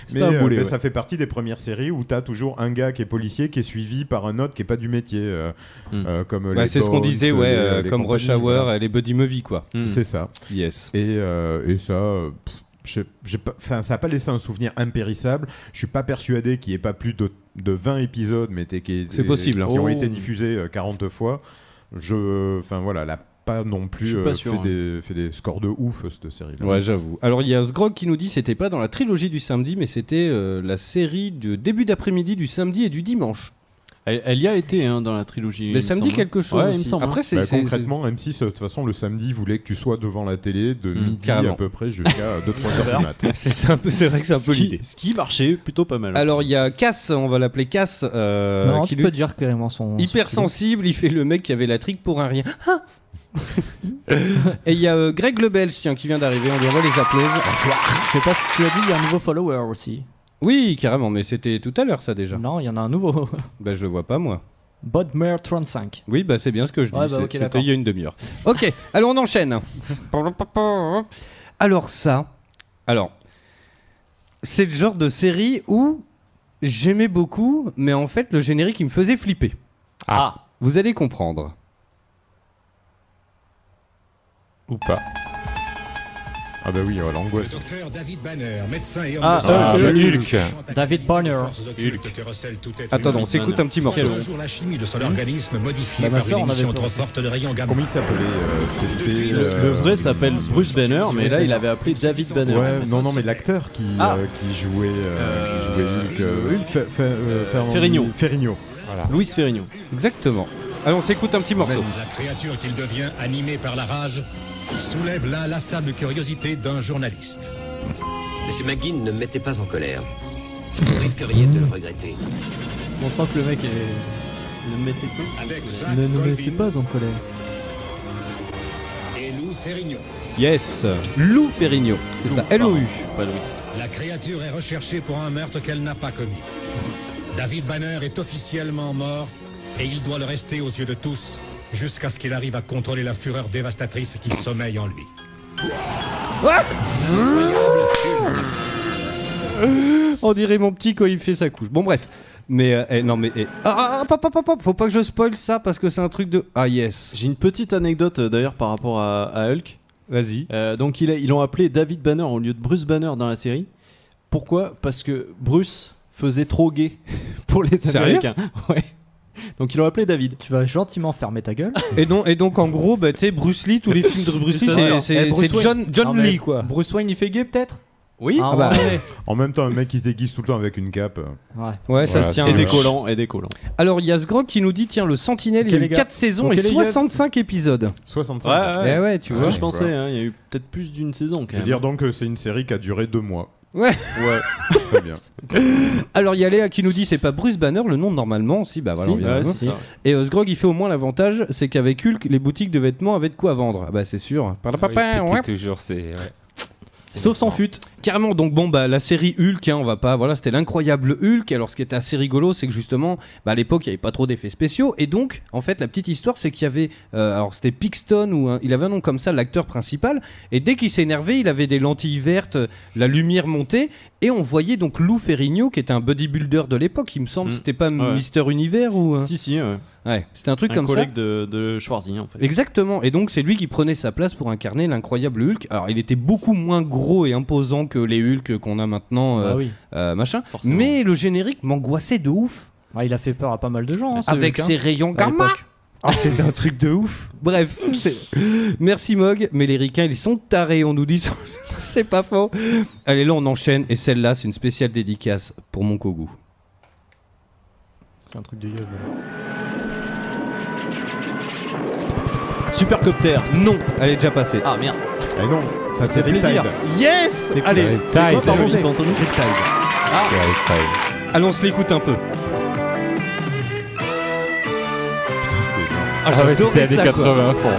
Mais, un euh, boulet, mais ouais. ça fait partie des premières séries où tu as toujours un gars qui est policier qui est suivi par un autre qui est pas du métier, euh, Mm. euh, comme Bah, les c'est ce qu'on Bones, disait, ouais, les- euh, les comme compagnies, Rush Hour voilà. et les buddy movies, quoi. Mm. C'est ça. Yes. Et, euh, et ça, euh, pff, j'ai- j'ai pas- 'fin, ça n'a pas laissé un souvenir impérissable. Je suis pas persuadé qu'il n'y ait pas plus de, de vingt épisodes, mais t'es- qui, C'est possible, hein. qui ont Oh. été diffusés euh, quarante fois. Je, enfin voilà, elle a pas non Je plus suis pas euh, sûr, fait, hein. des, fait des scores de ouf cette série. Ouais, j'avoue. Alors, il y a Sgrog qui nous dit c'était pas dans la trilogie du samedi, mais c'était euh, la série de début d'après-midi du samedi et du dimanche. Elle, elle y a été hein, dans la trilogie. Le il me samedi, semble. quelque chose Ouais, il me aussi. semble. Après, hein. c'est- Bah, c'est- concrètement, M six, de toute façon, le samedi voulait que tu sois devant la télé de Mm, midi carrément. à peu près jusqu'à deux trois heures du mat. c'est c'est un peu, c'est vrai que c'est un peu Ce qui- l'idée. Ce qui marchait plutôt pas mal. Alors, il y a Cass, on va l'appeler Cass, euh, non, qui tu lui- peux dire carrément son. hyper son sensible, il fait le mec qui avait la trique pour un rien. Ah et il y a euh, Greg le Belge, tiens, qui vient d'arriver, on lui envoie les applaudissements. Bonsoir. Je sais pas si tu as dit, il y a un nouveau follower aussi. Oui, carrément, mais c'était tout à l'heure ça déjà. Non, il y en a un nouveau. Bah, je le vois pas moi. Bodmer trente-cinq. Oui, bah c'est bien ce que je dis, Ouais, bah, c'est- ok, c'était d'accord. il y a une demi-heure. Ok, alors on enchaîne. Alors ça, alors, c'est le genre de série où j'aimais beaucoup, mais en fait le générique il me faisait flipper. Ah. Vous allez comprendre. Ou pas. Ah bah oui, oh, l'angoisse. Docteur David Banner, médecin et homme Ah, de ah, science. bah, Hulk. David Banner. Forces occultes que recèle tout être Attends, humain. on s'écoute un petit morceau. Un jour, la chimie de son organisme modifiée Bah, ma par sœur une en avait émission peur trop aussi. forte de rayons gamma. Comment il s'appelait euh, C'était. Le, euh, le vrai s'appelle Bruce Banner, mais là il avait appelé David Banner. Ouais, non, non, mais l'acteur qui, Ah. euh, qui jouait, euh, qui jouait Hulk, euh, Hulk, Fe- Fe- euh, Fernand- Ferrigno. Ferrigno. Voilà. Louis Ferrigno. Exactement. Alors on s'écoute un petit morceau. La créature qu'il devient, animée par la rage, soulève l'inlassable curiosité d'un journaliste. Monsieur McGinn, ne me mettez pas en colère. Vous risqueriez de le regretter. On sent que le mec est. Ne mettez pas. Avec Ne Jacques nous Colvin mettez pas en colère. et Lou Ferrigno. Yes, Lou Ferrigno, c'est ça, L O U. Pas Louis. La créature est recherchée pour un meurtre qu'elle n'a pas commis. David Banner est officiellement mort et il doit le rester aux yeux de tous jusqu'à ce qu'il arrive à contrôler la fureur dévastatrice qui sommeille en lui. On dirait mon petit quand il fait sa couche. Bon bref. Mais euh, eh, non mais eh. ah, ah, hop, hop, hop, hop, faut pas que je spoil ça parce que c'est un truc de ah yes. J'ai une petite anecdote euh, d'ailleurs par rapport à, à Hulk. Vas-y. Euh, donc il a- ils l'ont appelé David Banner au lieu de Bruce Banner dans la série. Pourquoi ? Parce que Bruce faisait trop gay pour les Sérieux Américains. Ouais. Donc ils l'ont appelé David. Tu vas gentiment fermer ta gueule. Et donc, et donc en gros, bah, tu sais, Bruce Lee, tous les films de Bruce Lee, c'est- c'est Eh, Bruce c'est Wayne. John, John Non, mais Lee quoi. Bruce Wayne il fait gay peut-être. Oui. Ah, Ah bah, ouais. En même temps, un mec qui se déguise tout le temps avec une cape. euh, Ouais. Ouais, ça Voilà, se tient. Et c'est des moche. collants, et des collants. Alors il y a Sgrog qui nous dit tiens, le Sentinelle, il y a Ok, eu les gars. quatre saisons Ok, et les gars. soixante-cinq épisodes. soixante-cinq. Eh ouais, tu C'est ce vois. que je pensais, hein, il y a eu peut-être plus d'une saison quand Je veux même. dire donc que c'est une série qui a duré deux mois. Ouais. Ouais, très bien. Alors il y a Léa qui nous dit c'est pas Bruce Banner le nom normalement, si bah voilà. Si, on vient ouais, de voir. c'est ça. Et euh, Sgrog il fait au moins l'avantage, c'est qu'avec Hulk, les boutiques de vêtements avaient de quoi vendre. Ah bah c'est sûr. Par le Oui, papa, péter ouais. toujours, c'est. Ouais. Sauf sans fut. Carrément, donc bon, bah la série Hulk, hein, on va pas. Voilà, c'était l'incroyable Hulk. Alors, ce qui était assez rigolo, c'est que justement, bah, à l'époque, il n'y avait pas trop d'effets spéciaux. Et donc, en fait, la petite histoire, c'est qu'il y avait. euh, alors, c'était Pixton, ou un- il avait un nom comme ça, l'acteur principal. Et dès qu'il s'énervait, il avait des lentilles vertes, la lumière montée. Et on voyait donc Lou Ferrigno, qui était un bodybuilder de l'époque, il me semble. Mm. C'était pas Ouais. Mister Univers ou. euh, Si, si, ouais. Ouais, c'était un truc Un comme ça. collègue de, de Schwarzy en fait. Exactement, et donc c'est lui qui prenait sa place pour incarner l'incroyable Hulk. Alors il était beaucoup moins gros et imposant que les Hulk qu'on a maintenant, euh, Bah oui. euh, machin. Forcément. Mais le générique m'angoissait de ouf. Ouais, il a fait peur à pas mal de gens. hein, ce Avec Hulk, hein, ses rayons à gamma. l'époque. Ah, c'est un truc de ouf. Bref, c'est- merci Mog, mais les ricains ils sont tarés, on nous dit. C'est pas faux. Allez, là on enchaîne, et celle-là c'est une spéciale dédicace pour mon Kogu. C'est un truc de yeux. Supercopter. Non, elle est déjà passée. Ah merde. Eh non, ça c'est fait plaisir. Riptide. Yes. C'est Allez, Riptide. c'est quoi, pardon, J'ai j'ai pas entendu. Ah. C'est Riptide. Allez, on se l'écoute un peu. Putain, c'était énorme. Ah, Ah ouais, j'adorais c'était années ça, quoi. quatre-vingts à fond.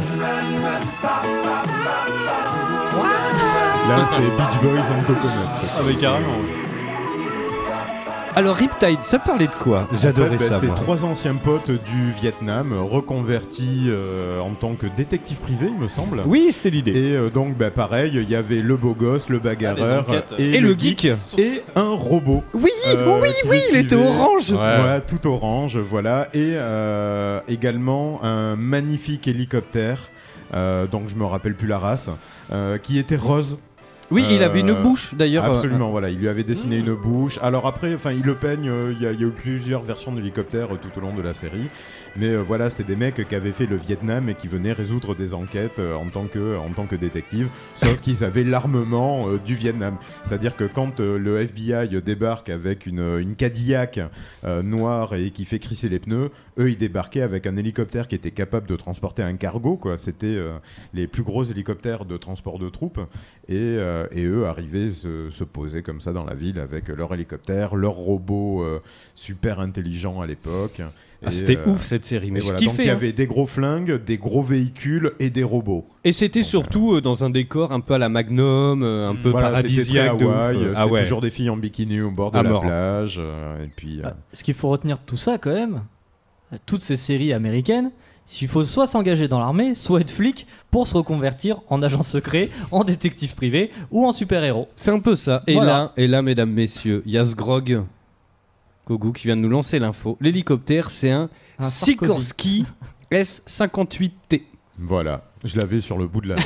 Là, c'est Beach Boys and Coconut. Ah mais carrément. Alors Riptide, ça parlait de quoi? J'adorais En fait, bah, ça. c'est moi. trois anciens potes du Vietnam reconvertis euh, en tant que détective privé, il me semble. Oui, c'était l'idée. Et euh, donc, bah, pareil, il y avait le beau gosse, le bagarreur Ah, des enquêtes. et, Et le geek. et un robot. Oui, Euh, oui, qui oui, les il était suivait. orange. Ouais. Voilà, tout orange, voilà. Et euh, également un magnifique hélicoptère, euh, donc je me rappelle plus la race, euh, qui était rose. Oui, il avait une Euh, bouche d'ailleurs. Absolument, voilà. Il lui avait dessiné une bouche. Alors après, enfin, il le peigne. euh, Il y, a- il y a eu plusieurs versions d'hélicoptère euh, tout au long de la série. Mais euh, voilà, c'était des mecs qui avaient fait le Vietnam et qui venaient résoudre des enquêtes euh, en tant que en tant que détectives. Sauf qu'ils avaient l'armement euh, du Vietnam. C'est-à-dire que quand euh, le F B I débarque avec une, une Cadillac euh, noire et qui fait crisser les pneus, eux ils débarquaient avec un hélicoptère qui était capable de transporter un cargo, quoi. C'était euh, les plus gros hélicoptères de transport de troupes. Et, euh, et eux arrivaient se, se poser comme ça dans la ville avec leur hélicoptère, leur robot euh, super intelligent à l'époque. Ah, Et, c'était euh, ouf cette série, mais et je voilà. kiffais, Donc il y hein. avait des gros flingues, des gros véhicules et des robots. Et c'était surtout euh, dans un décor un peu à la Magnum, euh, un peu Voilà, paradisiaque. c'était de très Hawaï, ouf. euh, Ah c'était ouais. toujours des filles en bikini au bord de À la mort. plage. euh, et puis, euh, Ah, ce qu'il faut retenir de tout ça quand même, toutes ces séries américaines, il faut soit s'engager dans l'armée, soit être flic pour se reconvertir en agent secret, en détective privé ou en super-héros. C'est un peu ça. Et Voilà. là, et là, mesdames, messieurs, il y a ce grog, Kogu, qui vient de nous lancer l'info. L'hélicoptère, c'est un, Un Sikorsky S cinquante-huit T. Voilà, je l'avais sur le bout de la langue.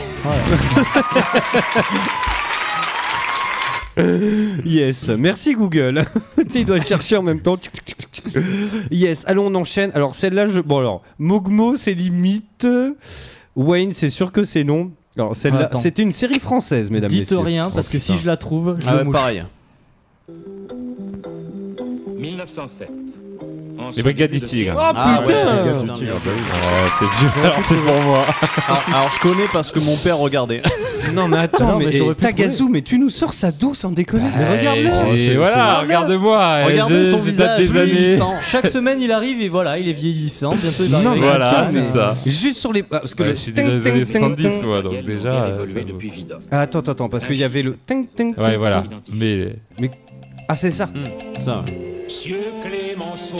Yes, merci Google. Tu sais, il doit chercher en même temps. Yes, allons, on enchaîne. Alors celle-là, je... bon alors, Mogmo, c'est limite. Wayne, c'est sûr que c'est non. Alors celle-là, Attends. c'était une série française, mesdames, Dites messieurs. rien parce Oh, que putain. si je la trouve, je Ah ouais, mouche. pareil. mille neuf cent sept. Les Brigades du Tigre. Oh Ah ouais, putain, les Brigades du Tigre, bah oui. Oh, c'est vieux. Alors c'est pour moi. alors, alors, je connais parce que mon père regardait. Non mais attends, Non, mais mais, j'aurais eh, pu Tagazu, mais tu nous sors ça d'où sans déconner. Bah, Mais regarde-le. j'ai- voilà, regarde-moi. eh, Regardez je- son je visage date des années. vieillissant. Chaque semaine il arrive et voilà, il est vieillissant. Bientôt il va Non, arriver mais avec un voilà, calme c'est et- ça. Juste sur les. ah, parce que Bah, le je suis des années ting, ting, soixante-dix, ting, moi, ting. donc déjà. euh, ça vaut. Ah, attends, attends, attends, parce qu'il y avait le. ting, ting, Ouais, ting, voilà. ting. Mais Mais... Ah, c'est ça. Ça. Monsieur Clémenceau.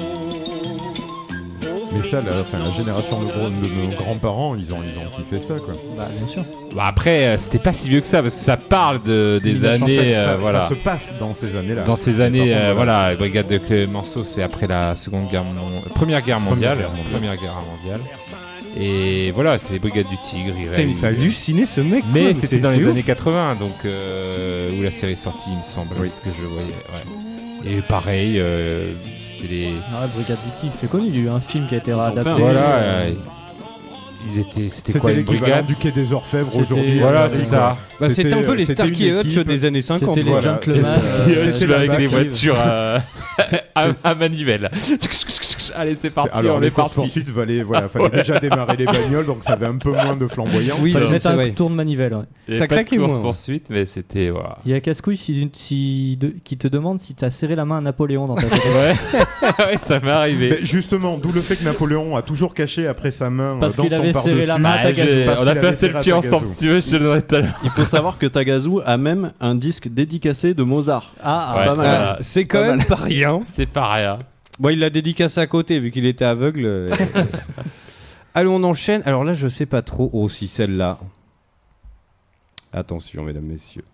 Mais ça, la, enfin, la génération de, gros- de nos grands-parents, ils ont, ils ont kiffé ça, quoi. Bah bien sûr. Bah après, euh, c'était pas si vieux que ça parce que ça parle de, des mille neuf cent sept, années. ça, euh, voilà. ça se passe dans ces années-là. Dans ces Mais années, par contre, euh, voilà, les Brigades de Clémenceau, c'est après la seconde guerre, mon- première guerre mondiale, Guerre mondiale. première guerre mondiale. Et voilà, c'est les Brigades du Tigre. ils Putain, il me fait réalisent- halluciner ce mec. quoi, Mais c'était c'est- dans c'est les ouf. années quatre-vingts, donc euh, où la série est sortie, il me semble, oui. ce que je voyais. Ouais. Et pareil, euh, c'était les. Ah, Brigade du Tigre, c'est connu. Il y a eu un film qui a été ont fait un- réadapté. Voilà, euh, euh, ils étaient. C'était C'était quoi une l'équivalent brigade du quai des Orfèvres C'était- aujourd'hui. Voilà, à Paris, c'est ça. quoi. Bah, c'était un peu les c'était Starkey une Hutch équipe- des années cinquante. C'était les voilà. gentlemen. C'est- euh, Je c'était vais avec la des bague. voitures à, à, à manivelle. Allez, c'est parti, Alors on les est courses parti. poursuites, fallait, voilà, fallait Ouais. déjà démarrer les bagnoles, donc ça avait un peu moins de flamboyant. Oui, Fallait c'est- mettre c'est un vrai. tour de manivelle. Ouais. Il y Ça avait pas de claquait course moins, ouais. poursuite, mais c'était voilà. Il y a Casse-Couille si, si, de- qui te demande si tu as serré la main à Napoléon dans ta tête. Ouais, ouais, ça m'est arrivé. Mais justement, d'où le fait que Napoléon a toujours caché après sa main Parce euh, dans qu'il son avait par-dessus. serré la main à Ah, Tagazu. j'ai- parce on a qu'il fait un avait serré à selfie ensemble, Tagazu. si tu veux, je te le donnerai tout à l'heure. Il faut savoir que Tagazu a même un disque dédicacé de Mozart. Ah, Ouais, pas mal. voilà. C'est quand pas même mal. pas rien. C'est pas rien. Bon, il l'a dédicacé à côté vu qu'il était aveugle. euh. Allons, on enchaîne. Alors là, je sais pas trop. Oh, si celle-là. Attention, mesdames, messieurs.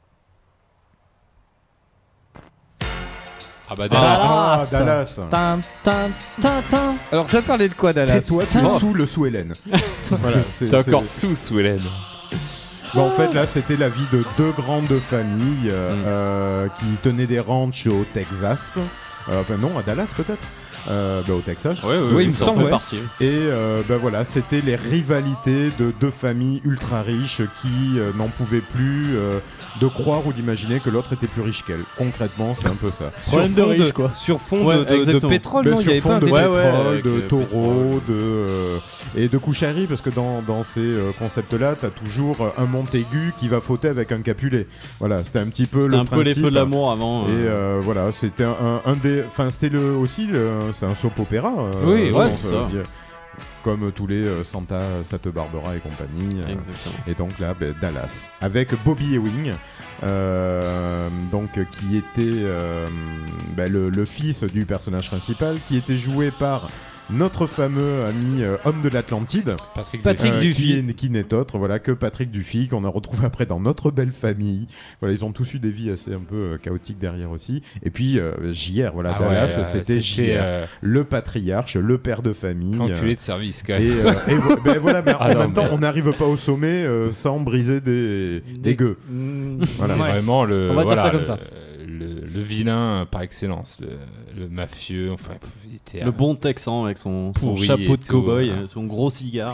Ah bah Dallas. Ah, Dallas. Tin, tin, tin, tin. Alors, ça parlait de quoi, Dallas? Tais-toi, tu es Oh. sous le sous Hélène. Voilà, c'est- T'es c'est- encore sous sous Hélène. Bah, en fait, là, c'était la vie de deux grandes familles euh, Mm. euh, qui tenaient des ranchs au Texas. Euh, enfin, non, à Dallas, peut-être. Euh, bah, au Texas. Ouais, ouais, Oui, ouais, il me ça semble, fait ouais. partie. Et euh, bah, voilà, c'était les rivalités de deux familles ultra riches qui euh, n'en pouvaient plus euh, de croire ou d'imaginer que l'autre était plus riche qu'elle. Concrètement, c'est un peu ça. Problème de fond riche, quoi. Sur fond Ouais, de, de- de exactement. pétrole, Ben, non? Il y sur avait fond pas un de dé- ouais, pétrole, ouais, avec, de euh, taureau, pétrole. de, euh, et de coucherie, parce que dans, dans ces euh, concepts-là, t'as toujours euh, un Montaigu qui va fauter avec un Capulet. Voilà, c'était un petit peu C'était le un peu les principe. feux de l'amour avant. Et euh. euh, voilà, c'était un, un- un des, enfin c'était le aussi, le- c'est un soap opéra. euh, Oui, je ouais, pense, c'est euh, ça. bien- comme tous les euh, Santa, Santa Barbara et compagnie. euh, Exactement. et donc là, ben, Dallas, avec Bobby Ewing, euh, donc, qui était euh, ben, le, le fils du personnage principal, qui était joué par notre fameux ami euh, homme de l'Atlantide, Patrick, Patrick euh, Duffy. qui, est- qui n'est autre voilà, que Patrick Duffy, qu'on a retrouvé après dans Notre Belle Famille. Voilà, ils ont tous eu des vies assez un peu euh, chaotiques derrière aussi. Et puis euh, J R, voilà, Ah Dallas, ouais, euh, c'était J R, euh, le patriarche, le père de famille. enculé euh, de service, quand et, même. euh, et vo- ben voilà, mais Ah en non, même temps, mais- on n'arrive pas au sommet euh, sans briser des, des gueux. Mm, Voilà. C'est vraiment le, On va dire voilà, ça comme le, ça. Le, le vilain par excellence, le, le mafieux, enfin, il était Le euh, bon Texan avec son, son pourri chapeau et de tout, cow-boy, voilà. euh, son gros cigare.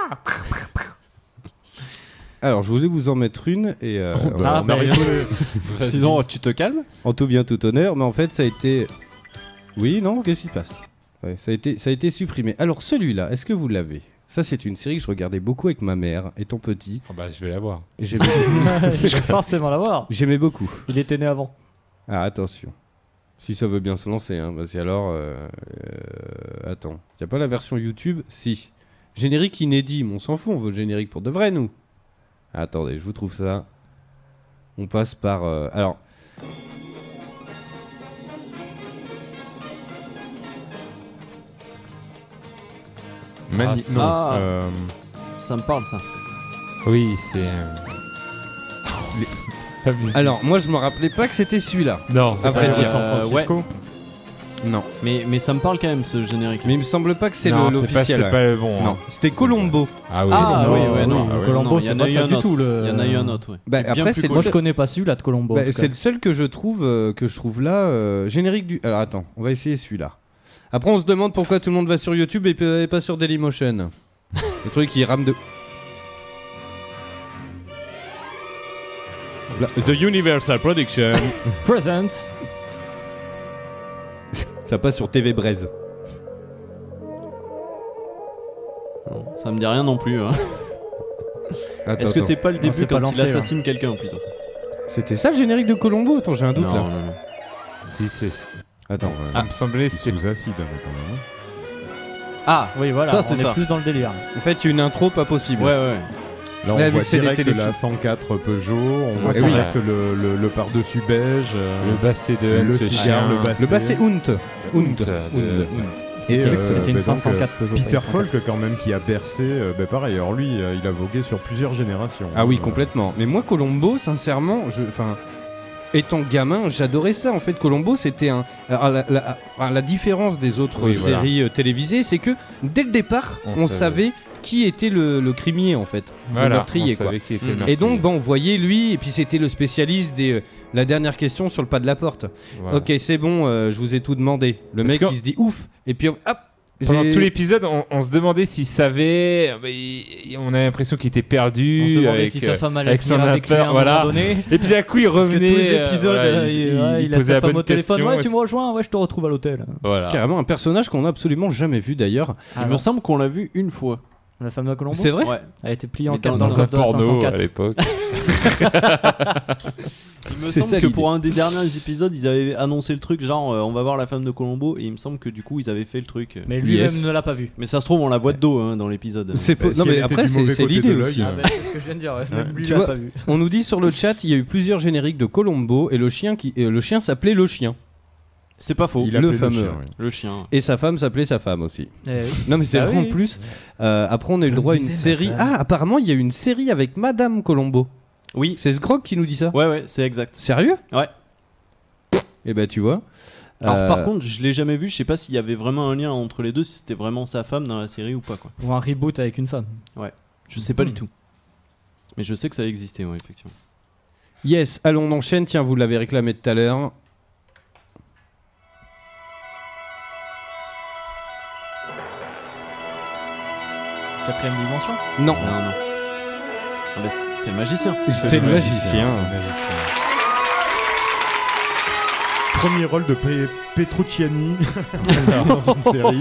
Alors, je voulais vous en mettre une et. euh, Oh, bah, on a- on a rien Vas-y. Sinon, tu te calmes. En tout bien, tout honneur, mais en fait, ça a été. Oui, non, qu'est-ce qui se passe Ouais, ça a été, ça a été supprimé. Alors, celui-là, est-ce que vous l'avez? Ça, c'est une série que je regardais beaucoup avec ma mère et ton petit. Ah bah, je vais la voir. Et j'aimais Je vais forcément l'avoir. J'aimais beaucoup. Il était né avant. Ah, attention. Si ça veut bien se lancer, hein, parce que alors. euh, euh, attends. Y a pas la version YouTube? Si. Générique inédit, mais on s'en fout, on veut le générique pour de vrai, nous. Attendez, je vous trouve ça. On passe par. euh, alors. Mani- Ah, non, ça- euh, Ça me parle, ça. Oui, c'est. euh, la musique. Alors, moi, je me rappelais pas que c'était celui-là. Non, c'est À vrai pas dire. San Euh, Francisco. Non. Mais, mais ça me parle quand même, ce générique. Mais il me semble pas que c'est Non, le- c'est pas- l'officiel. c'est pas le bon, Non, hein. c'était C'est- Colombo. Ah oui, Ah Colombo. oui, ouais, non. Ah ouais. Colombo, Non, il y c'est en pas a eu ça un du autre. tout. Le... Il y en a eu un autre, ouais. Bah, Bien après, plus c'est le Moi, je seul- connais pas celui-là de Colombo. en bah, tout c'est cas. le seul que je trouve euh, que je trouve là euh, générique du. Alors attends, on va essayer celui-là. Après, on se demande pourquoi tout le monde va sur YouTube et p- et pas sur Dailymotion. Le truc qui rame de. Là, The Universal Production. Presents. Ça passe sur T V Braise. Non, ça me dit rien non plus. hein. Attends, Est-ce que attends. c'est pas le Non, début c'est quand pas il lancé, assassine quelqu'un plutôt? C'était ça le générique de Colombo? Attends, j'ai un doute Non, là. non, non. Si, c'est. Attends. Ouais. Ça me semblait, Il c'était. sous acide avec quand même. hein. Ah, Oui, voilà. Ça, on c'est est ça. plus dans le délire. En fait, il y a une intro pas possible. Ouais, ouais. Là, on Là, vu voit que c'est des direct téléfilms. la cent quatre Peugeot, on voit Eh oui. direct le, le, le par-dessus beige, euh, Le basset de Hunt, le le cigare, chien. le basset. Le basset Hunt. Hunt. euh, de- Hunt. Hunt. Et, C'était euh, c'était une bah, cinq cent donc, quatre Peugeot. Peter pas une cent quatre. Falk quand même qui a bercé, euh, bah, pareil, alors lui euh, il a vogué sur plusieurs générations. Ah oui, Euh, complètement. Mais moi, Colombo, sincèrement, je, enfin, étant gamin, j'adorais ça. En fait, Colombo, c'était un. Alors, la, la- enfin, la différence des autres Oui, voilà. séries euh, télévisées, c'est que dès le départ, On on, savait. savait qui était le, le crimier en fait, le Voilà, meurtrier on quoi. savait qui était Mm. le Et meurtrier. donc, bon, on voyait lui, et puis c'était le spécialiste des. euh, la dernière question sur le pas de la porte. Voilà. Ok, c'est bon, euh, je vous ai tout demandé. Le Parce mec, que- il se dit ouf, et puis hop. Pendant j'ai- tout l'épisode, on, on se demandait s'il savait. euh, bah, il- on a l'impression qu'il était perdu. On se demandait avec, si sa euh, femme allait avec son venir avec lui à appart, un voilà. moment donné. Et puis d'un coup, il Parce que revenait. tous les euh, épisodes, voilà, euh, il, ouais, il a posait sa la femme bonne au téléphone. question Ouais, et tu me rejoins, ouais, je te retrouve à l'hôtel. Voilà. Carrément un personnage qu'on a absolument jamais vu d'ailleurs. Il me semble qu'on l'a vu une fois. La femme de Colombo. C'est vrai? Ouais. Elle a été pliée en Mais quatre dans- Dans un de la porno cinq cent à quatre. l'époque. Il me C'est semble ça, que l'idée. pour un des derniers épisodes, ils avaient annoncé le truc, genre euh, on va voir la femme de Colombo, et il me semble que du coup ils avaient fait le truc. Mais lui-même Yes. ne l'a pas vu. Mais ça se trouve, on la voit de dos hein, dans l'épisode. C'est Bah, po- si non elle mais était après du c'est mauvais c'est côté de l'idée l'œil, aussi. euh, Ah, bah, c'est ce que je viens de dire. ouais. Même lui, Tu il l'a vois, pas vu. on nous dit sur le chat, il y a eu plusieurs génériques de Colombo et le chien qui, et le chien s'appelait le chien C'est pas faux. Il le appelait le fameux. chien, oui. Le chien. et sa femme s'appelait sa femme aussi. Eh oui. Non mais c'est Ah vrai oui, en oui. plus. Euh, après on a eu le Comme droit à une disait ma série. femme. Ah apparemment il y a eu une série avec Madame Colombo. Oui. C'est Sgrog qui nous dit ça. Ouais, ouais, c'est exact. Sérieux? Ouais. Et ben tu vois. Alors Euh, par contre, je l'ai jamais vu, je sais pas s'il y avait vraiment un lien entre les deux, si c'était vraiment sa femme dans la série ou pas quoi. Ou un reboot avec une femme. Ouais. Je sais pas Hmm. du tout. Mais je sais que ça existait, ouais, effectivement. Yes, allons on enchaîne. Tiens, vous l'avez réclamé tout à l'heure. Quatrième dimension. Non. Non, non. Ah bah, c'est- c'est le magicien. C'est le magicien. Premier rôle de Pe- Petrucciani dans une série.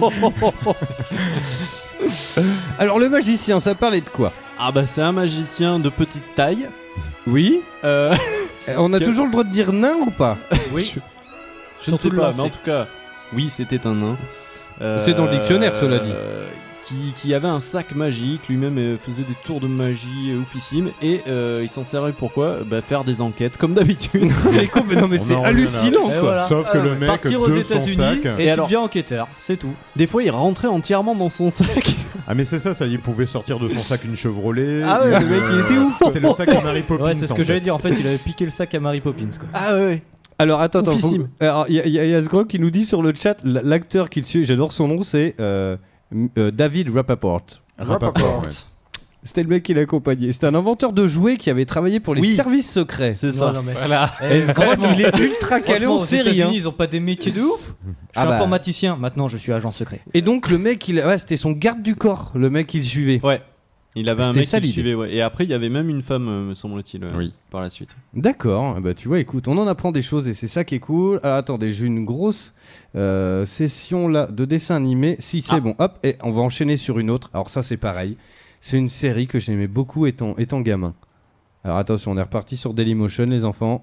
Alors le magicien, ça parlait de quoi? Ah bah c'est un magicien de petite taille. Oui. Euh... On a que- toujours le droit de dire nain ou pas? Oui. Je, je ne Surtout sais le pas, lancer. mais en tout cas, oui, c'était un nain. Euh, C'est dans le dictionnaire, cela dit. euh, qui, qui avait un sac magique, lui-même euh, faisait des tours de magie euh, oufissimes, et euh, il s'en servait pourquoi bah, faire des enquêtes, comme d'habitude. Mais com- non, mais On c'est en revient hallucinant, là. quoi. Et Sauf que Ah, le ouais. mec, Partir aux de son États-Unis sac. et, tu deviens enquêteur, c'est tout. Des fois, il rentrait entièrement dans son sac. Ah mais c'est ça, ça, il pouvait sortir de son sac une Chevrolet. Ah ouais, une- le mec, il était ouf. C'était le sac de Mary Poppins. Ouais, c'est ce en que fait. j'allais dire. En fait, il avait piqué le sac à Mary Poppins, quoi. Ah ouais. Alors attends, attends, faut- Oufissime. alors, il y, a- il y a- il y a Sgrog qui nous dit sur le chat, l- l'acteur qui le suit, j'adore son nom, c'est euh, m- euh, David Rappaport. Rappaport, ouais. C'était le mec qui l'accompagnait. C'était un inventeur de jouets qui avait travaillé pour les Oui. services secrets. C'est ça. Non, non, mais- Voilà. Eh, Et Sgrog, franchement, il est ultra calé franchement, en aux série. États-Unis, hein. ils ont pas des métiers de ouf. Je suis Ah bah. informaticien. Maintenant, je suis agent secret. Et donc le mec, il, ouais, c'était son garde du corps, le mec qui le suivait. Ouais. Il avait un C'était mec ça, qui le l'idée. suivait, ouais. Et après, il y avait même une femme, euh, me semble-t-il, euh, Oui. par la suite. D'accord, bah tu vois, écoute, on en apprend des choses et c'est ça qui est cool. Alors attendez, j'ai une grosse euh, session là de dessin animé. Si c'est Ah. bon, hop, et on va enchaîner sur une autre. Alors ça c'est pareil, c'est une série que j'aimais beaucoup étant, étant gamin. Alors attention, on est reparti sur Dailymotion les enfants.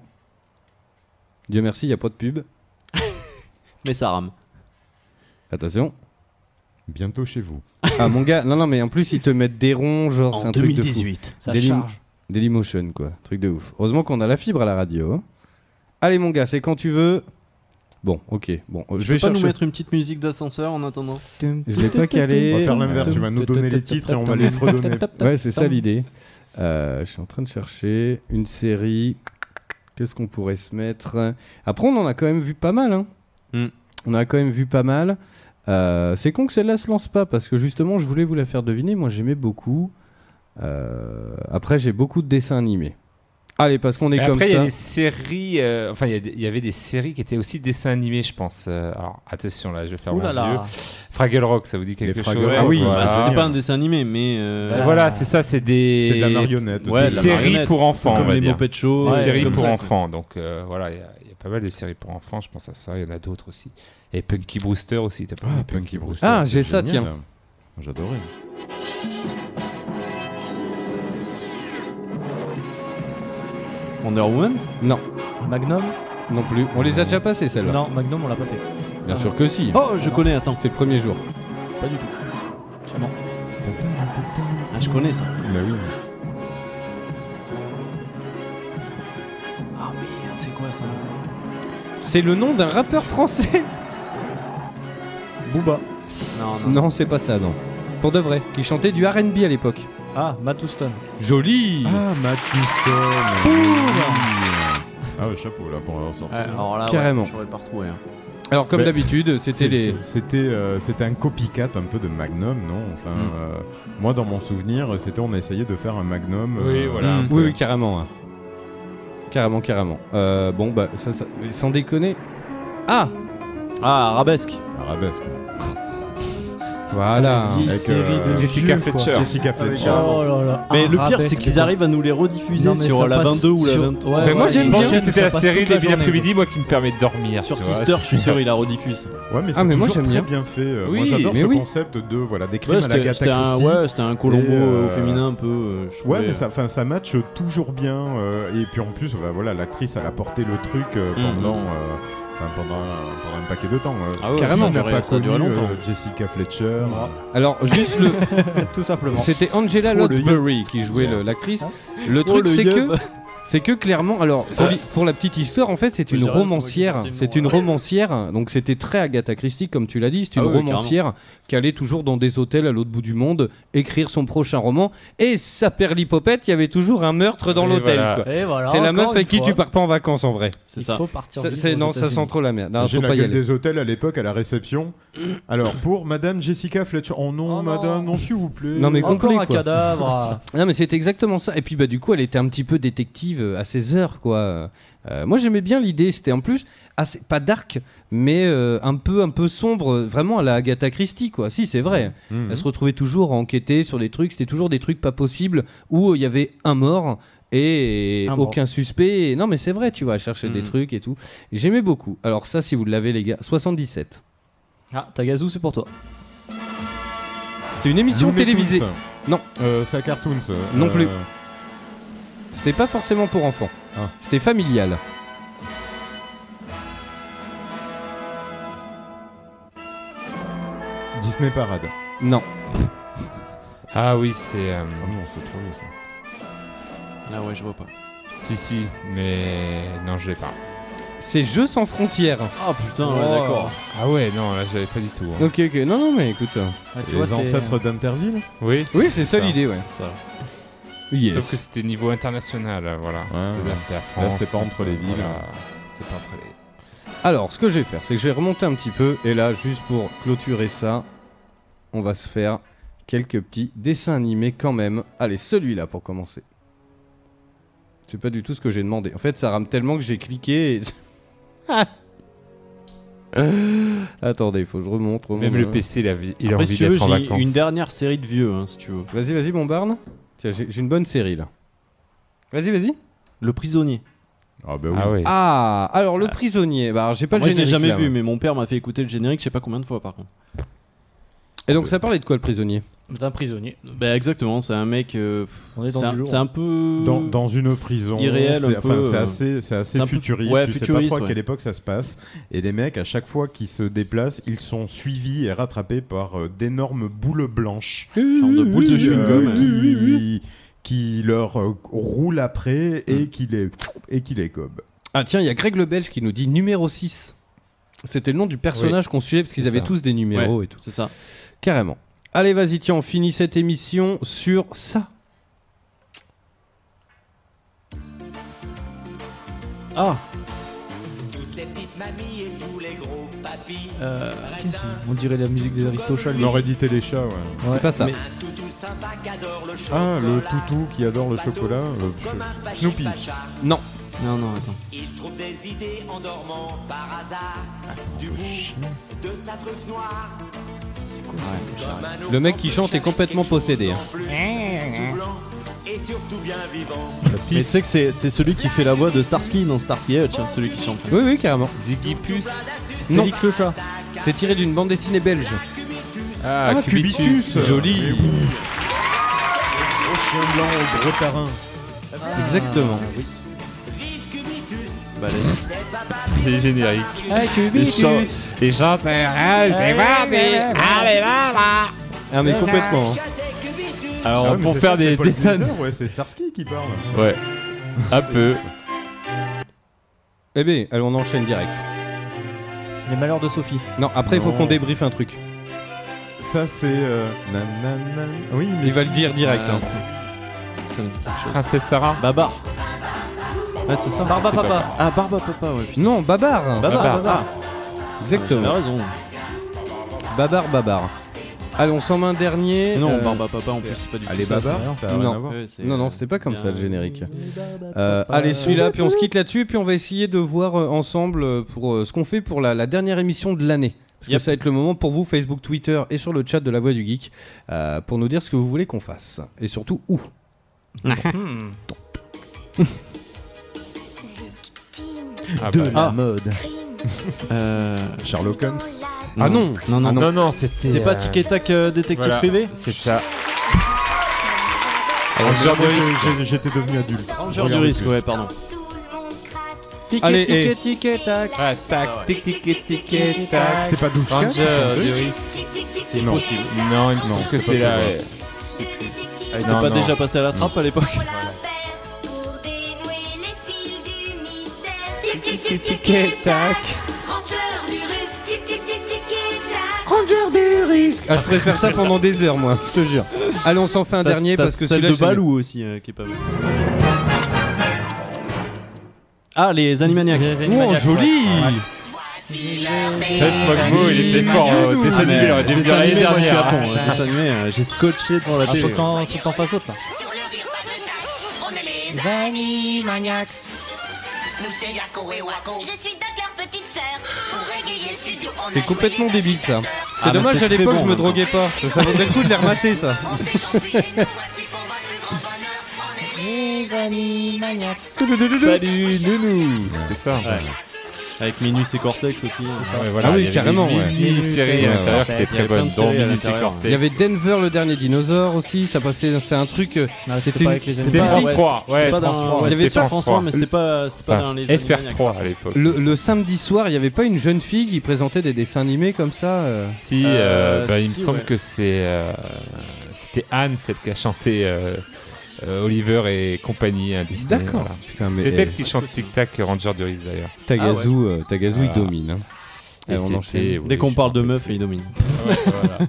Dieu merci, il n'y a pas de pub. Mais ça rame. Attention. Bientôt chez vous. Ah mon gars, non non mais en plus ils te mettent des ronds, genre En c'est un truc de deux mille dix-huit, fou. ça Daily- charge. Dailymotion quoi, truc de ouf. Heureusement qu'on a la fibre à la radio. hein. Allez mon gars, c'est quand tu veux. Bon, ok, bon, je Je vais vais pas nous chercher. mettre une petite musique d'ascenseur en attendant. Je l'ai pas calé. On va faire l'inverse, tu vas nous donner les titres et on va les fredonner. Ouais, c'est ça l'idée. Euh, je suis en train de chercher une série. Qu'est-ce qu'on pourrait se mettre? Après, on en a quand même vu pas mal. Hein. Mm. On a quand même vu pas mal. Euh, c'est con que celle-là se lance pas parce que justement, je voulais vous la faire deviner. Moi, j'aimais beaucoup. Euh, après, j'ai beaucoup de dessins animés. Allez, parce qu'on est Mais comme après, il y a ça. des séries. euh, enfin, il y a des- il y avait des séries qui étaient aussi dessins animés, je pense. Euh, alors, attention, là, je vais faire Ouh mon là là. vieux. Fraggle Rock, ça vous dit quelque Les chose? Fraggle Rock, Ah oui, ouais. voilà. Bah, c'était pas un dessin animé, mais. euh, Euh, Voilà, c'est ça, c'est des. C'était de la marionnette. Ouais, des de la séries marionnette. pour enfants, Comme on va les dire. Muppet Show. Des Ouais, séries comme pour ça, quoi. enfants. Donc euh, voilà, il y, a- il y a pas mal de séries pour enfants, je pense à ça. Il y en a d'autres aussi. Et Punky Brewster aussi, t'as pas Ah, vu Punky Brewster. Ah, c'était j'ai ça, génial. tiens. J'adorais. Wonder Woman. Non, Magnum. non plus. On les a déjà passés celles-là. Non, Magnum, on l'a pas fait. Bien sûr que si. Oh, je connais, attends. C'était le premier jour. Pas du tout. Sûrement. Ah, je connais ça. Bah oui. Ah merde, c'est quoi ça? C'est le nom d'un rappeur français. Booba. Non, non. Non, c'est pas ça, non. Pour de vrai, qui chantait du R and B à l'époque. Ah, Matt Houston. Joli. Ah, Matt Houston. Ah ouais, chapeau là pour avoir sorti. Ouais, alors là, Carrément. ouais, j'aurais pas retrouvé. hein. Alors comme Mais d'habitude, C'est- c'était les. c'est- C'était euh, c'était un copycat un peu de Magnum, non? Enfin, Mm. euh, moi dans mon souvenir, c'était on a essayé de faire un Magnum. Oui, euh, voilà. Mm, oui, oui, carrément. hein. Carrément, carrément. Euh, bon, bah, ça, ça- sans déconner. Ah, Ah, arabesque. Arabesque. voilà. Vieille Avec, série euh, de Jessica vieux, quoi. Fletcher. Jessica Fletcher. Oh là là. Mais le pire, Arabesque, c'est qu'ils quoi. arrivent à nous les rediffuser Non, mais sur ça la passe vingt-deux ou la sur- vingt-trois. Ouais, Mais moi, ouais, j'aime ils bien. enchaînent, C'était ça la passe série toute la début journée, d'après-midi, moi, qui me permet de dormir. Sur tu vois, Sister, je suis c'est- sûr, il la rediffuse. Ouais, mais c'est Ah, mais moi, toujours j'aime très bien. bien fait. Euh, Oui, moi, j'adore mais ce oui. concept de voilà des crimes Ouais, à la c'était Agatha c'était un, Christie. ouais, c'était un Colombo Et, euh, euh, féminin un peu. euh, je Ouais, trouvais, mais euh, ça, enfin, ça match toujours bien. euh, et puis en plus, bah, voilà, l'actrice, elle a porté le truc euh, Mhm. pendant, euh, enfin, pendant, un- pendant un paquet de temps. euh. Ah ouais, Carrément. ça a Qui n'a duré- pas ça a duré connu, longtemps. euh, Jessica Fletcher. Alors, juste le. Tout simplement. C'était Angela Oh, le Lansbury qui jouait le- l'actrice. Le Oh, truc, le c'est yeux. que. C'est que clairement, alors pour, li- pour la petite histoire, en fait, c'est une J'ai raison, romancière. c'est moi qui ai sorti le C'est nom, une romancière, donc c'était très Agatha Christie, comme tu l'as dit. C'est une Ah oui, romancière qui allait toujours dans des hôtels à l'autre bout du monde écrire son prochain roman. Et sa perlipopette, il y avait toujours un meurtre dans Oui, l'hôtel. voilà. quoi. Et voilà, C'est la encore meuf avec une qui fois. tu pars pas en vacances en vrai. C'est Il ça. faut partir Ça- vite c'est- aux non, ça États-Unis. sent trop la merde. Non, J'ai faut la pas y gueule aller. des hôtels à l'époque à la réception. Alors pour Madame Jessica Fletcher, oh non, Oh non. Madame, non s'il vous plaît. Non, mais complet, Encore un quoi. cadavre. Non, mais c'est exactement ça. Et puis bah du coup, elle était un petit peu détective euh, à ses heures, quoi. Euh, moi, j'aimais bien l'idée. C'était en plus assez, pas dark, mais euh, un peu, un peu sombre, euh, vraiment à la Agatha Christie, quoi. Si, c'est vrai. Mhm. Elle se retrouvait toujours à enquêter sur des trucs. C'était toujours des trucs pas possibles où il y avait un mort et Un mort. aucun suspect. Et non, mais c'est vrai, tu vois, chercher des Mhm. trucs et tout. Et j'aimais beaucoup. Alors ça, si vous l'avez, les gars, soixante-dix-sept. Ah, Tagazu, c'est pour toi. C'était une émission Looney télévisée. Tunes. Non. Euh, c'est à Cartoons. euh, Non plus. euh, C'était pas forcément pour enfants. Ah. C'était familial. Disney Parade. Non. Ah oui, c'est. Euh... Oh non, c'était trop vieux ça. Là, ouais, je vois pas. Si, si, mais non, je l'ai pas. C'est Jeux sans frontières. Ah putain, ouais, Oh. d'accord. Ah ouais, non, là, j'avais pas du tout. hein. Ok, ok. Non, non, mais écoute. euh, Ah, tu Les vois, c'est- ancêtres d'Interville. Oui. Oui, c'est ça Ça, l'idée, ouais. C'est ça. Yes. Sauf que c'était niveau international, euh, voilà. Ouais, C'était- ouais. Là, c'était la Là, France. c'était pas entre les villes. Voilà. C'était pas entre les. Alors, ce que je vais faire, c'est que je vais remonter un petit peu. Et là, juste pour clôturer ça, on va se faire quelques petits dessins animés quand même. Allez, celui-là pour commencer. C'est pas du tout ce que j'ai demandé. En fait, ça rame tellement que j'ai cliqué et... Attendez, il faut que je remonte. remonte Même le hein. P C, il a, il a Après, envie si tu veux, d'être en j'ai vacances. une dernière série de vieux, hein, si tu veux. Vas-y, vas-y, Bombarde. Tiens, j'ai j'ai une bonne série là. Vas-y, vas-y. Le prisonnier. Ah bah oui. Ah oui. Ah, alors le prisonnier. Bah, alors, j'ai pas Moi, le je l'ai générique. jamais là, vu, moi. mais mon père m'a fait écouter le générique, je sais pas combien de fois par contre. Et donc, ça parlait de quoi le prisonnier? D'un prisonnier. Bah exactement, c'est un mec. euh, On est dans c'est du un, lourd. c'est un peu Dans, dans une prison, irréel, c'est un enfin, peu, c'est euh, assez, c'est assez c'est un peu- futuriste. ouais, tu futuriste, sais pas trop à ouais. quelle époque ça se passe. Et les mecs, à chaque fois qu'ils se déplacent, ils sont suivis et rattrapés par euh, d'énormes boules blanches, genre de boule de qui, euh, chewing-gum. qui, qui leur euh, roulent après et qui les et qui les gobent. Ah tiens, il y a Greg le Belge qui nous dit numéro six. C'était le nom du personnage Oui, qu'on suivait parce qu'ils c'est avaient ça. tous des numéros Ouais, et tout. c'est ça. Carrément. Allez, vas-y, tiens, on finit cette émission sur ça. Ah Toutes les petites mamies et tous les gros papis. Euh, qu'est-ce que- On dirait la musique des Aristochats. On aurait dit Téléchat, ouais. C'est pas ça. Un toutou sympa qui adore le chocolat. Ah, le toutou qui adore le chocolat. euh, Comme un je- pachy Snoopy. pacha. Non. Non, non, attends. Il trouve des idées en dormant par hasard. Du bout de sa truffe noire. Comme un Le mec ours qui chante est complètement possédé. hein. en plus, tout blanc et surtout bien vivant. Mais tu sais que c'est, c'est celui qui fait la voix de Starsky dans Starsky Hutch, hein, celui qui chante. Oui, oui, carrément. Ziggy Puce. Non. Félix le chat. C'est tiré d'une bande dessinée belge. Ah, Ah, Cubitus. Cubitus. Joli. Mais oui. Gros chien blanc au gros tarin. Exactement. oui. Balèze. C'est générique. Ah, Les Cubitus. chants. Les chanteurs. Ah, c'est parti. Allez là là. Ah, mais complètement. hein. Alors, Ah ouais, mais pour c'est faire ça, des c'est Paul dessins. Glaser, ouais, c'est Starsky qui parle. Ouais. Un peu. Eh bien, allez, on enchaîne direct. Les malheurs de Sophie. Non, après, il faut Non. qu'on débriefe un truc. Ça, c'est. Euh... nan, nan, nan. Oui, mais. Il va si. le dire direct. Ah, hein. Ça me dit quelque chose. Princesse Sarah. Babar. Ouais, c'est ça. Barba c'est Papa. pas- Ah, Barba Papa, ouais. putain. Non, Babar. Babar, Babar. Babar. Exactement. T'avais raison. Babar, Babar. Allez, on s'en met un dernier. Non, euh, Barba Papa en plus, c'est pas du tout Allez, ça. Babar, c'est- ça a rien non. à voir. Ouais, c'est- Non, non, c'était pas comme bien- ça le générique. Euh, allez, celui-là, puis on se quitte là-dessus, puis on va essayer de voir euh, ensemble euh, pour euh, ce qu'on fait pour la, la dernière émission de l'année. Parce Yep. que ça va être le moment pour vous, Facebook, Twitter et sur le chat de La Voix du Geek, euh, pour nous dire ce que vous voulez qu'on fasse. Et surtout, où. Hmm. Ah, De bah, la Ah. mode. Euh, Sherlock Holmes. Ah non. Non, non, Ah non, non, c'était. C'est pas euh, Tic et Tac euh, détective voilà, privé C'est ça. Alors, Ranger moi, du j'ai- risque. j'ai- j'étais devenu adulte. Ranger du Regardez risque, plus. ouais, pardon. Allez, Ticket, et- ticket, ticket, tac. Ah, tac, tic, tic, tic, tic, tic, tac. C'était pas Douchka qui Ranger chantait du risque. C'est Non. possible. Non, il me semble que c'est c'est pas là. ça, ouais. Elle était Non, pas non. déjà passée à la trappe à l'époque. Ah, je préfère ça pendant des heures, moi, je te jure. Allez, on s'en fait un T'as- dernier t'as parce que celle celui-là. de je l'ai- Balou aussi euh, qui est pas mal. Ah, les Animaniacs. Les Oh, Animaniacs, joli ouais. Cette Mogmo, il était fort. euh, Dessin animé, il aurait dû le dire Dessin l'année animé, moi, je suis à dernière. fond, ouais. Dessin animé, euh, j'ai scotché devant la Ah, télé. faut que t'en- faut que t'en fasses d'autres là. Les Animaniacs. Nous c'est Yako et Wako. Je suis donc leur petite sœur. Pour égayer le studio, on a C'est complètement débile ça. C'est Ah, mais dommage c'était à l'époque très je bon, me hein. droguais pas. Ça, ça vaudrait le coup de les remater ça. Les Animaniacs. Salut, nounou. C'était ça. Ouais. Avec Minus et Cortex aussi. ça. Ouais, voilà, ah il y oui, avait carrément. des ouais. mini-séries à l'intérieur qui étaient très bonnes, dont Minus et Cortex. Il y avait Denver, le dernier dinosaure aussi. Ça passait, c'était un truc. euh, Non, c'était pas avec les C'était animaux. France trois, ouais, C'était pas France dans- trois. ouais, Il y avait c'était sur ça, France trois, mais c'était pas, c'était pas Enfin, dans les F R trois Animaniacs. à l'époque. Le, le samedi soir, il n'y avait pas une jeune fille qui présentait des dessins animés comme ça euh Si, Euh, euh, bah, il me si, semble ouais. que c'est euh, c'était Anne, celle qui a chanté euh, euh, Oliver et compagnie, un Disney. D'accord. Voilà. Putain, C'est mais, peut-être eh, elle qui chante Tic Tac Ranger du Riz d'ailleurs. Tagazu, euh, Tagazu il Voilà. domine. hein. Et Allez, on c'était- enchaîne. oui, Dès qu'on je parle me de rappelle meuf, plus. il domine. Ouais, voilà.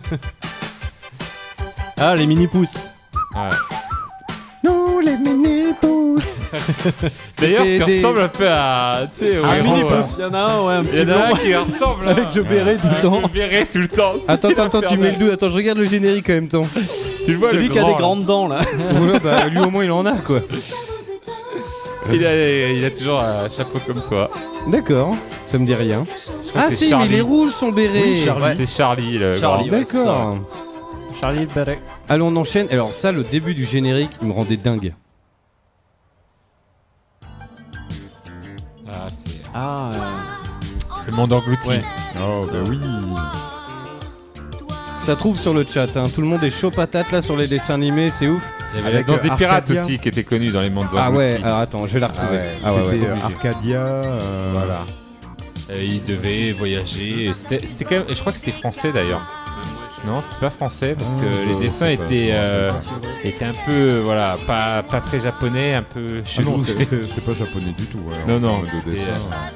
Ah, les mini-pousses. Ouais. Nous les mini-pouces. D'ailleurs, C'était tu des- ressembles un peu à. Tu sais, au Un héros, mini-pouce. euh, Il y en a un, ouais, un Il petit y en a un blond. qui ressemble. Avec le béret tout le temps. Le béret tout le temps. Attends, attends, attends, tu mets le doute. Attends, je regarde le générique en même temps. Tu le vois, Celui le qui a grand, des là. grandes dents, là. Ouais, bah, lui au moins il en a quoi. Il a, il a toujours un chapeau comme toi. D'accord, ça me dit rien. Je crois Ah que c'est si, mais Charlie. il est rouge son béret. Oui, Charlie. C'est Charlie, le Charlie, grand. ouais, c'est ça, D'accord. Charlie le béret. Allez, on enchaîne. Alors ça, le début du générique, il me rendait dingue. Ah, c'est Ah, euh, le monde englouti. Ouais. Oh, bah oui. Ça trouve sur le chat, hein. Tout le monde est chaud patate là sur les dessins animés, c'est ouf. Il y avait Avec, la danse des euh, pirates Arcadia. aussi qui était connue dans les mondes engloutis. Ah ouais, alors attends, je vais la retrouver. Ah ouais, ouais, C'était euh, obligé. Arcadia. euh, Voilà. Euh, il devait voyager. et C'était, c'était quand même. et Je crois que c'était français d'ailleurs. Non, c'était pas français parce que Ah, les je dessins sais pas, étaient, je euh, me rappelle étaient un peu, voilà, pas, pas très japonais, un peu Ah chelou. non, c'était c'était pas japonais du tout. ouais, Non, en non, termes de c'était, dessin.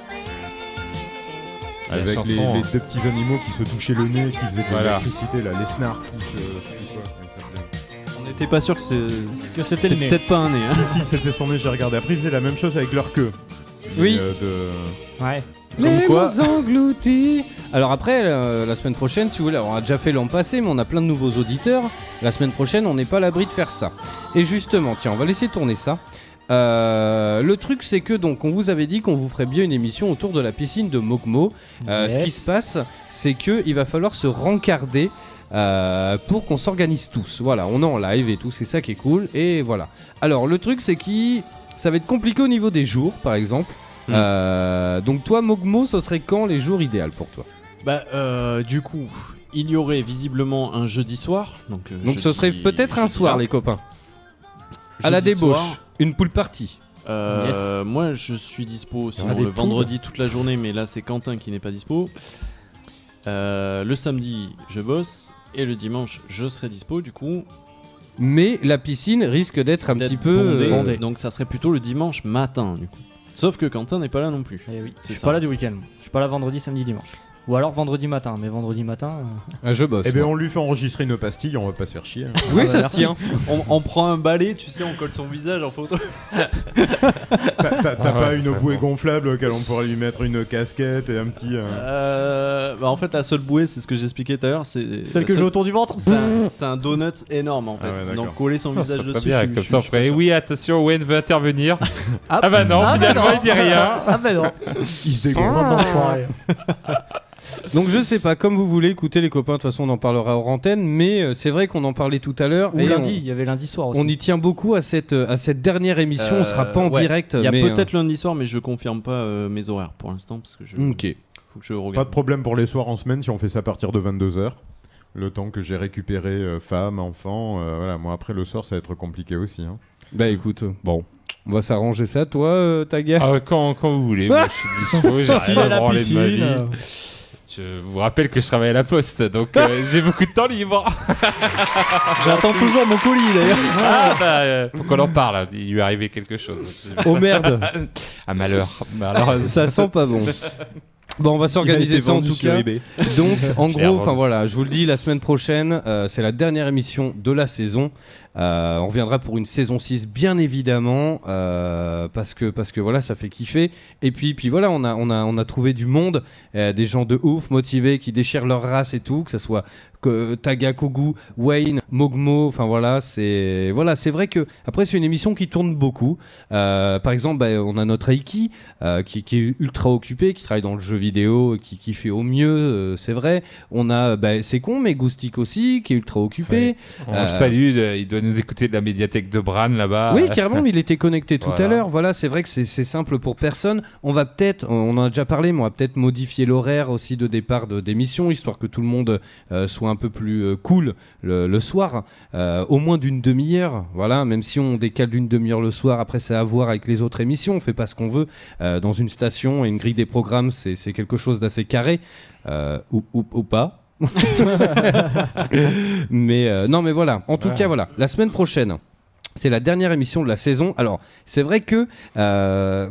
La Avec les, chanson, les hein. deux petits animaux qui se touchaient le nez, qui faisaient de Voilà. l'électricité, là, les snarks. ou je- je sais pas comment ils s'appelaient. on n'était pas sûr que, c'est- Que c'était le nez. peut-être pas un nez. Hein. Si, si, c'était son nez, j'ai regardé. Après, ils faisaient la même chose avec leur queue. Oui. Mais, euh, Ouais. Comme Les quoi- mondes engloutis. Alors après, euh, la semaine prochaine, si vous voulez, alors on a déjà fait l'an passé, mais on a plein de nouveaux auditeurs. La semaine prochaine, on n'est pas à l'abri de faire ça. Et justement, tiens, on va laisser tourner ça. Euh, le truc, c'est que donc, on vous avait dit qu'on vous ferait bien une émission autour de la piscine de Mogmo. Euh, Ce qui Yes. se passe, c'est que il va falloir se rencarder. euh, pour qu'on s'organise tous. Voilà, on est en live et tout, c'est ça qui est cool. Et voilà. Alors, le truc, c'est que ça va être compliqué au niveau des jours, par exemple. Mm. Euh, donc, toi, Mogmo, ce serait quand les jours idéaux pour toi? Bah, euh, du coup, il y aurait visiblement un jeudi soir. Donc, euh, Donc, ce jeudi- serait peut-être un jeudi soir, là. les copains. À la Jeudi débauche, soir. une pool party. Euh, Moi, je suis dispo sinon des le poules. vendredi toute la journée, mais là, c'est Quentin qui n'est pas dispo. Euh, le samedi, je bosse. Et le dimanche, je serai dispo, du coup. Mais la piscine risque d'être un d'être petit peu bondé. euh, bondé. Donc, ça serait plutôt le dimanche matin, du coup. Sauf que Quentin n'est pas là non plus. Eh oui. C'est Je suis ça. pas là du week-end. Je suis pas là vendredi, samedi, dimanche. Ou alors vendredi matin. Mais vendredi matin. euh, Ah, je bosse. Eh ben, moi. on lui fait enregistrer une pastille, on va pas se faire chier. hein. Oui, Ah, ça bah, se tient. On, on prend un balai, tu sais, on colle son visage en photo. T'as t'as- t'as Ah pas ouais, une c'est bouée bon. gonflable auquel on pourrait lui mettre une casquette et un petit. euh, Euh, bah en fait, la seule bouée, c'est ce que j'expliquais tout à l'heure. C'est Celle la que j'ai seule- autour du ventre. C'est un, c'est un donut énorme en fait. Ah ouais, d'accord. Donc coller son Ah, visage ça serait dessus. bien, je suis- comme je ça on suis pas ferait sûr. oui, attention, Wayne veut intervenir. Ah, Ah bah non, ah, bah finalement non. il dit rien. Ah bah non. Il se dégonfle. Donc je sais pas, comme vous voulez, écoutez les copains, de toute façon on en parlera hors antenne, mais euh, c'est vrai qu'on en parlait tout à l'heure. Ou et lundi. on- Il y avait lundi soir aussi. On, y tient beaucoup à cette, à cette dernière émission, on sera pas en Euh, ouais. direct. Il y a mais, peut-être lundi soir, mais je confirme pas euh, mes horaires pour l'instant parce que je. euh, Ok. Faut que je Pas regarde. de problème pour les soirs en semaine si on fait ça à partir de vingt-deux heures. Le temps que j'ai récupéré euh, femme, enfant. euh, voilà, moi après le soir ça va être compliqué aussi. hein. Bah écoute, euh, bon, on va s'arranger ça, toi, euh, Taga. Ah ouais, quand, quand vous voulez, moi je suis dispo, j'ai Si, rien à à la branler de ma piscine, vie. euh. Je vous rappelle que je travaille à la poste, donc euh, j'ai beaucoup de temps libre. J'attends toujours mon colis d'ailleurs. Ah bah, euh, faut qu'on en parle, hein. Il lui est arrivé quelque chose. Oh merde. Un malheur. malheur. Ça sent pas bon. Bon, on va s'organiser ça en tout cas. Donc, en Clairement. gros, enfin voilà, je vous le dis, la semaine prochaine, euh, c'est la dernière émission de la saison. Euh, on reviendra pour une saison six, bien évidemment, euh, parce que parce que voilà, ça fait kiffer. Et puis puis voilà, on a on a on a trouvé du monde, euh, des gens de ouf, motivés, qui déchirent leur race et tout, que ça soit que Taga, Kogu, Wayne, Mogmo, enfin voilà, c'est voilà, c'est vrai que après c'est une émission qui tourne beaucoup. Euh, par exemple, bah, on a notre Aiki euh, qui, qui est ultra occupé, qui travaille dans le jeu vidéo, qui, qui fait au mieux, euh, c'est vrai. On a, bah, c'est con, mais Goustic aussi, qui est ultra occupé. Ouais. On Euh, le salue, de- il doit nous écouter de la médiathèque de Bran là-bas. Oui, carrément, il était connecté tout Voilà. à l'heure. Voilà, c'est vrai que c'est c'est simple pour personne. On va peut-être, on en a déjà parlé, mais on va peut-être modifier l'horaire aussi de départ de- d'émission, histoire que tout le monde euh, soit un peu plus euh, cool le, le soir, euh, au moins d'une demi-heure. Voilà, même si on décale d'une demi-heure le soir, après c'est à voir avec les autres émissions. On fait pas ce qu'on veut. Euh, dans une station et une grille des programmes, c'est c'est quelque chose d'assez carré, euh, ou, ou, ou pas. mais euh, non, mais voilà. En tout Ouais. cas, voilà. La semaine prochaine, c'est la dernière émission de la saison. Alors, c'est vrai que euh,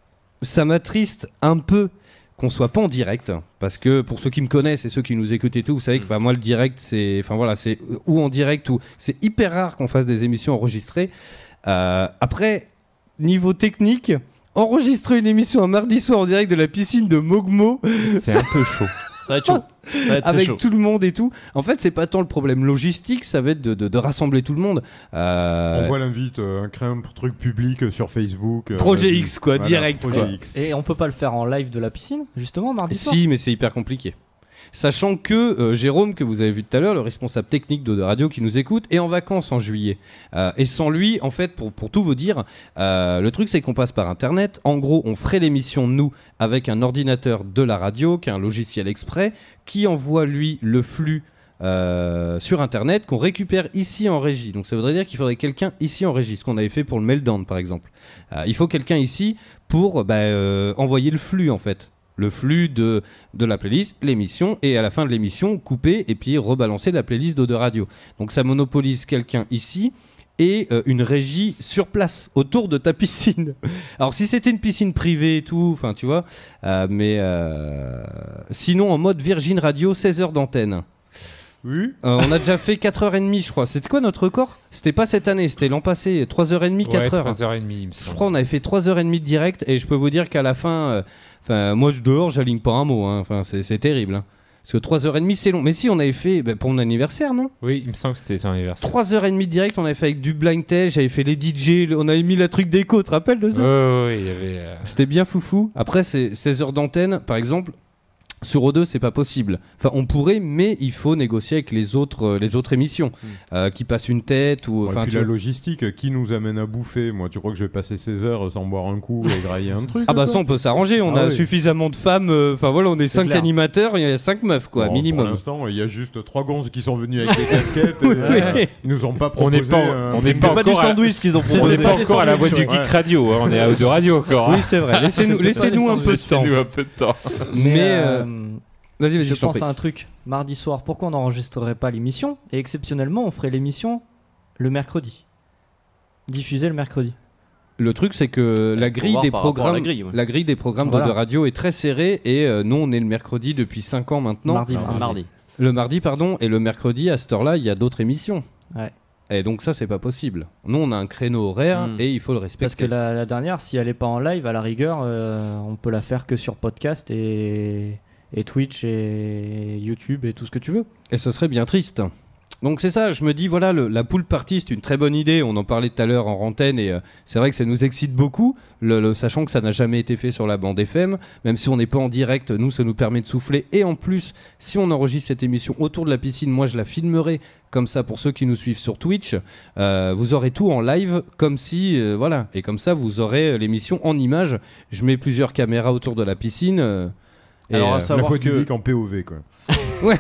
ça m'attriste un peu qu'on soit pas en direct, parce que pour ceux qui me connaissent et ceux qui nous écoutent et tout, vous savez que bah, moi le direct, c'est, enfin voilà, c'est ou en direct ou c'est hyper rare qu'on fasse des émissions enregistrées. Euh, après, niveau technique, enregistrer une émission un mardi soir en direct de la piscine de Mogmo, c'est un peu chaud. Ça va être chaud. Ça va être très avec chaud. tout le monde et tout. En fait, c'est pas tant le problème logistique, ça va être de, de- de rassembler tout le monde. Euh, On voit l'invite, euh, créer un truc public euh, sur Facebook. euh, Projet vas-y. X, quoi, Voilà, direct, Projet quoi. X. Et on peut pas le faire en live de la piscine, justement, mardi soir. Si, mais c'est hyper compliqué. Sachant que euh, Jérôme, que vous avez vu tout à l'heure, le responsable technique de Radio qui nous écoute, est en vacances en juillet. Euh, et sans lui, en fait, pour, pour tout vous dire, euh, le truc c'est qu'on passe par Internet. En gros, on ferait l'émission, nous, avec un ordinateur de la radio, qui est un logiciel exprès, qui envoie, lui, le flux euh, sur Internet, qu'on récupère ici en régie. Donc ça voudrait dire qu'il faudrait quelqu'un ici en régie, ce qu'on avait fait pour le Meltdown, par exemple. Euh, il faut quelqu'un ici pour bah, euh, envoyer le flux, en fait. Le flux de, de la playlist, l'émission, et à la fin de l'émission, couper et puis rebalancer la playlist d'Eau de Radio. Donc ça monopolise quelqu'un ici et euh, une régie sur place, autour de ta piscine. Alors si c'était une piscine privée et tout, enfin tu vois, euh, mais euh, sinon en mode Virgin Radio, seize heures d'antenne. Oui. Euh, on a déjà fait quatre heures trente, je crois. C'était quoi notre record? C'était pas cette année, c'était l'an passé, trois heures trente, quatre heures. trois heures trente, il me Je semble. crois qu'on avait fait trois heures trente de direct et je peux vous dire qu'à la fin, euh, enfin moi je- dehors j'aligne pas un mot, hein. Enfin c'est c'est terrible. Hein. Parce que trois heures trente c'est long. Mais si on avait fait bah, pour mon anniversaire, non? Oui, il me semble que c'était ton anniversaire. trois heures trente de direct, on avait fait avec du blind test, j'avais fait les D J, le- on avait mis la truc d'écho, tu te rappelles de ça? Ouais, ouais, ouais, il y avait. euh, C'était bien foufou. Après, c'est seize heures d'antenne, par exemple. Sur O deux, c'est pas possible. Enfin, on pourrait, mais il faut négocier avec les autres, euh, les autres émissions euh, qui passent une tête ou. Ouais, Enfin, puis tu la vois. logistique, euh, qui nous amène à bouffer? Moi, tu crois que je vais passer seize heures sans boire un coup et grailler un truc? Ah bah quoi ça on peut s'arranger, on Ah a oui. suffisamment de femmes, euh, enfin voilà on est cinq clair. animateurs, il y a cinq meufs quoi, Bon, minimum. Pour l'instant, il y a juste trois gonzes qui sont venus avec des casquettes. Oui, et, euh, oui. Ils nous ont pas On proposé. n'est pas, un- on n'est pas, pas du encore à- sandwich qu'ils ont On proposé. n'est pas Des encore à la voix sandwichs, du ouais. Geek Radio, hein, on est à de Radio encore. hein. Oui c'est vrai, laissez-nous laissez-nous un peu de temps. Laissez-nous un peu de temps. Mais euh, euh, vas-y vas-y je je t'en pense prie. à un truc. Mardi soir, pourquoi on n'enregistrerait pas l'émission et exceptionnellement on ferait l'émission le mercredi, diffusée le mercredi. Le truc c'est que la faut grille voir des par rapport à programmes, la grille, ouais. la grille des programmes Voilà. de, de radio est très serrée et euh, nous on est le mercredi depuis cinq ans maintenant. Mardi, Mardi. Mardi. Le mardi pardon et le mercredi à cette heure-là il y a d'autres émissions. Ouais. Et donc ça c'est pas possible. Nous on a un créneau horaire Mm. et il faut le respecter. Parce que la, la dernière, si elle est pas en live, à la rigueur, euh, on peut la faire que sur podcast et, et Twitch et YouTube et tout ce que tu veux. Et ce serait bien triste. Donc c'est ça, je me dis, voilà, le- la pool party, c'est une très bonne idée. On en parlait tout à l'heure en antenne et euh, c'est vrai que ça nous excite beaucoup, le, le- sachant que ça n'a jamais été fait sur la bande F M. Même si on n'est pas en direct, nous, ça nous permet de souffler. Et en plus, si on enregistre cette émission autour de la piscine, moi, je la filmerai comme ça pour ceux qui nous suivent sur Twitch. Euh, vous aurez tout en live, comme si, euh, voilà. Et comme ça, vous aurez l'émission en image. Je mets plusieurs caméras autour de la piscine. euh, et, Alors, à euh, savoir La fois que- publique en P O V, quoi. Ouais.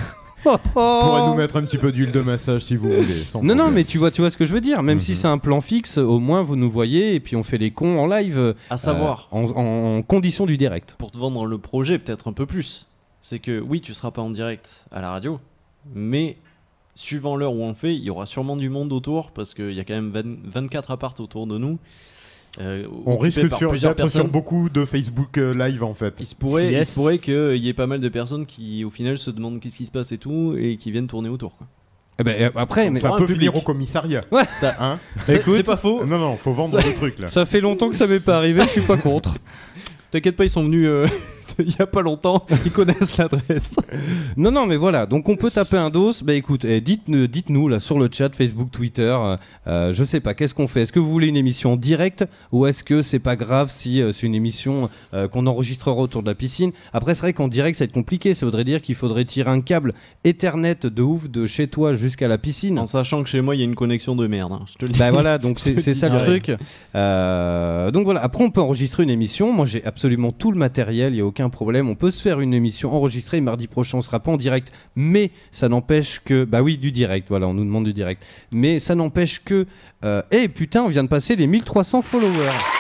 On pourrait nous mettre un petit peu d'huile de massage si vous voulez. sans Non, non, problème. mais tu vois, tu vois ce que je veux dire. Même Mhm. si c'est un plan fixe, au moins vous nous voyez et puis on fait les cons en live. euh, À savoir. euh, en, en condition du direct. Pour te vendre le projet peut-être un peu plus, c'est que oui, tu seras pas en direct à la radio, mais suivant l'heure où on le fait, il y aura sûrement du monde autour parce qu'il y a quand même vingt vingt-quatre apparts autour de nous. euh, On occupés risque par sur- plusieurs d'être sur personnes. beaucoup de Facebook euh, live en fait. Il se pourrait, Yes. il se pourrait qu'il y ait pas mal de personnes qui au final se demandent qu'est-ce qui se passe et tout et qui viennent tourner autour. Quoi. Eh ben, euh, après, mais Ça un peut public. finir au commissariat. Ouais. Hein C'est Écoute, c'est pas faux. Non, non, faut vendre Ça- le truc là. ça fait longtemps que ça m'est pas arrivé, je suis pas contre. T'inquiète pas, ils sont venus. euh, il y a pas longtemps, ils connaissent l'adresse. Non, non, mais voilà. Donc on peut taper un dos. Bah écoute, eh, dites-nous, dites-nous là sur le chat, Facebook, Twitter. Euh, euh, je sais pas. Qu'est-ce qu'on fait? Est-ce que vous voulez une émission en direct ou est-ce que c'est pas grave si euh, c'est une émission euh, qu'on enregistrera autour de la piscine? Après, c'est vrai qu'en direct, ça va être compliqué. Ça voudrait dire qu'il faudrait tirer un câble Ethernet de ouf de chez toi jusqu'à la piscine. En sachant que chez moi, il y a une connexion de merde. Hein. Je te le dis. Bah voilà. Donc c'est, c'est ça le direct. truc. Euh, donc voilà. Après, on peut enregistrer une émission. Moi, j'ai absolument tout le matériel. Il y a aucun problème. On peut se faire une émission enregistrée. Mardi prochain, on sera pas en direct, mais ça n'empêche que, bah oui, du direct. Voilà, on nous demande du direct. Mais ça n'empêche que, euh, eh putain, on vient de passer les mille trois cents followers.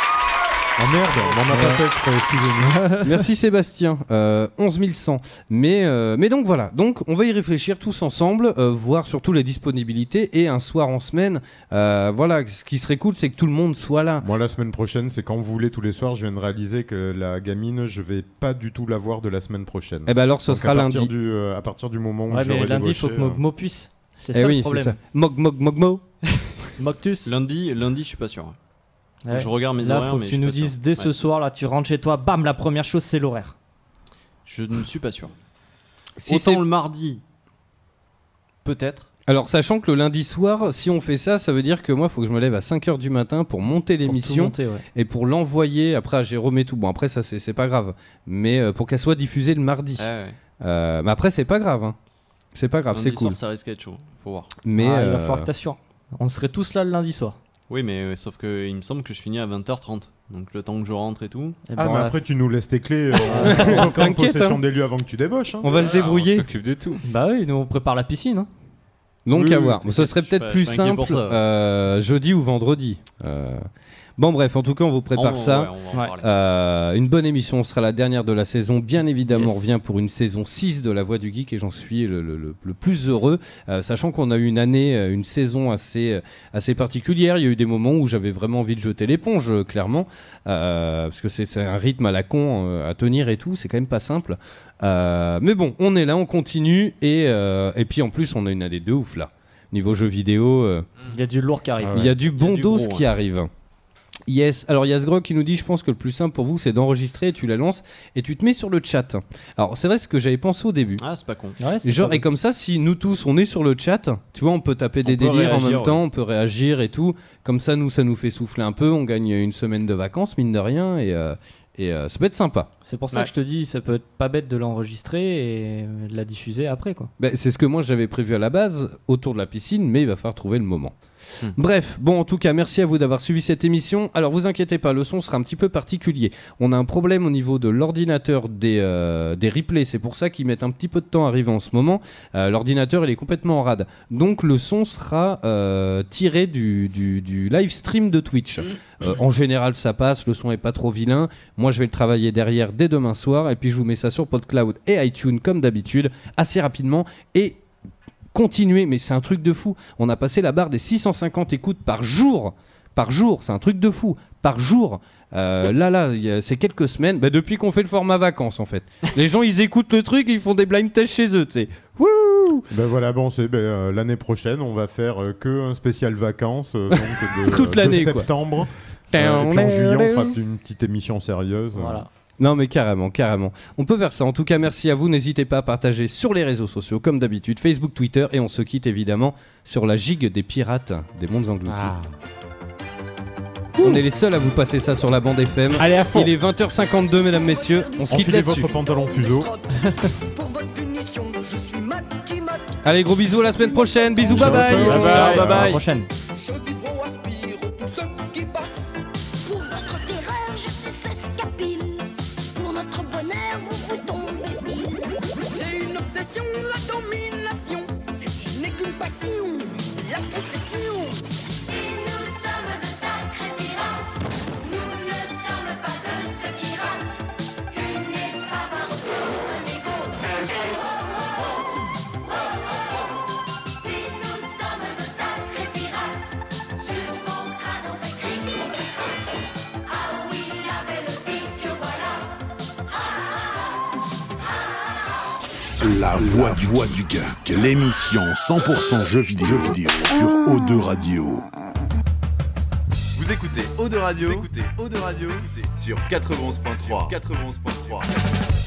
Oh merde, on en a pas fait exprès, excusez-moi. Merci Sébastien, euh, onze mille cent. Mais, euh, mais donc voilà, donc on va y réfléchir tous ensemble, euh, voir surtout les disponibilités et un soir en semaine. Euh, voilà, ce qui serait cool, c'est que tout le monde soit là. Moi, la semaine prochaine, c'est quand vous voulez tous les soirs. Je viens de réaliser que la gamine, je vais pas du tout la voir de la semaine prochaine. Eh ben alors, ce Donc, sera à partir lundi. Du, euh, à partir du moment où Ouais, j'aurai mais lundi, il débauché, faut que euh, Mogmo puisse. C'est Eh ça oui, le problème. c'est ça. Mog, mog, mogmo. Moctus. Lundi, lundi, je suis pas sûr. Faut Ouais. que je regarde mes Là, horaires, faut mais que je tu suis nous pas sûr. dises dès ce Ouais. soir, là, tu rentres chez toi, bam, la première chose, c'est l'horaire. Je ne suis pas sûr. Si Autant c'est- le mardi, peut-être. Alors, sachant que le lundi soir, si on fait ça, ça veut dire que moi, il faut que je me lève à cinq heures du matin pour monter l'émission monter, ouais. et pour l'envoyer après à Jérôme et tout. Bon, après, ça, c'est, c'est pas grave. Mais euh, pour qu'elle soit diffusée le mardi. Ouais, ouais. Euh, mais après, c'est pas grave. Hein. C'est pas grave, Lundi c'est cool. soir, ça risque d'être chaud. Faut voir. Mais Ah, il va euh, falloir que t'assures. On serait tous là le lundi soir. Oui, mais euh, sauf que il me semble que je finis à vingt heures trente. Donc le temps que je rentre et tout. Et Ah, bon, mais là- après, tu nous laisses tes clés euh, en en T'inquiète, possession hein. des lieux avant que tu débauches. Hein. on va se On débrouiller. s'occupe de tout. Bah oui, nous on prépare la piscine. Hein. Donc Oui, à oui, voir. t'inquiète, Ce serait je suis peut-être pas- plus je suis inquiet simple pour ça. euh, jeudi ou vendredi. Euh, Bon bref, en tout cas on vous prépare On- ça. ouais, on va en parler. Euh, une bonne émission sera la dernière de la saison. Bien évidemment, Yes. on revient pour une saison six de La Voix du Geek et j'en suis le, le- le- le plus heureux. Euh, sachant qu'on a eu une année, euh, une saison assez, euh, assez particulière. Il y a eu des moments où j'avais vraiment envie de jeter l'éponge, euh, clairement. Euh, parce que c'est c'est un rythme à la con euh, à tenir et tout. C'est quand même pas simple. Euh, mais bon, on est là, on continue. Et, euh, et puis en plus, on a une année de ouf là. Niveau jeux vidéo, euh, Il y a du lourd qui arrive. il y a du bon du dos gros, qui hein. arrive. Yes, alors il y a Sgrog qui nous dit, je pense que le plus simple pour vous c'est d'enregistrer, tu la lances et tu te mets sur le chat. Alors c'est vrai ce que j'avais pensé au début. Ah, c'est pas con. Ouais, c'est Genre pas et comme ça si nous tous on est sur le chat, tu vois on peut taper des On peut délires en réagir, même temps, ouais. on peut réagir et tout. Comme ça nous ça nous fait souffler un peu, on gagne une semaine de vacances mine de rien et, euh, et euh, ça peut être sympa. C'est pour ça Ouais. que je te dis, ça peut être pas bête de l'enregistrer et de la diffuser après quoi. Ben, c'est ce que moi j'avais prévu à la base autour de la piscine mais il va falloir trouver le moment. Hmm. Bref, bon en tout cas merci à vous d'avoir suivi cette émission. Alors vous inquiétez pas, le son sera un petit peu particulier. On a un problème au niveau de l'ordinateur des, euh, des replays, c'est pour ça qu'ils mettent un petit peu de temps à arriver en ce moment. Euh, l'ordinateur il est complètement en rade. Donc le son sera euh, tiré du, du, du live stream de Twitch. Euh, en général ça passe, le son est pas trop vilain. Moi je vais le travailler derrière dès demain soir et puis je vous mets ça sur PodCloud et iTunes comme d'habitude assez rapidement et continuer, mais c'est un truc de fou. On a passé la barre des six cent cinquante écoutes par jour. Par jour, c'est un truc de fou. Par jour. Euh, là, là, y a- c'est quelques semaines. Bah, depuis qu'on fait le format vacances, en fait. Les gens, ils écoutent le truc, ils font des blind tests chez eux, tu sais. Wouh. Ben voilà, bon, c'est ben, euh, l'année prochaine, on va faire euh, que un spécial vacances, euh, donc de, Toute de l'année, quoi. septembre. Euh, et puis en juillet, on fera une petite émission sérieuse. Voilà. Non mais carrément, carrément. On peut faire ça. En tout cas, merci à vous. N'hésitez pas à partager sur les réseaux sociaux, comme d'habitude, Facebook, Twitter. Et on se quitte évidemment sur la gigue des pirates des mondes engloutis. Ah. On est les seuls à vous passer ça sur la bande F M. Allez à fond. Il est vingt heures cinquante-deux, mesdames, messieurs. On se quitte Enfilez là-dessus. votre pantalon fuseau. Allez, gros bisous à la semaine prochaine. Bisous, bye bye. Bye bye. Ciao, À la prochaine. Pour votre terreur, je suis escapile. Pour notre bonheur, vous vous tombez pile. J'ai une obsession, la domination. Je n'ai qu'une passion, la possession. Si nous sommes de sacrés pirates, nous ne sommes pas de ceux qui ratent. Une épave, un ressort, un égo. Si nous sommes de sacrés pirates, sur vos crânes on fait cric, on fait crac. Ah oui, la belle figure, voilà. La voix du, voix du geek, l'émission cent pour cent jeux vidéo, jeux vidéo sur O deux Radio. Vous écoutez O deux Radio, vous écoutez O deux Radio sur quatre-vingt-onze point trois. quatre-vingt-onze point trois.